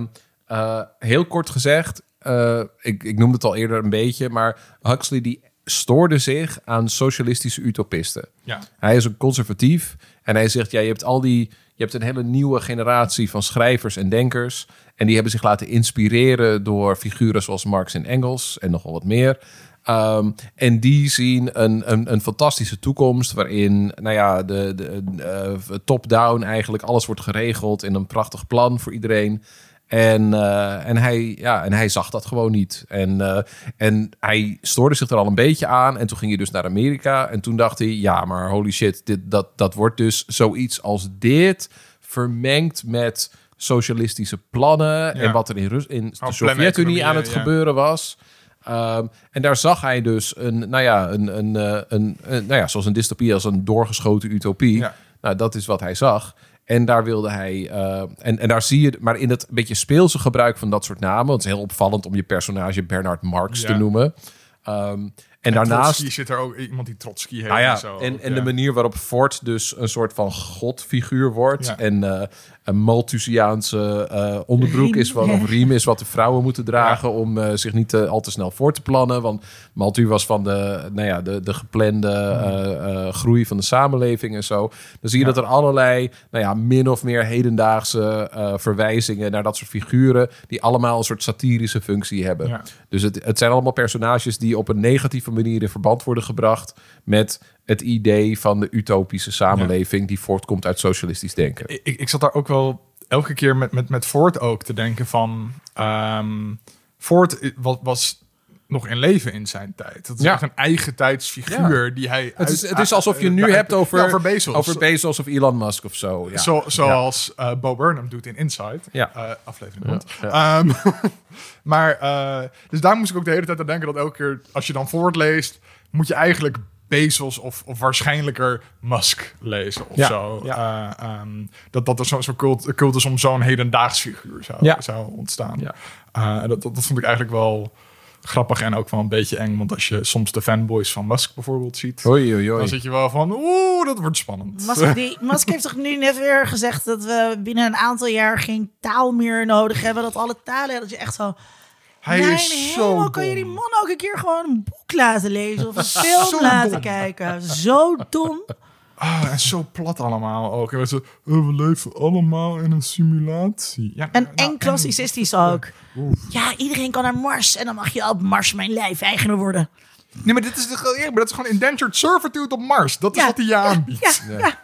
Speaker 3: heel kort gezegd, ik noemde het al eerder een beetje, maar Huxley die stoorde zich aan socialistische utopisten.
Speaker 1: Ja.
Speaker 3: Hij is een conservatief en hij zegt, ja, je hebt een hele nieuwe generatie van schrijvers en denkers en die hebben zich laten inspireren door figuren zoals Marx en Engels en nogal wat meer. En die zien een fantastische toekomst waarin, nou ja, de top-down eigenlijk alles wordt geregeld in een prachtig plan voor iedereen. En hij zag dat gewoon niet. En hij stoorde zich er al een beetje aan. En toen ging hij dus naar Amerika. En toen dacht hij, ja, maar holy shit, dat wordt dus zoiets als dit vermengd met socialistische plannen. En wat er in de Sovjet-Unie aan het gebeuren was. En daar zag hij dus zoals een dystopie, als een doorgeschoten utopie.
Speaker 1: Ja.
Speaker 3: Nou, dat is wat hij zag. En daar wilde hij... En daar zie je... Maar in het beetje speelse gebruik van dat soort namen... Want het is heel opvallend om je personage Bernard Marx te noemen. En daarnaast...
Speaker 1: Trotsky zit er ook iemand die Trotsky heeft.
Speaker 3: Nou ja,
Speaker 1: en zo,
Speaker 3: en de manier waarop Ford dus een soort van godfiguur wordt. Ja. En een Malthusiaanse onderbroek is wat, of riem is wat de vrouwen moeten dragen om zich niet al te snel voor te plannen. Want Malthu was van de geplande groei van de samenleving en zo. Dan zie je dat er allerlei min of meer hedendaagse verwijzingen naar dat soort figuren die allemaal een soort satirische functie hebben. Ja. Dus het zijn allemaal personages die op een negatieve manier in verband worden gebracht met het idee van de utopische samenleving die voortkomt uit socialistisch denken.
Speaker 1: Ik zat daar ook wel elke keer met Ford ook te denken van... Ford was nog in leven in zijn tijd. Dat is echt een eigen tijdsfiguur die hij...
Speaker 3: Het is alsof je nu hebt over
Speaker 1: Bezos.
Speaker 3: Over Bezos of Elon Musk of zo. Ja.
Speaker 1: Zoals Bo Burnham doet in Inside.
Speaker 3: Ja.
Speaker 1: Aflevering. Maar dus daar moest ik ook de hele tijd aan denken dat elke keer als je dan Ford leest, moet je eigenlijk Bezos of waarschijnlijker Musk lezen of zo. Ja. Dat er zo'n cult is om zo'n hedendaags figuur zou ontstaan. Ja. Dat vond ik eigenlijk wel grappig en ook wel een beetje eng. Want als je soms de fanboys van Musk bijvoorbeeld ziet, dan zit je wel van, dat wordt spannend.
Speaker 2: Musk heeft toch nu net weer gezegd dat we binnen een aantal jaar geen taal meer nodig hebben. Dat alle talen, dat je echt zo...
Speaker 1: Hij is zo dom.
Speaker 2: Kan je die man ook een keer gewoon een boek laten lezen of een film laten kijken? Zo dom.
Speaker 1: En zo plat allemaal ook. En we leven allemaal in een simulatie. Ja,
Speaker 2: en klassicistisch ook. Ja, iedereen kan naar Mars en dan mag je op Mars mijn lijfeigenaar worden.
Speaker 1: Nee, maar dat is gewoon indentured servitude op Mars. Dat is wat hij je aanbiedt.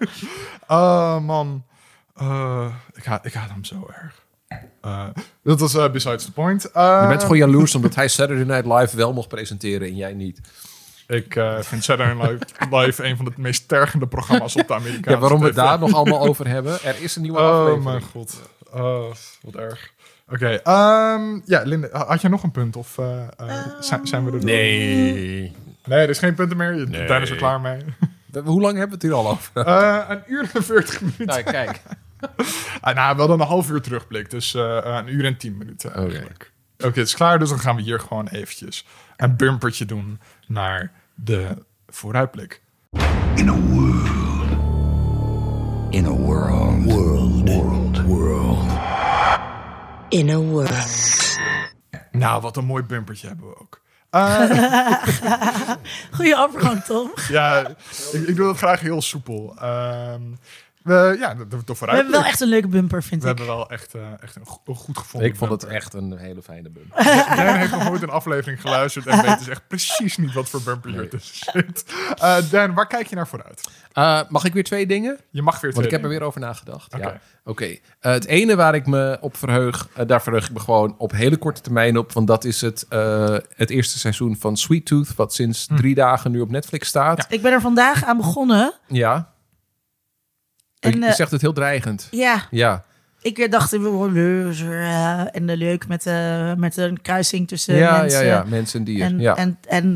Speaker 1: Man. Ik haat hem zo erg. Dat was besides the point.
Speaker 3: Je bent gewoon jaloers omdat hij Saturday Night Live wel mocht presenteren en jij niet.
Speaker 1: Ik vind Saturday Night Live een van de meest tergende programma's op de Amerikaanse
Speaker 3: waarom
Speaker 1: TV.
Speaker 3: we het daar nog allemaal over hebben. Er is een nieuwe aflevering.
Speaker 1: Oh mijn god. Wat erg. Oké. Linde, had jij nog een punt? Of zijn we er?
Speaker 3: Nee,
Speaker 1: er is geen punten meer. Je bent er klaar mee.
Speaker 3: Hoe lang hebben we het hier al over?
Speaker 1: 1 uur en 40 minuten.
Speaker 3: Nou, kijk.
Speaker 1: Wel dan een half uur terugblik. Dus 1 uur en 10 minuten eigenlijk. Oké, het is klaar. Dus dan gaan we hier gewoon eventjes een bumpertje doen naar de vooruitblik.
Speaker 4: In a world. In a world. World.
Speaker 5: In a world.
Speaker 1: Nou, wat een mooi bumpertje hebben we ook.
Speaker 2: Goeie overgang, Tom.
Speaker 1: Ja, ik doe dat graag heel soepel. De vooruitblik.
Speaker 2: We hebben wel echt een leuke bumper, vind ik.
Speaker 1: We hebben wel echt een goed gevonden.
Speaker 3: Ik vond
Speaker 1: bumper.
Speaker 3: het echt een hele fijne bumper.
Speaker 1: Dan heeft nog nooit een aflevering geluisterd en weet dus echt precies niet wat voor bumper hier tussen zit. Dan, waar kijk je naar vooruit?
Speaker 3: Mag ik weer 2 dingen?
Speaker 1: Je mag weer 2
Speaker 3: Want ik heb er
Speaker 1: dingen.
Speaker 3: weer over nagedacht.
Speaker 1: Okay.
Speaker 3: Ja. Oké. Het ene waar ik me op verheug, daar verheug ik me gewoon op hele korte termijn op. Want dat is het eerste seizoen van Sweet Tooth, wat sinds 3 dagen nu op Netflix staat.
Speaker 2: Ja. Ik ben er vandaag aan begonnen.
Speaker 3: Ja.
Speaker 2: En,
Speaker 3: je zegt het heel dreigend.
Speaker 2: Ja.
Speaker 3: Ja.
Speaker 2: Ik dacht, en leuk met een kruising tussen mensen.
Speaker 3: Ja, mensen en dieren.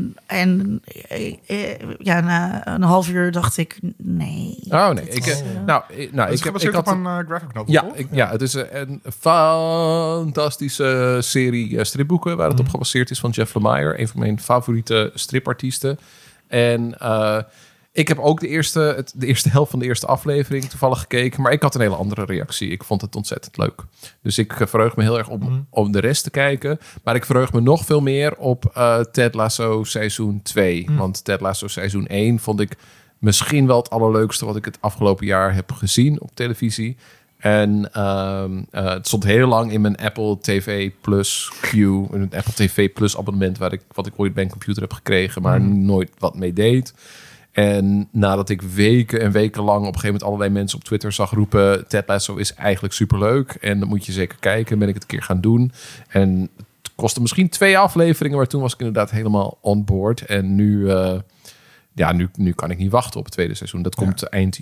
Speaker 2: Na een half uur dacht ik, nee.
Speaker 3: Oh nee, ik
Speaker 1: heb op een graphic novel,
Speaker 3: ja,
Speaker 1: toch?
Speaker 3: het is een fantastische serie stripboeken waar het op gebaseerd is van Jeff Lemire, een van mijn favoriete stripartiesten. En ik heb ook de eerste helft van de eerste aflevering toevallig gekeken, maar ik had een hele andere reactie. Ik vond het ontzettend leuk. Dus ik verheug me heel erg om de rest te kijken. Maar ik verheug me nog veel meer op Ted Lasso seizoen 2. Want Ted Lasso seizoen 1 vond ik misschien wel het allerleukste wat ik het afgelopen jaar heb gezien op televisie. En het stond heel lang in mijn Apple TV Plus queue. Een Apple TV Plus abonnement wat ik ooit bij een computer heb gekregen, maar nooit wat mee deed. En nadat ik weken en weken lang op een gegeven moment allerlei mensen op Twitter zag roepen, Ted Lasso is eigenlijk superleuk en dat moet je zeker kijken, ben ik het een keer gaan doen. En het kostte misschien 2 afleveringen, maar toen was ik inderdaad helemaal on board. En nu kan ik niet wachten op het tweede seizoen. Dat komt eind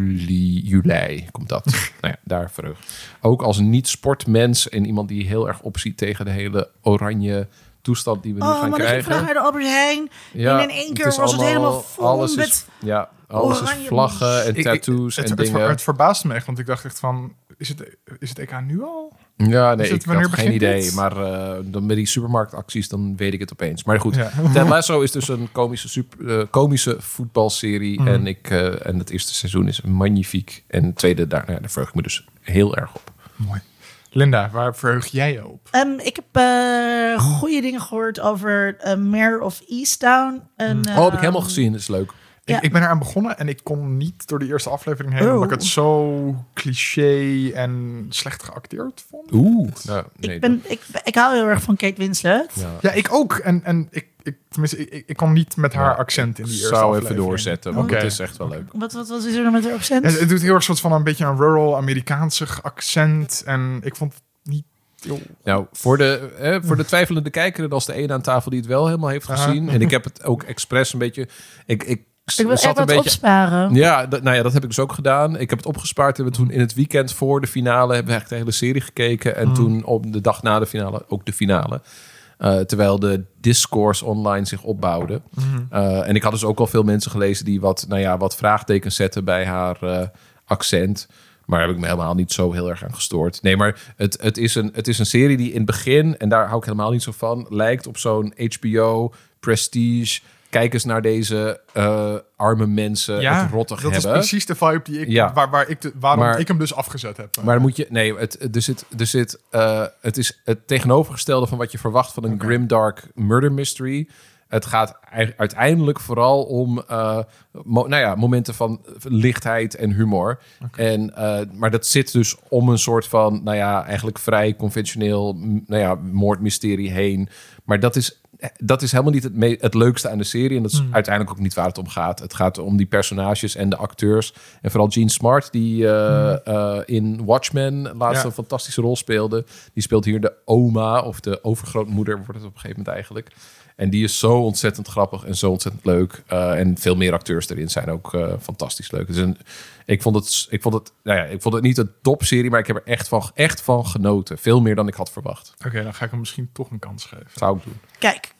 Speaker 3: juli komt dat. Nou ja, daar verheug. Ook als niet-sportmens en iemand die heel erg opziet tegen de hele oranje toestand die we nu gaan krijgen.
Speaker 2: Ik ging naar de Albert Heijn. Ja, en in één keer was het helemaal vol
Speaker 3: alles
Speaker 2: met
Speaker 3: alles is vlaggen en tattoos en dingen.
Speaker 1: Het verbaasde me echt, want ik dacht echt van, is het EK nu al?
Speaker 3: Ja, nee, ik had geen idee. Maar dan met die supermarktacties, dan weet ik het opeens. Maar goed, Ted Lasso is dus een komische voetbalserie. En het eerste seizoen is magnifiek. En het tweede, daar verheug ik me dus heel erg op.
Speaker 1: Mooi. Linda, waar verheug jij je op?
Speaker 2: Ik heb goede dingen gehoord over Mare of Easttown.
Speaker 3: Heb ik helemaal gezien. Dat is leuk.
Speaker 2: Ja.
Speaker 1: Ik ben eraan begonnen en ik kon niet door de eerste aflevering heen, omdat ik het zo cliché en slecht geacteerd vond.
Speaker 2: Ik hou heel erg van Kate Winslet.
Speaker 1: Ja, ik ook. En ik kon niet met haar accent in die eerste aflevering.
Speaker 3: Even doorzetten, want het is echt wel leuk.
Speaker 2: Wat is er dan met haar accent?
Speaker 1: Het doet heel erg soort van een beetje een rural Amerikaansig accent. En ik vond het niet...
Speaker 3: Nou, voor de twijfelende kijker, dat is de ene aan tafel die het wel helemaal heeft gezien. En ik heb het ook expres een beetje... Ik
Speaker 2: wil echt wat opsparen.
Speaker 3: Ja, dat heb ik dus ook gedaan. Ik heb het opgespaard. We hebben toen in het weekend voor de finale hebben we eigenlijk de hele serie gekeken. En toen op de dag na de finale ook de finale. Terwijl de discourse online zich opbouwde. En ik had dus ook al veel mensen gelezen die wat vraagtekens zetten bij haar accent. Maar daar heb ik me helemaal niet zo heel erg aan gestoord. Nee, maar het is een serie die in het begin, en daar hou ik helemaal niet zo van, lijkt op zo'n HBO, Prestige. Kijk eens naar deze arme mensen het rottig hebben.
Speaker 1: Dat is precies de vibe die ik, waarom ik hem dus afgezet heb.
Speaker 3: Maar moet je... Nee, het is het tegenovergestelde van wat je verwacht van een grimdark murder mystery. Het gaat uiteindelijk vooral om momenten van lichtheid en humor. Maar dat zit dus om een soort van, eigenlijk vrij conventioneel moordmysterie heen. Maar dat is helemaal niet het leukste aan de serie. En dat is uiteindelijk ook niet waar het om gaat. Het gaat om die personages en de acteurs. En vooral Jean Smart, die in Watchmen laatst een fantastische rol speelde. Die speelt hier de oma of de overgrootmoeder, wordt het op een gegeven moment eigenlijk. En die is zo ontzettend grappig en zo ontzettend leuk. En veel meer acteurs erin zijn ook fantastisch leuk. Dus ik vond het niet een topserie, maar ik heb er echt van genoten. Veel meer dan ik had verwacht.
Speaker 1: Oké, dan ga ik hem misschien toch een kans geven.
Speaker 3: Zou ik doen.
Speaker 2: Kijk.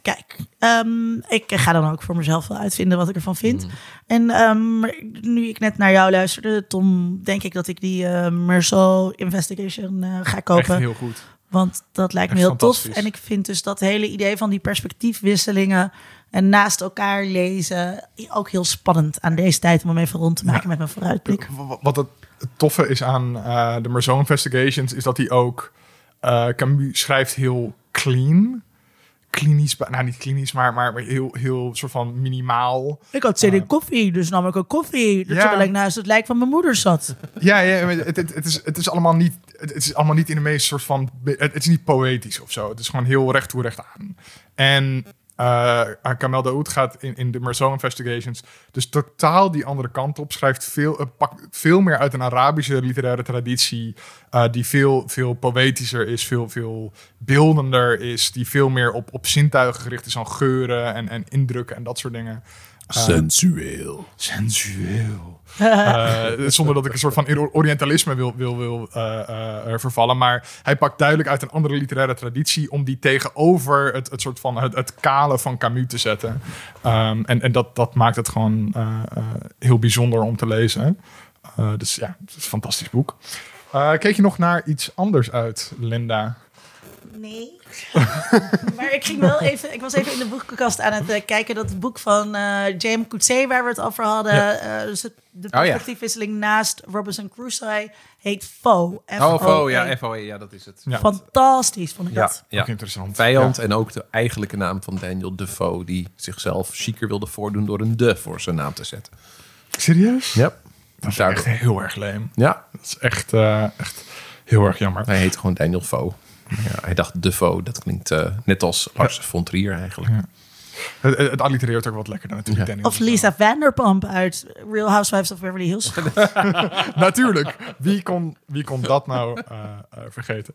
Speaker 2: Ik ga dan ook voor mezelf wel uitvinden wat ik ervan vind. En nu ik net naar jou luisterde, Tom, denk ik dat ik die Merceau Investigation ga kopen.
Speaker 1: Echt heel goed.
Speaker 2: Want dat lijkt me heel tof. En ik vind dus dat hele idee van die perspectiefwisselingen en naast elkaar lezen ook heel spannend aan deze tijd om hem even rond te maken met mijn vooruitblik.
Speaker 1: Wat het toffe is aan de Merceau Investigations is dat hij ook Camus schrijft heel clean. Klinisch, niet klinisch, maar heel soort van minimaal.
Speaker 2: Ik had zin in koffie, dus nam ik een koffie. Terwijl ik naast het lijk van mijn moeder zat.
Speaker 1: Ja, het is allemaal niet. Het is allemaal niet in de meest soort van. Het is niet poëtisch of zo. Het is gewoon heel recht toe recht aan. En Kamel Daoud gaat in de Merceau Investigations dus totaal die andere kant op. Schrijft pakt veel meer uit een Arabische literaire traditie. Die veel poëtischer is, veel beeldender is. Die veel meer op zintuigen gericht is aan geuren en indrukken en dat soort dingen.
Speaker 3: Sensueel.
Speaker 1: Zonder dat ik een soort van orientalisme wil vervallen. Maar hij pakt duidelijk uit een andere literaire traditie om die tegenover het soort van het kale van Camus te zetten. En dat maakt het gewoon heel bijzonder om te lezen. Dus ja, het is een fantastisch boek. Keek je nog naar iets anders uit, Linda?
Speaker 2: Nee. Maar ik was even in de boekenkast aan het kijken. Dat boek van J.M. Coetzee, waar we het over hadden. Dus de perspectiefwisseling naast Robinson Crusoe heet Foe.
Speaker 3: Foe, ja, F-O-E, ja, dat is het.
Speaker 1: Ja.
Speaker 2: Fantastisch, vond ik dat.
Speaker 3: Ja.
Speaker 1: Ook interessant.
Speaker 3: Vijand en ook de eigenlijke naam van Daniel Defoe, die zichzelf chiquer wilde voordoen door een de voor zijn naam te zetten.
Speaker 1: Serieus?
Speaker 3: Ja.
Speaker 1: Dat is echt heel erg leem.
Speaker 3: Ja.
Speaker 1: Dat is echt heel erg jammer.
Speaker 3: Hij heet gewoon Daniel Defoe. Ja, hij dacht Defoe, dat klinkt net als Lars von Trier eigenlijk.
Speaker 1: Ja. Het allitereert ook wat lekkerder natuurlijk.
Speaker 3: Ja.
Speaker 1: Daniel.
Speaker 2: Of Lisa Vanderpump uit Real Housewives of Beverly Hills.
Speaker 1: Natuurlijk. Wie kon dat nou vergeten?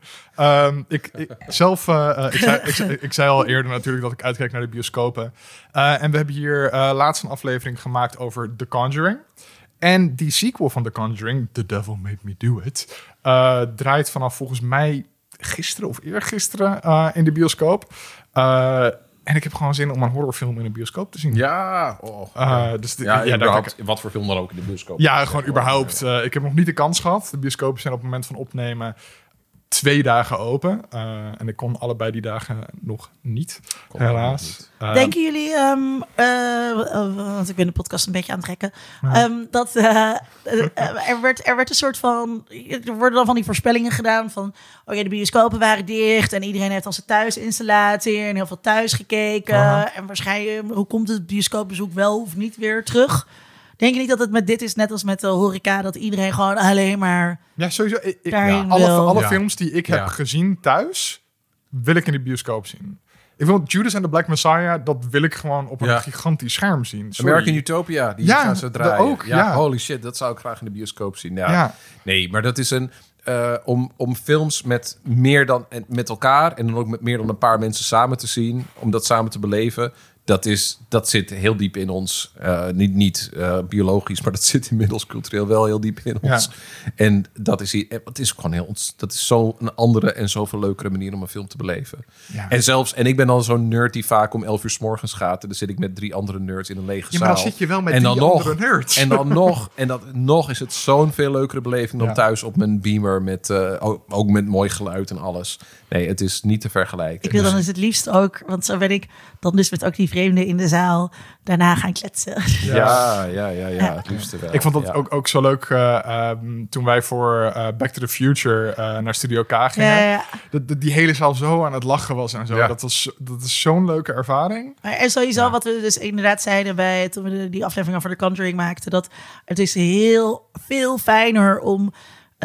Speaker 1: Ik zei al eerder natuurlijk dat ik uitkijk naar de bioscopen. En we hebben hier laatst een aflevering gemaakt over The Conjuring. En die sequel van The Conjuring, The Devil Made Me Do It, draait vanaf volgens mij gisteren of eergisteren in de bioscoop. En ik heb gewoon zin om een horrorfilm in een bioscoop te zien.
Speaker 3: Ja.
Speaker 1: Dus
Speaker 3: wat voor film dan ook in de bioscoop.
Speaker 1: Ja, gewoon überhaupt. Ik heb nog niet de kans gehad. De bioscopen zijn op het moment van opnemen 2 dagen open. En ik kon allebei die dagen nog niet, helaas.
Speaker 2: Denken jullie, want ik ben de podcast een beetje aan het trekken, dat er werd een soort van, er worden dan van die voorspellingen gedaan van, de bioscopen waren dicht en iedereen heeft dan zijn thuisinstallatie en heel veel thuis gekeken. En waarschijnlijk, hoe komt het bioscoopbezoek wel of niet weer terug? Denk je niet dat het met dit is net als met de horeca, dat iedereen gewoon alleen maar...
Speaker 1: Ja, sowieso. Alle films die ik heb gezien thuis, wil ik in de bioscoop zien. Ik wil Judas and the Black Messiah, dat wil ik gewoon op een gigantisch scherm zien. Sorry.
Speaker 3: American Utopia, die gaan ze draaien.
Speaker 1: Ook, ja.
Speaker 3: Holy shit, dat zou ik graag in de bioscoop zien. Ja. Nee, maar dat is een... om films met elkaar en dan ook met meer dan een paar mensen samen te zien, om dat samen te beleven, dat zit heel diep in ons. Niet biologisch, maar dat zit inmiddels cultureel wel heel diep in ons. En dat is gewoon dat is zo een andere en zoveel leukere manier om een film te beleven. Ja. En ik ben dan zo'n nerd die vaak om 11 uur 's morgens gaat. En dan zit ik met 3 andere nerds in een lege zaal.
Speaker 1: Maar dan zit je wel met 3 andere nerds.
Speaker 3: En dan nog is het zo'n veel leukere beleving dan thuis op mijn beamer met ook met mooi geluid en alles. Nee, het is niet te vergelijken.
Speaker 2: Ik wil dan het liefst ook, want zo ben ik dan dus met ook die vreemden in de zaal daarna gaan kletsen.
Speaker 3: Ja, het liefste wel.
Speaker 1: Ik vond dat ook zo leuk toen wij voor Back to the Future naar Studio K gingen.
Speaker 2: Ja.
Speaker 1: Die hele zaal zo aan het lachen was en zo.
Speaker 3: Ja.
Speaker 1: Dat is zo'n leuke ervaring.
Speaker 2: En sowieso wat we dus inderdaad zeiden toen we die aflevering over The Conjuring maakten, dat het is heel veel fijner om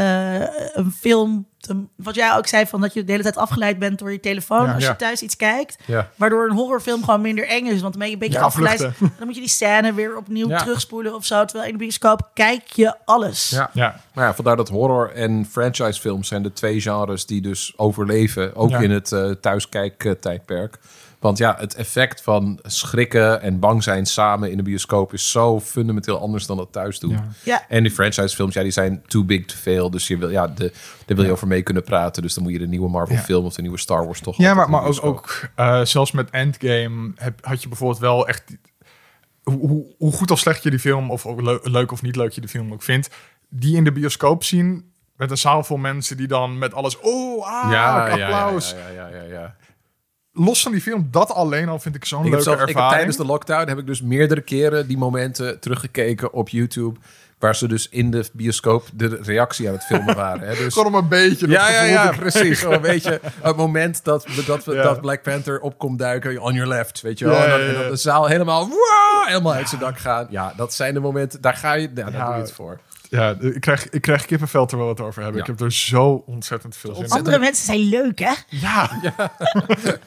Speaker 2: een film, wat jij ook zei, van dat je de hele tijd afgeleid bent door je telefoon als je thuis iets kijkt. Ja. Waardoor een horrorfilm gewoon minder eng is. Want dan ben je een beetje afgeleid. Dan moet je die scène weer opnieuw terugspoelen of zo. Terwijl in de bioscoop kijk je alles.
Speaker 3: Ja. Maar ja, vandaar dat horror en franchisefilms zijn de 2 genres die dus overleven. Ook in het thuiskijktijdperk. Want ja, het effect van schrikken en bang zijn samen in de bioscoop is zo fundamenteel anders dan dat thuis doen.
Speaker 2: Ja.
Speaker 3: En die franchisefilms, die zijn too big to fail. Dus je wil, daar wil je over mee kunnen praten. Dus dan moet je de nieuwe Marvel film of de nieuwe Star Wars toch.
Speaker 1: Ja, maar ook zelfs met Endgame had je bijvoorbeeld wel echt, hoe goed of slecht je die film, of leuk of niet leuk je de film ook vindt, die in de bioscoop zien met een zaal vol mensen die dan met alles, applaus.
Speaker 3: Ja.
Speaker 1: Los van die film, dat alleen al vind ik zo'n leuke ervaring.
Speaker 3: Tijdens de lockdown heb ik dus meerdere keren die momenten teruggekeken op YouTube, waar ze dus in de bioscoop de reactie aan het filmen waren. Hè. Dus,
Speaker 1: gewoon om een beetje.
Speaker 3: Ja, precies. Een beetje het moment dat Black Panther op komt duiken, on your left, weet je wel. En dan de zaal helemaal uit zijn dak gaan. Ja, dat zijn de momenten, daar doe je het voor.
Speaker 1: Ja, ik krijg kippenvel terwijl we het over hebben. Ik heb er zo ontzettend veel zin in.
Speaker 2: Andere mensen zijn leuk, hè?
Speaker 1: Ja.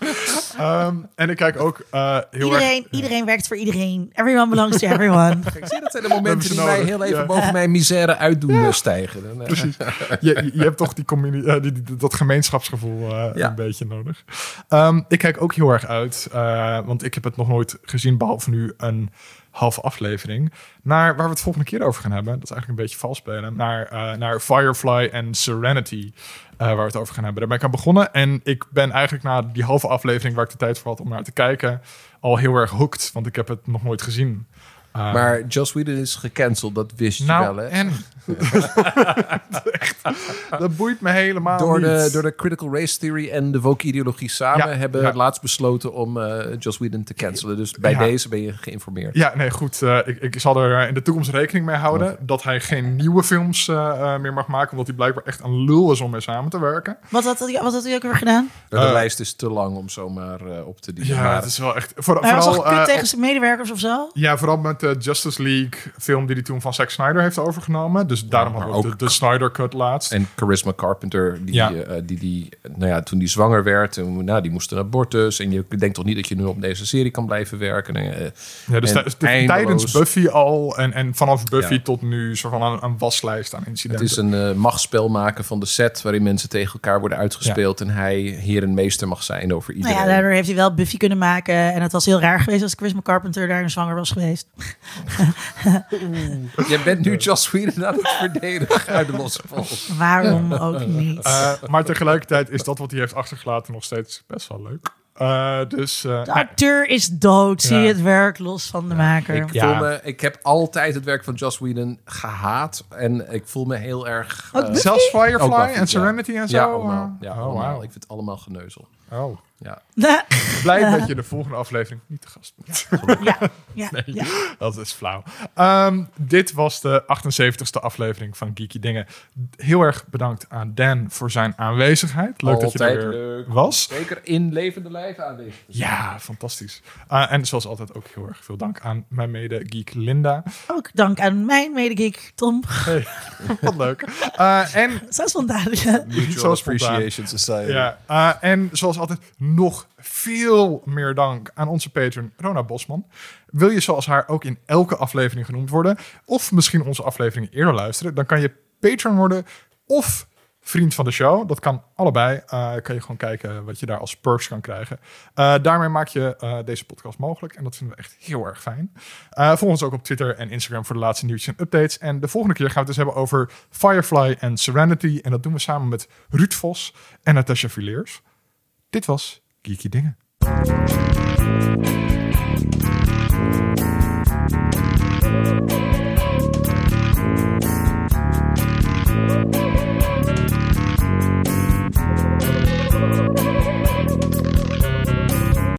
Speaker 1: En ik kijk ook heel erg...
Speaker 2: Iedereen werkt voor iedereen. Everyone belongs to everyone.
Speaker 3: Ik zie dat zijn de momenten die mij
Speaker 1: nodig.
Speaker 3: heel even boven mijn misère uitdoen stijgen. Dan,
Speaker 1: Precies. Je hebt toch dat gemeenschapsgevoel een beetje nodig. Ik kijk ook heel erg uit, want ik heb het nog nooit gezien, behalve nu een halve aflevering, naar waar we het volgende keer over gaan hebben. Dat is eigenlijk een beetje vals spelen. Naar Firefly en Serenity, waar we het over gaan hebben. Daar ben ik aan begonnen en ik ben eigenlijk na die halve aflevering waar ik de tijd voor had om naar te kijken, al heel erg hooked, want ik heb het nog nooit gezien.
Speaker 3: Maar Joss Whedon is gecanceld, dat wist je wel, hè?
Speaker 1: En echt, dat boeit me helemaal
Speaker 3: Door
Speaker 1: niet.
Speaker 3: de critical race theory en de woke-ideologie samen hebben laatst besloten om Joss Whedon te cancelen. Dus bij deze ben je geïnformeerd.
Speaker 1: Ja, nee, goed. Ik zal er in de toekomst rekening mee houden dat hij geen nieuwe films meer mag maken, omdat hij blijkbaar echt een lul is om mee samen te werken.
Speaker 2: Wat had hij ook weer gedaan?
Speaker 3: De lijst is te lang om zomaar op te dienen.
Speaker 1: Ja,
Speaker 3: Maar
Speaker 1: het is wel echt...
Speaker 2: Hij was toch kut tegen zijn medewerkers of zo?
Speaker 1: Ja, vooral met de Justice League film die hij toen van Zack Snyder heeft overgenomen. Dus daarom hadden we ook de Snyder Cut laatst.
Speaker 3: En Charisma Carpenter, toen die zwanger werd, die moest een abortus. En je denkt toch niet dat je nu op deze serie kan blijven werken?
Speaker 1: Dus tijdens Buffy al en vanaf Buffy tot nu soort van een waslijst aan incidenten.
Speaker 3: Het is een machtsspel maken van de set waarin mensen tegen elkaar worden uitgespeeld en hij heer en meester mag zijn over iedereen.
Speaker 2: Nou ja, daardoor heeft hij wel Buffy kunnen maken en het was heel raar geweest als Charisma Carpenter daar zwanger was geweest.
Speaker 3: Je bent nu Joss Whedon aan het verdedigen uit de losse val.
Speaker 2: Waarom ook niet?
Speaker 1: Maar tegelijkertijd is dat wat hij heeft achtergelaten nog steeds best wel leuk.
Speaker 2: De acteur is dood. Zie het werk los van de maker.
Speaker 3: Ik heb altijd het werk van Joss Whedon gehaat. En ik voel me heel erg...
Speaker 1: zelfs Firefly en Serenity en zo?
Speaker 3: Ja, allemaal. Allemaal.
Speaker 1: Wow.
Speaker 3: Ik vind het allemaal geneuzel.
Speaker 1: Oh.
Speaker 3: Ja.
Speaker 1: Blij dat je de volgende aflevering niet te gast bent.
Speaker 2: Ja.
Speaker 1: Dat is flauw. Dit was de 78ste aflevering van Geeky Dingen. Heel erg bedankt aan Dan voor zijn aanwezigheid. Leuk dat je er weer was.
Speaker 3: Zeker in levende lijf aanwezig.
Speaker 1: Ja, fantastisch. En zoals altijd ook heel erg veel dank aan mijn mede-geek Linda.
Speaker 2: Ook dank aan mijn medegeek Tom.
Speaker 1: Hey, wat leuk. En
Speaker 2: Zo spontaan.
Speaker 3: Mutual Appreciation Society.
Speaker 1: Ja, en zoals altijd nog veel meer dank aan onze patron Rona Bosman. Wil je zoals haar ook in elke aflevering genoemd worden, of misschien onze afleveringen eerder luisteren, dan kan je patron worden of vriend van de show. Dat kan allebei. Kan je gewoon kijken wat je daar als perks kan krijgen. Daarmee maak je deze podcast mogelijk. En dat vinden we echt heel erg fijn. Volg ons ook op Twitter en Instagram voor de laatste nieuwtjes en updates. En de volgende keer gaan we het dus hebben over Firefly en Serenity. En dat doen we samen met Ruud Vos en Natasha Villiers. Dit was Geeky Dingen.